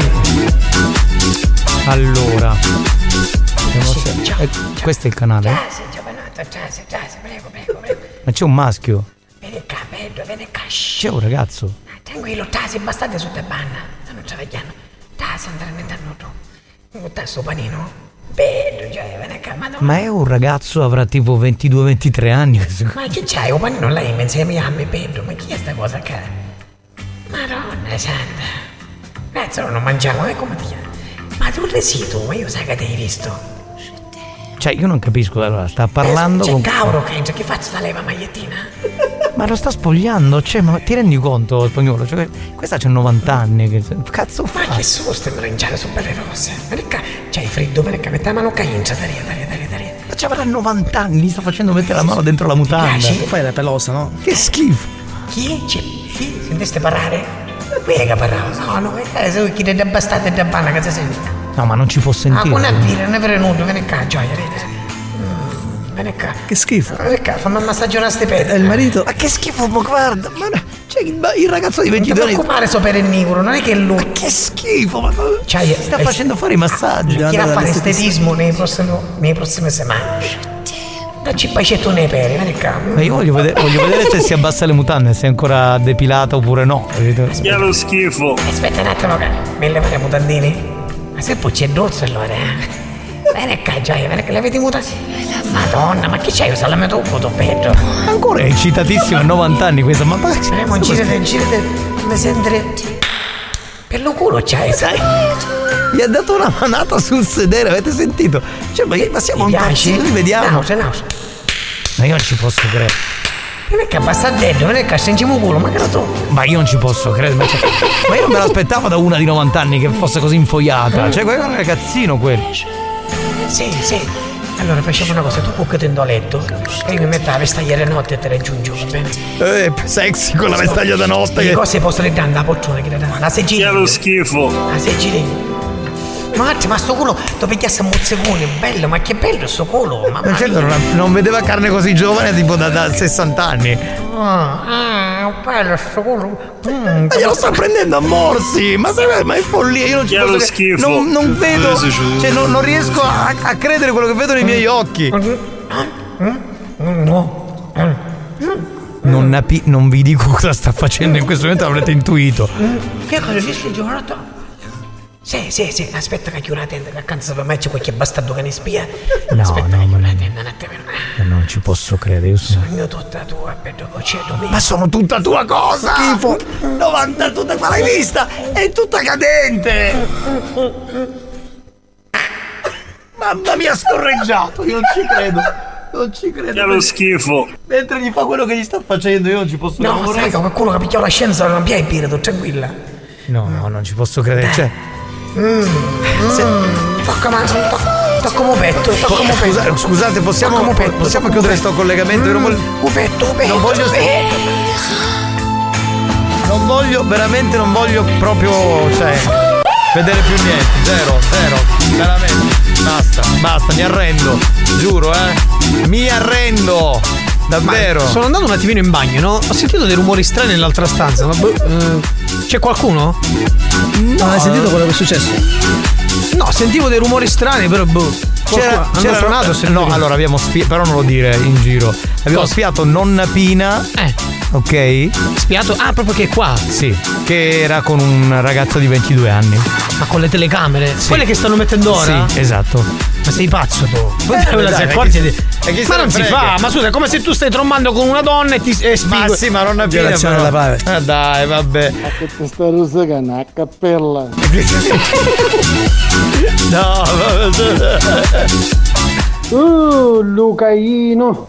Allora, questo è il canale? Prego. Ma c'è un maschio? Vieni qua, Pedro, vieni qua. C'è un ragazzo? Tranquillo, tasi, bastate su te banna. Stanno travagliando. Tasi, andare a nudo. Un tasso panino. Pedro, cioè, vieni qua, Ma è un ragazzo, avrà tipo 22-23 anni. Ma che c'hai? Un panino lei insieme a me, Pedro. Ma chi è sta cosa qua? Madonna santa. Adesso non mangiamo, come ti chiami? Ma tu residuo, ma io sai che ti hai visto. Cioè, io non capisco, allora, sta parlando c'è con... Cauro, che faccio sta leva magliettina? Ma lo sta spogliando, cioè, ma ti rendi conto, spagnolo? Cioè, questa c'ha 90 anni, che cazzo fa? Ma che susto mi mangiare su belle rose? C'hai freddo, perché mette la mano caincia, daria. Ma ci avrà 90 anni, gli sta facendo mettere la mano dentro la mutanda. Poi è pelosa, no? Che schifo. Chi? Sentiste parlare? Qui che parlava? No, se chi ti bastate da banna che si sente. No, ma non ci può sentire. Non è venuto, vieni qua, gioia, vieni qua. Che schifo. Vieni qua, fammi un massaggio a ste pezze. E il marito? Ma che schifo, ma guarda, ma cioè, il ragazzo di 22 anni. Non ti preoccupare, so per il nigro, non è che lui. Ma che schifo, ma cioè, sta facendo fare i massaggi. Chi a fare estetismo nei prossime settimane. Dacci il bacetto nei peri, vieni qua. Ma io voglio vedere se si abbassa le mutande, se è ancora depilata oppure no. Che lo schifo. Aspetta un attimo, mi leva le mutandini? Ma se poi c'è dozzo allora, Vieni qua, Gioia, vieni che le avete mutati. Madonna, ma che c'hai? Usa la mia tocco, Pedro. Ancora è eccitatissimo a 90 anni questa, ma girate, mi sentire. Per lo culo c'hai, sai? Gli ha dato una manata sul sedere, avete sentito? Cioè, ma siamo impazziti, noi vediamo. Nausea. Ma io non ci posso credere. Non è che basta detto, non è che stringiamo culo, ma che lo trovo. Ma io non ci posso credere. Ma io non me l'aspettavo da una di 90 anni che fosse così infogliata. Cioè, quello è un ragazzino quello. Sì. Allora facciamo una cosa, tu cuccatendo a letto e io mi metto la vestagliera notte e te la aggiungo, va bene? Sexy con la vestaglia da notte. Le cose possono le dare la poltrona che le dà. La seggina. Che lo schifo. La seggina. Ma sto culo lo pigliasse a mozzicone, bello, ma che bello sto culo, mamma certo, mia. non vedeva carne così giovane tipo da 60 anni. Bello sto culo. Ma glielo sta prendendo a morsi. Ma è follia, io non ci posso schifo. Non vedo. Cioè non riesco a credere quello che vedo nei miei occhi. Non vi dico cosa sta facendo in questo momento, l'avrete intuito. Che cosa esiste il giorno? Sì, aspetta che chiudo la tenda, che accanto per me c'è qualche bastardo che ne spia. Aspetta che chiudo la tenda un attimo. Non ci posso credere, io Sogno tutta tua, Pedro Cocedo. Ma sono tutta tua cosa! Schifo! 90 tutta, ma l'hai vista? È tutta cadente! Mamma mia, scorreggiato, io non ci credo. Che lo schifo. Mentre gli fa quello che gli sta facendo, io non ci posso credere. No, sai che qualcuno che ha picchiato la scienza non abbia il birra, tranquilla. No, non ci posso credere, cioè. Tocco petto. Scusate, possiamo chiudere sto collegamento? Non voglio, veramente non voglio proprio, cioè, vedere più niente. Zero, veramente. Basta, mi arrendo. Giuro, mi arrendo. Davvero? Sono andato un attimino in bagno, no? Ho sentito dei rumori strani nell'altra stanza. Ma c'è qualcuno? Non hai sentito quello che è successo? No, sentivo dei rumori strani, però c'era suonato. No, allora abbiamo però non lo dire in giro. Abbiamo spiato nonna Pina. Ok? Spiato? Ah, proprio che è qua? Sì, che era con un ragazzo di 22 anni. Ma con le telecamere? Sì. Quelle che stanno mettendo ora? Sì, esatto. Ma sei pazzo tu? Dai, ma non si fa, ma scusa, è come se tu stai trombando con una donna e ti Ma sì, ma nonna Pina. Dai, vabbè. Ma che ti stai rosicando a cappella? No, Lucaino.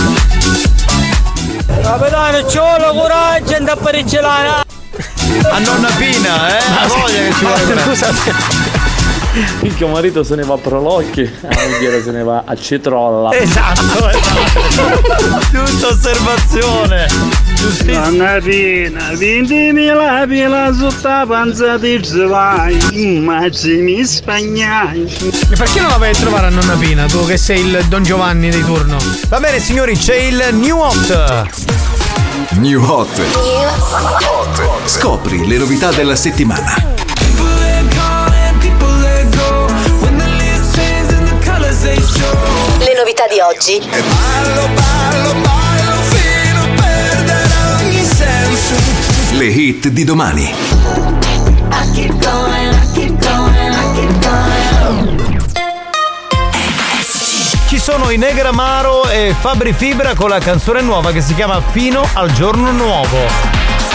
Capitano, c'ho la coraggio di apparecchiare a nonna Pina, la voglia che ci vuole. Scusate. Il tuo marito se ne va a Prolocchi, la moglie se ne va a Citrolla. Esatto. Giusta osservazione. Nonna Pina, vendimi la pila sotto la panza di Giovanni, ma ci mi spagnai. E perché non la vai a trovare a nonna Pina, tu che sei il Don Giovanni di turno? Va bene signori, c'è il New Hot. New Hot. Scopri le novità della settimana. Le novità di oggi. E ballo fino a perdere ogni senso. Le hit di domani. I keep going. Ci sono i Negramaro e Fabri Fibra con la canzone nuova che si chiama Fino al giorno nuovo.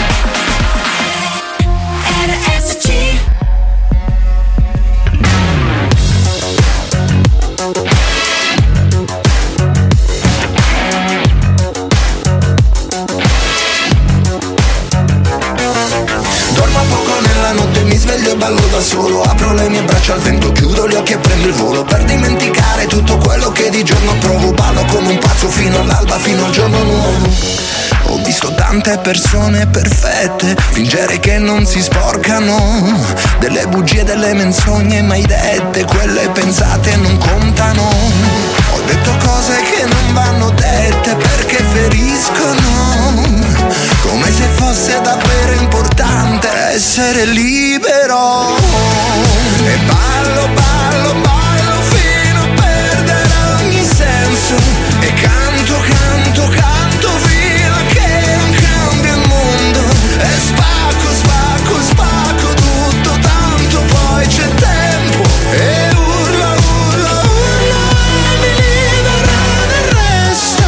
Mi sveglio e ballo da solo, apro le mie braccia al vento, chiudo gli occhi e prendo il volo per dimenticare tutto quello che di giorno provo. Ballo come un pazzo fino all'alba, fino al giorno nuovo. Ho visto tante persone perfette fingere che non si sporcano, delle bugie, delle menzogne mai dette, quelle pensate non contano. Ho detto cose che non vanno dette perché feriscono, come se fosse davvero importante essere libero. E ballo fino a perdere ogni senso. E canto fino a che non cambia il mondo. E spacco tutto, tanto poi c'è tempo. E urla, mi libererà del resto.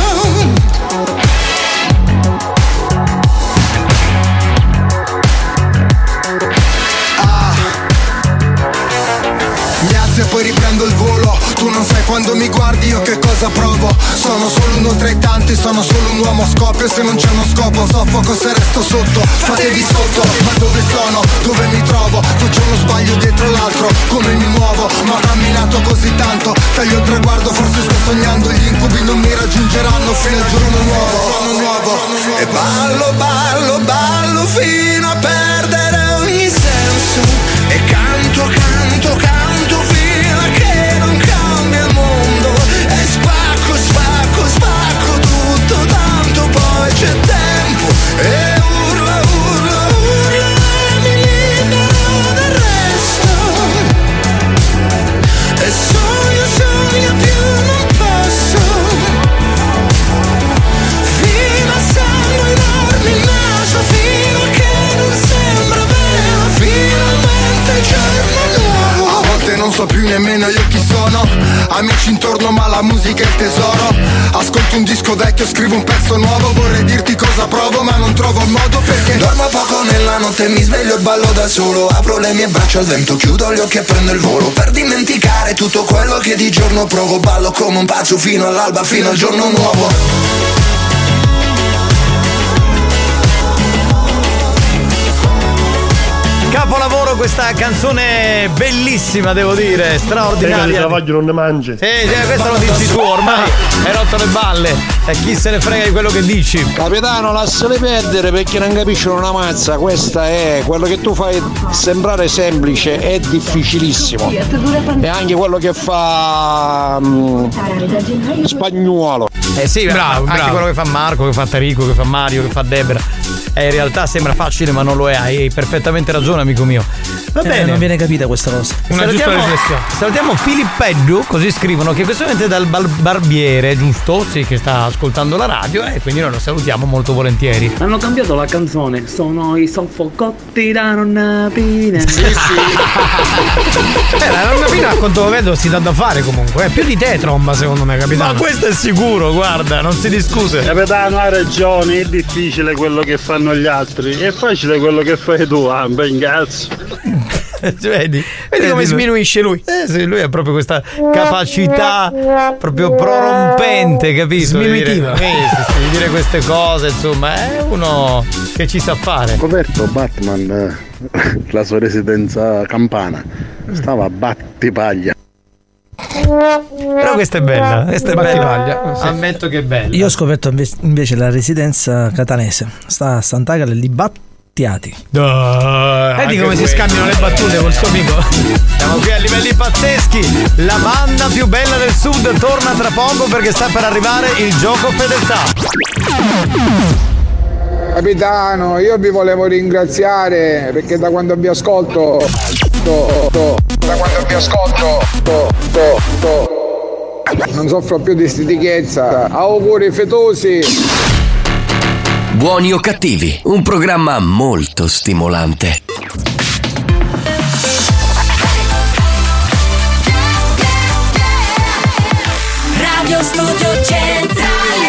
prendo il volo. Tu non sai quando mi guardi io che cosa provo. Sono solo uno tra i tanti, sono solo un uomo a scoppio. Se non c'è uno scopo soffoco se resto sotto. Fatevi sotto, ma dove sono? Dove mi trovo? Faccio uno sbaglio dietro l'altro, come mi muovo? Ma ho camminato così tanto, taglio il traguardo, forse sto sognando. Gli incubi non mi raggiungeranno fino al giorno nuovo. E ballo, ballo, ballo fino a perdere ogni senso. E canto, canto, canto fino a che non cambia il mondo. E spacco, spacco, spacco tutto, tanto poi c'è tempo. E urla, urla, urla, e mi libero del resto. E sogno, sogno più non posso. Fino a sangue enorme in naso, fino a che non sembra vero. Finalmente il giorno nuovo. A volte non so più nemmeno io chi sono. Amici intorno ma la musica è il tesoro. Ascolto un disco vecchio, scrivo un pezzo nuovo. Vorrei dirti cosa provo ma non trovo il modo perché dormo poco nella notte, mi sveglio e ballo da solo. Apro le mie braccia al vento, chiudo gli occhi e prendo il volo. Per dimenticare tutto quello che di giorno provo. Ballo come un pazzo fino all'alba, fino al giorno nuovo. Capolavoro questa canzone bellissima, devo dire, straordinaria. Il travaglio non ne mangi. Sì, questo lo dici tu, ormai hai rotto le balle. E chi se ne frega di quello che dici? Capitano, lasciali perdere perché non capiscono una mazza. Questa è quello che tu fai sembrare semplice, è difficilissimo. E anche quello che fa Spagnuolo. Sì, bravo, anche quello che fa Marco, che fa Tarico, che fa Mario, che fa Debra. In realtà sembra facile ma non lo è, hai perfettamente ragione amico mio. Va bene. Non viene capita questa cosa. Una giusta riflessione. Salutiamo Filippeddu, così scrivono, che questo è dal barbiere, giusto? Sì, che sta ascoltando la radio e quindi noi lo salutiamo molto volentieri. Hanno cambiato la canzone, sono i soffocotti da nonna Pina. Sì. La nonna Pina a quanto vedo si dà da fare comunque, più di te tromba secondo me, capitano. Ma questo è sicuro, guarda, non si discute. Capitano ha ragione, è difficile quello che fanno gli altri, è facile quello che fai tu, ben cazzo. Vedi come sminuisce lui. Sì, lui ha proprio questa capacità proprio prorompente, capito? Sminuitiva. Di dire queste cose, insomma, è uno che ci sa fare. Roberto Batman, la sua residenza campana, stava a Battipaglia. Però questa è bella, Battipaglia. Sì. Ammetto che è bella. Io ho scoperto invece la residenza catanese, sta a Sant'Agata di Battiati. Vedi come si scambiano le battute col suo amico. Siamo qui a livelli pazzeschi. La banda più bella del sud torna tra poco perché sta per arrivare il gioco fedeltà. Capitano, io vi volevo ringraziare perché da quando vi ascolto non soffro più di stitichezza. Auguri fetosi. Buoni o cattivi, un programma molto stimolante. Radio Studio Centrale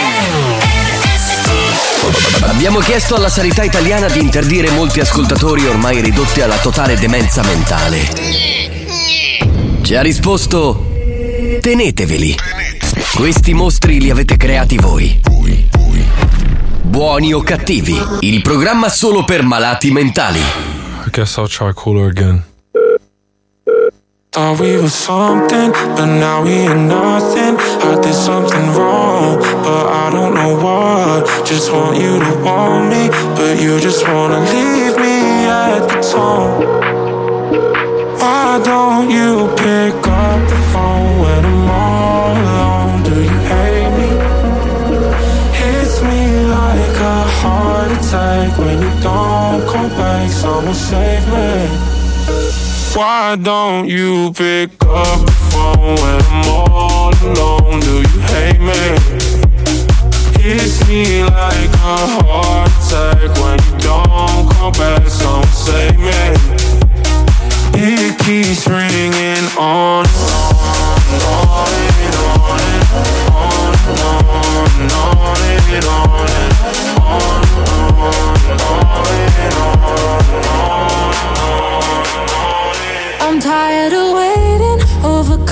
RSC. Abbiamo chiesto alla sanità italiana di interdire molti ascoltatori ormai ridotti alla totale demenza mentale. Ci ha risposto: teneteveli. Questi mostri li avete creati voi. Buoni o cattivi, il programma solo per malati mentali. I guess I'll try cooler again. Thought we were something, but now we ain't nothing. I did something wrong, but I don't know what. Just want you to want me, but you just wanna leave me at the tone. Why don't you pick up the phone when I'm all alone? Do you hate me? Hits me like a heart attack when you don't come back. Someone save me. Why don't you pick up the phone when I'm all alone? Do you hate me? Hits me like a heart attack when you don't come back. Someone save me. It keeps ringing on and on and on and on and on and on and on and on and on. I'm tired of waiting, overcomplicated.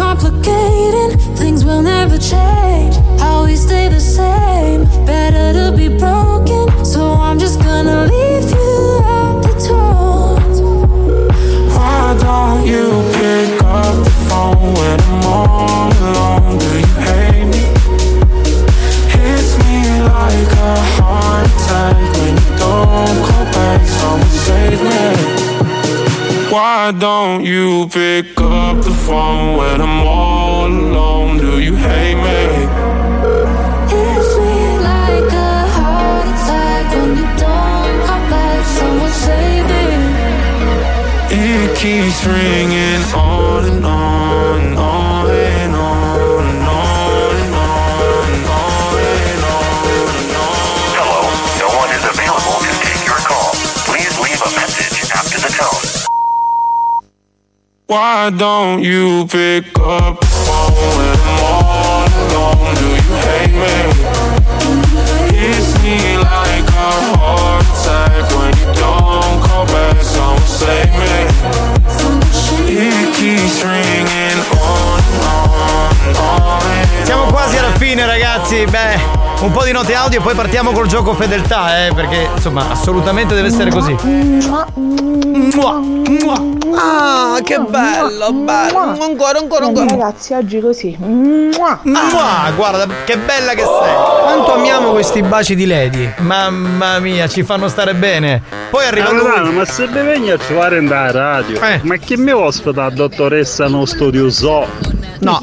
complicating. Things will never change. How we stay the same. Better to be broken. So I'm just gonna leave you at the door. Why don't you pick up the phone when I'm all alone? Do you hate me? Hits me like a heart attack when you don't call back. Someone save me. Why don't you pick up the phone when I'm all alone? Do you hate me? Hits me like a heart attack when you don't call back. Someone save me. It keeps ringing on and on, on and on and on and on and on and on and on. Hello, no one is available to take your call. Please leave a message after the tone. Why don't you pick up the phone when I'm all alone? Do you hate me? Hits me like a heart attack when you don't call back. Someone save me. It keeps ringing on and on. Siamo quasi alla fine, ragazzi. Beh, un po' di note audio e poi partiamo col gioco fedeltà, perché insomma assolutamente deve essere così. Ah, che bello, bello. Ancora. Ragazzi, oggi così. Guarda, che bella che sei. Quanto amiamo questi baci di Lady. Mamma mia, ci fanno stare bene. Poi arriva lui. Ma se mi vieni a trovare in da radio, ma che mi ospita la dottoressa nello studio zoo? No.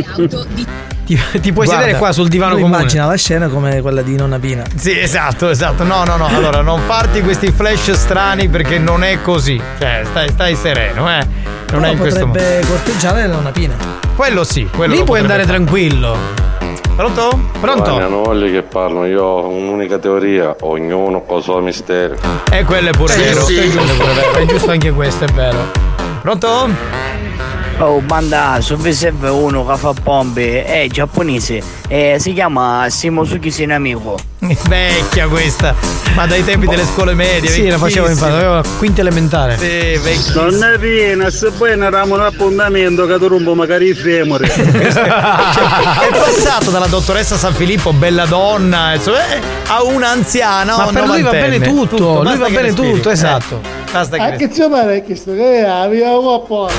Ti puoi sedere qua sul divano comune. Immagina la scena come quella di Nonna Pina. Sì, esatto. No. Allora, non farti questi flash strani perché non è così. Cioè, stai sereno, Non è in questo modo. Potrebbe corteggiare la Nonna Pina. Quello sì, quello lì puoi andare tranquillo. Pronto? Non voglio che parlo, io ho un'unica teoria, ognuno con il suo mistero. E quello è pure vero. Sì, è giusto anche questo, è vero. Pronto? Oh, banda, su vi serve uno che fa pompe, è giapponese, si chiama Shimosuke Sinamigo. Vecchia questa, ma dai tempi delle scuole medie. Sì, la facevo infatti, avevo la quinta elementare. Sì, vecchia. Non è piena, se poi ne eravamo un appuntamento che tu rompo magari i femori. È passato dalla dottoressa San Filippo, bella donna, a una anziana. Ma per lui va bene tutto, lui va bene tutto, esatto. Anche zio pare che sto che via Coppola.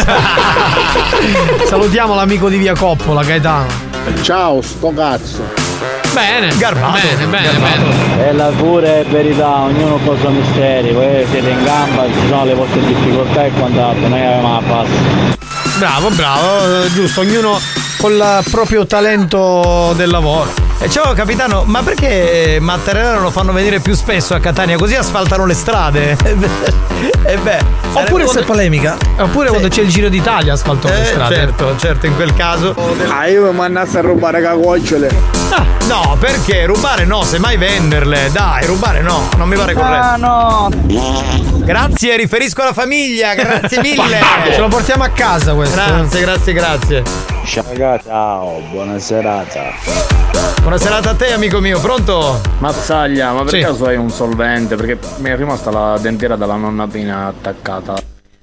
Salutiamo l'amico di via Coppola, Gaetano. Ciao, sto cazzo. Bene, garbato. Bene. E la pure è verità, ognuno con i suoi misteri, voi siete in gamba, ci sono le vostre difficoltà e quant'altro, noi avevamo la pasta. Bravo, giusto, ognuno con il proprio talento del lavoro. E ciao capitano, ma perché Mattarella non lo fanno venire più spesso a Catania? Così asfaltano le strade. Oppure se è polemica. Oppure quando c'è il Giro d'Italia asfaltano le strade. Certo, in quel caso. Io mi mandassi a rubare cagocciole. No, perché? Rubare no, semmai venderle. Dai, rubare no, non mi pare corretto. No. Grazie, riferisco alla famiglia, grazie mille. Ce lo portiamo a casa questo. Grazie. Ciao, buona serata. Buona serata a te, amico mio, pronto? Mazzaglia, ma per Sì. caso hai un solvente? Perché mi è rimasta la dentiera della nonna Pina attaccata.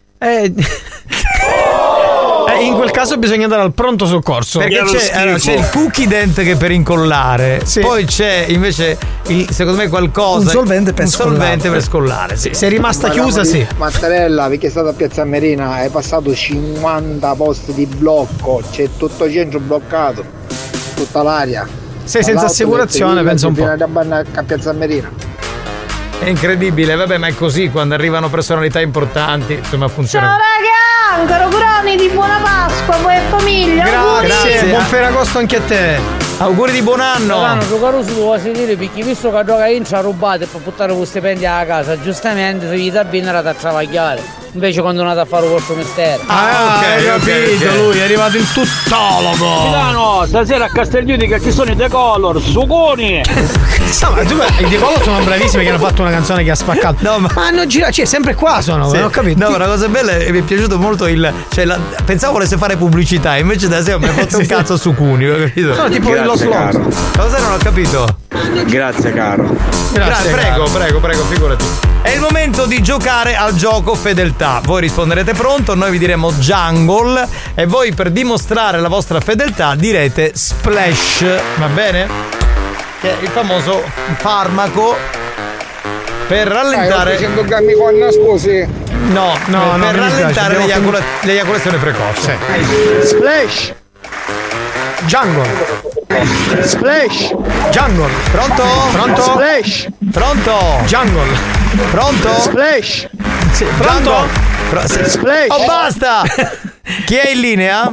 In quel caso bisogna andare al pronto soccorso. Perché c'è il cookie dent che per incollare, poi c'è invece secondo me qualcosa. Un solvente per scollare. Sì. Se è rimasta chiusa, sì. Mattarella, perché è stato a Piazza Merina, hai passato 50 posti di blocco, c'è tutto il centro bloccato, tutta l'aria. Sei senza assicurazione, penso un po'. A Piazza Merina. È incredibile, vabbè, ma è così quando arrivano personalità importanti, insomma funziona. Ciao raga, caro Curoni, di buona Pasqua, voi e famiglia. Grazie, buon Ferragosto anche a te. Auguri di buon anno. Giocano, caro su vuoi sentire perché visto che gioca in ci ha rubato e per buttare lo stipendio a casa, giustamente se gli dà bene era da travagliare. Invece quando è andato a fare il vostro mestiere. Hai capito, lui è arrivato il tuttologo. No, stasera a Castiglioni che ci sono i The Color, suconi. Ma i The Color sono bravissimi che hanno fatto una canzone che ha spaccato. No, ma hanno girato, cioè sempre qua sono, non ho capito. No, ma la cosa bella è mi è piaciuto molto pensavo volesse fare pubblicità, invece da sera mi ha fatto un cazzo su Cuneo, capito? No, tipo lo slot. Cosa non ho capito? Grazie caro. Prego, figurati. È il momento di giocare al gioco fedeltà. Voi risponderete pronto, noi vi diremo jungle e voi per dimostrare la vostra fedeltà direte splash, va bene? Che è il famoso farmaco per rallentare. Facendo gammi con sposi. No, per rallentare l'eiaculazione precoce. Splash. Jungle. Splash. Jungle. Pronto? Splash. Pronto? Jungle. Pronto? Splash. Sì, pronto? Splash. Oh, basta! Chi è in linea?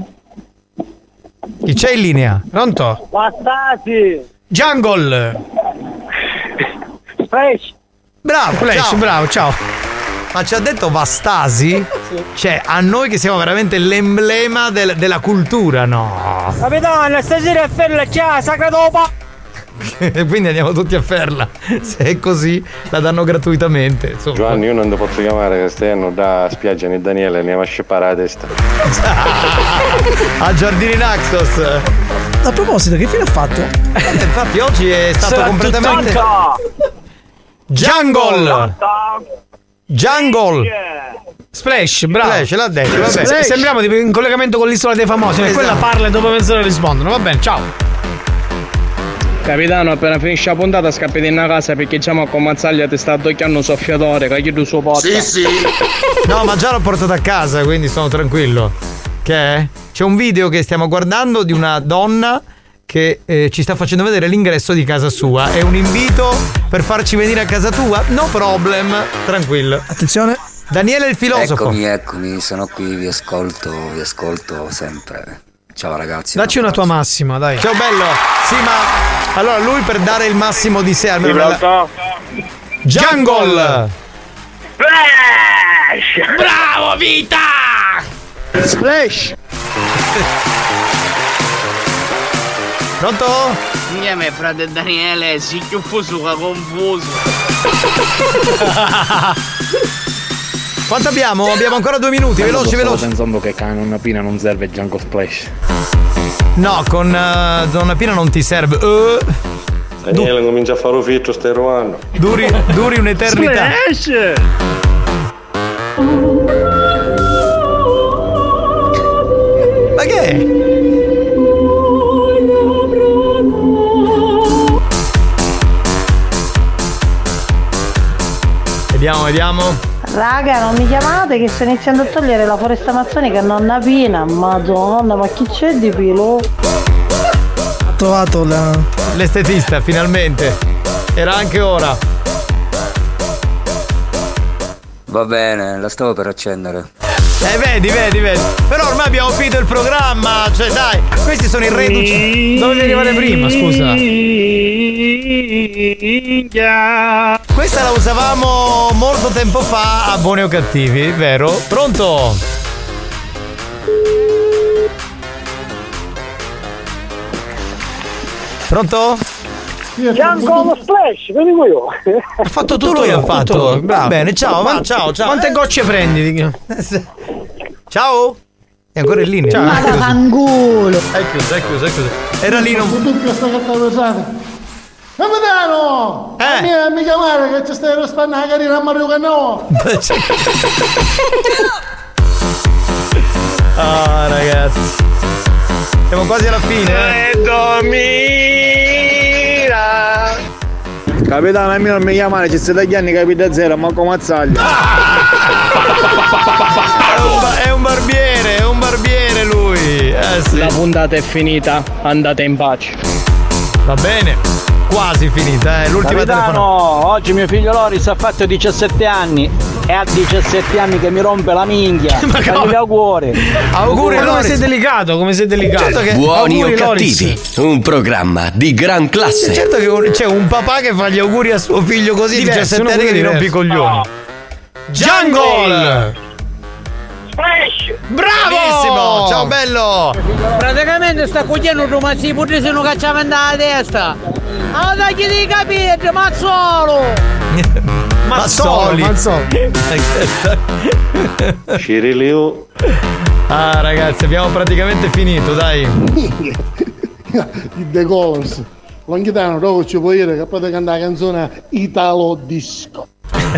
Chi c'è in linea? Pronto? Bastati. Jungle. Splash. Bravo, Flash, ciao. bravo, ciao. Ma ci ha detto Vastasi? Cioè, a noi che siamo veramente l'emblema della cultura, no? Capitano, stasera è Ferla, c'è sacra dopo. E quindi andiamo tutti a Ferla. Se è così, la danno gratuitamente. Insomma. Giovanni, io non ti posso chiamare che stai da spiaggia né Daniele, andiamo a scippare la testa. A Giardini Naxos. A proposito, che fine ha fatto? Infatti oggi è stato completamente Jungle. Splash, bravo. Splash, l'ha detto, vabbè. Sembriamo tipo in collegamento con l'isola dei famosi. Esatto. Quella parla e dopo mezz'ora rispondono. Va bene, ciao. Capitano, appena finisce la puntata scappate in casa perché diciamo a Commazzaglia ti sta addocchiando un soffiatore, che chiude il suo porta. Sì. No, ma già l'ho portato a casa, quindi sono tranquillo. Che è? C'è un video che stiamo guardando di una donna che ci sta facendo vedere l'ingresso di casa sua. È un invito per farci venire a casa tua? No problem, tranquillo. Attenzione. Daniele il filosofo. Eccomi, sono qui, vi ascolto sempre. Ciao ragazzi. Dacci una tua massima, dai. Ciao bello. Sì, ma allora lui per dare il massimo di sé almeno Jungle. Splash. Bravo vita. Splash. Pronto? Insieme frate Daniele, si chiuso confuso. Quanto abbiamo? Abbiamo ancora 2 minuti, veloci. Stavo pensando che Donna Pina non serve Jungle Splash. No, con Donna Pina non ti serve. Daniele comincia a fare un filtro, stai rubando. Duri un'eternità. Splash. Ma che è? Vediamo. Raga, non mi chiamate che sto iniziando a togliere la foresta amazzonica a nonna Pina. Madonna, ma chi c'è di filo? Ho trovato l'estetista, finalmente. Era anche ora. Va bene, la stavo per accendere. Vedi. Però ormai abbiamo finito il programma. Cioè, dai, questi sono i reduci. Dovevi arrivare prima, scusa. Questa la usavamo molto tempo fa a Buoni o Cattivi, vero? Pronto? Pronto? Jungle Splash, vedi io. Ha fatto tutto, lui ha fatto. Va bene, ciao. Quante gocce prendi? Ciao? È ancora in linea. Ma da fangulo. È chiuso. Era lì non. Capitano! Mi chiamare che ci stai risparmiando la carina a Mario Cannò! Ah, ragazzi. Siamo quasi alla fine. Domina! Capitano, a me non mi chiamare, ci stai tagliando i capi da zero, ma come azzaglia. È un barbiere lui. Sì. La puntata è finita, andate in pace. Va bene. Quasi finita, l'ultima telefonata. Oggi mio figlio Loris ha fatto 17 anni e ha 17 anni che mi rompe la minchia. Ma gli auguri. Auguri come sei delicato, Certo che Buoni o cattivi, un programma di gran classe. Certo che c'è un papà che fa gli auguri a suo figlio così, 17 anni che gli rompe i coglioni. Jungle! Bravo! Bravissimo! Ciao bello! Praticamente sta cogliendo un romazzi pure se non cacciava nella testa. Ah, dai, devi capire, Mazzolo! Mazzoli! Ciriliu. Ah, ragazzi, abbiamo praticamente finito, dai. The Colors. Longhitano, dopo ci puoi dire che potete cantare la canzone Italo Disco.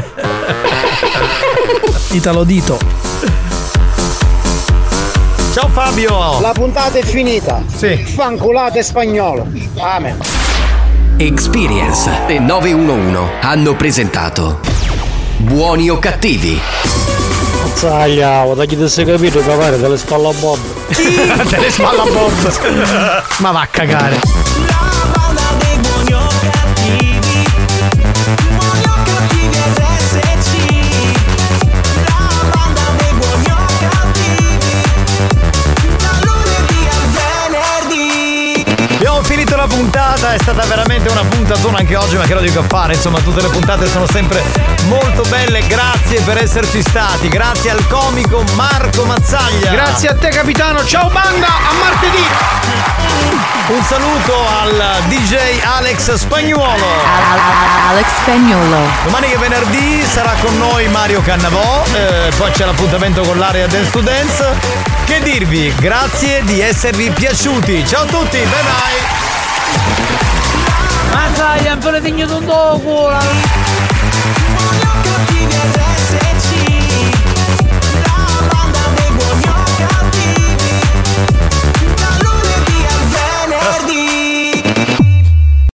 Italo Dito. Ciao Fabio. La puntata è finita. Sì. Fanculate spagnolo. Amen. Experience e 911 hanno presentato Buoni o cattivi? Zaglia, da chi ti sei capito che fare te le spalla a Bob. Te le spalla a Bob. Ma va a cagare. Abbiamo finito la puntata, è stata veramente una puntatona anche oggi, ma che lo dico a fare, insomma tutte le puntate sono sempre molto belle, grazie per esserci stati, grazie al comico Marco Mazzaglia. Grazie a te capitano, ciao banda, a martedì. Un saluto al DJ Alex Spagnuolo. Alex Spagnuolo. Domani che è venerdì sarà con noi Mario Cannavò, poi c'è l'appuntamento con l'area Dance to Dance. Che dirvi, grazie di esservi piaciuti. Ciao a tutti, bye bye. Ma dai, un po' di culo.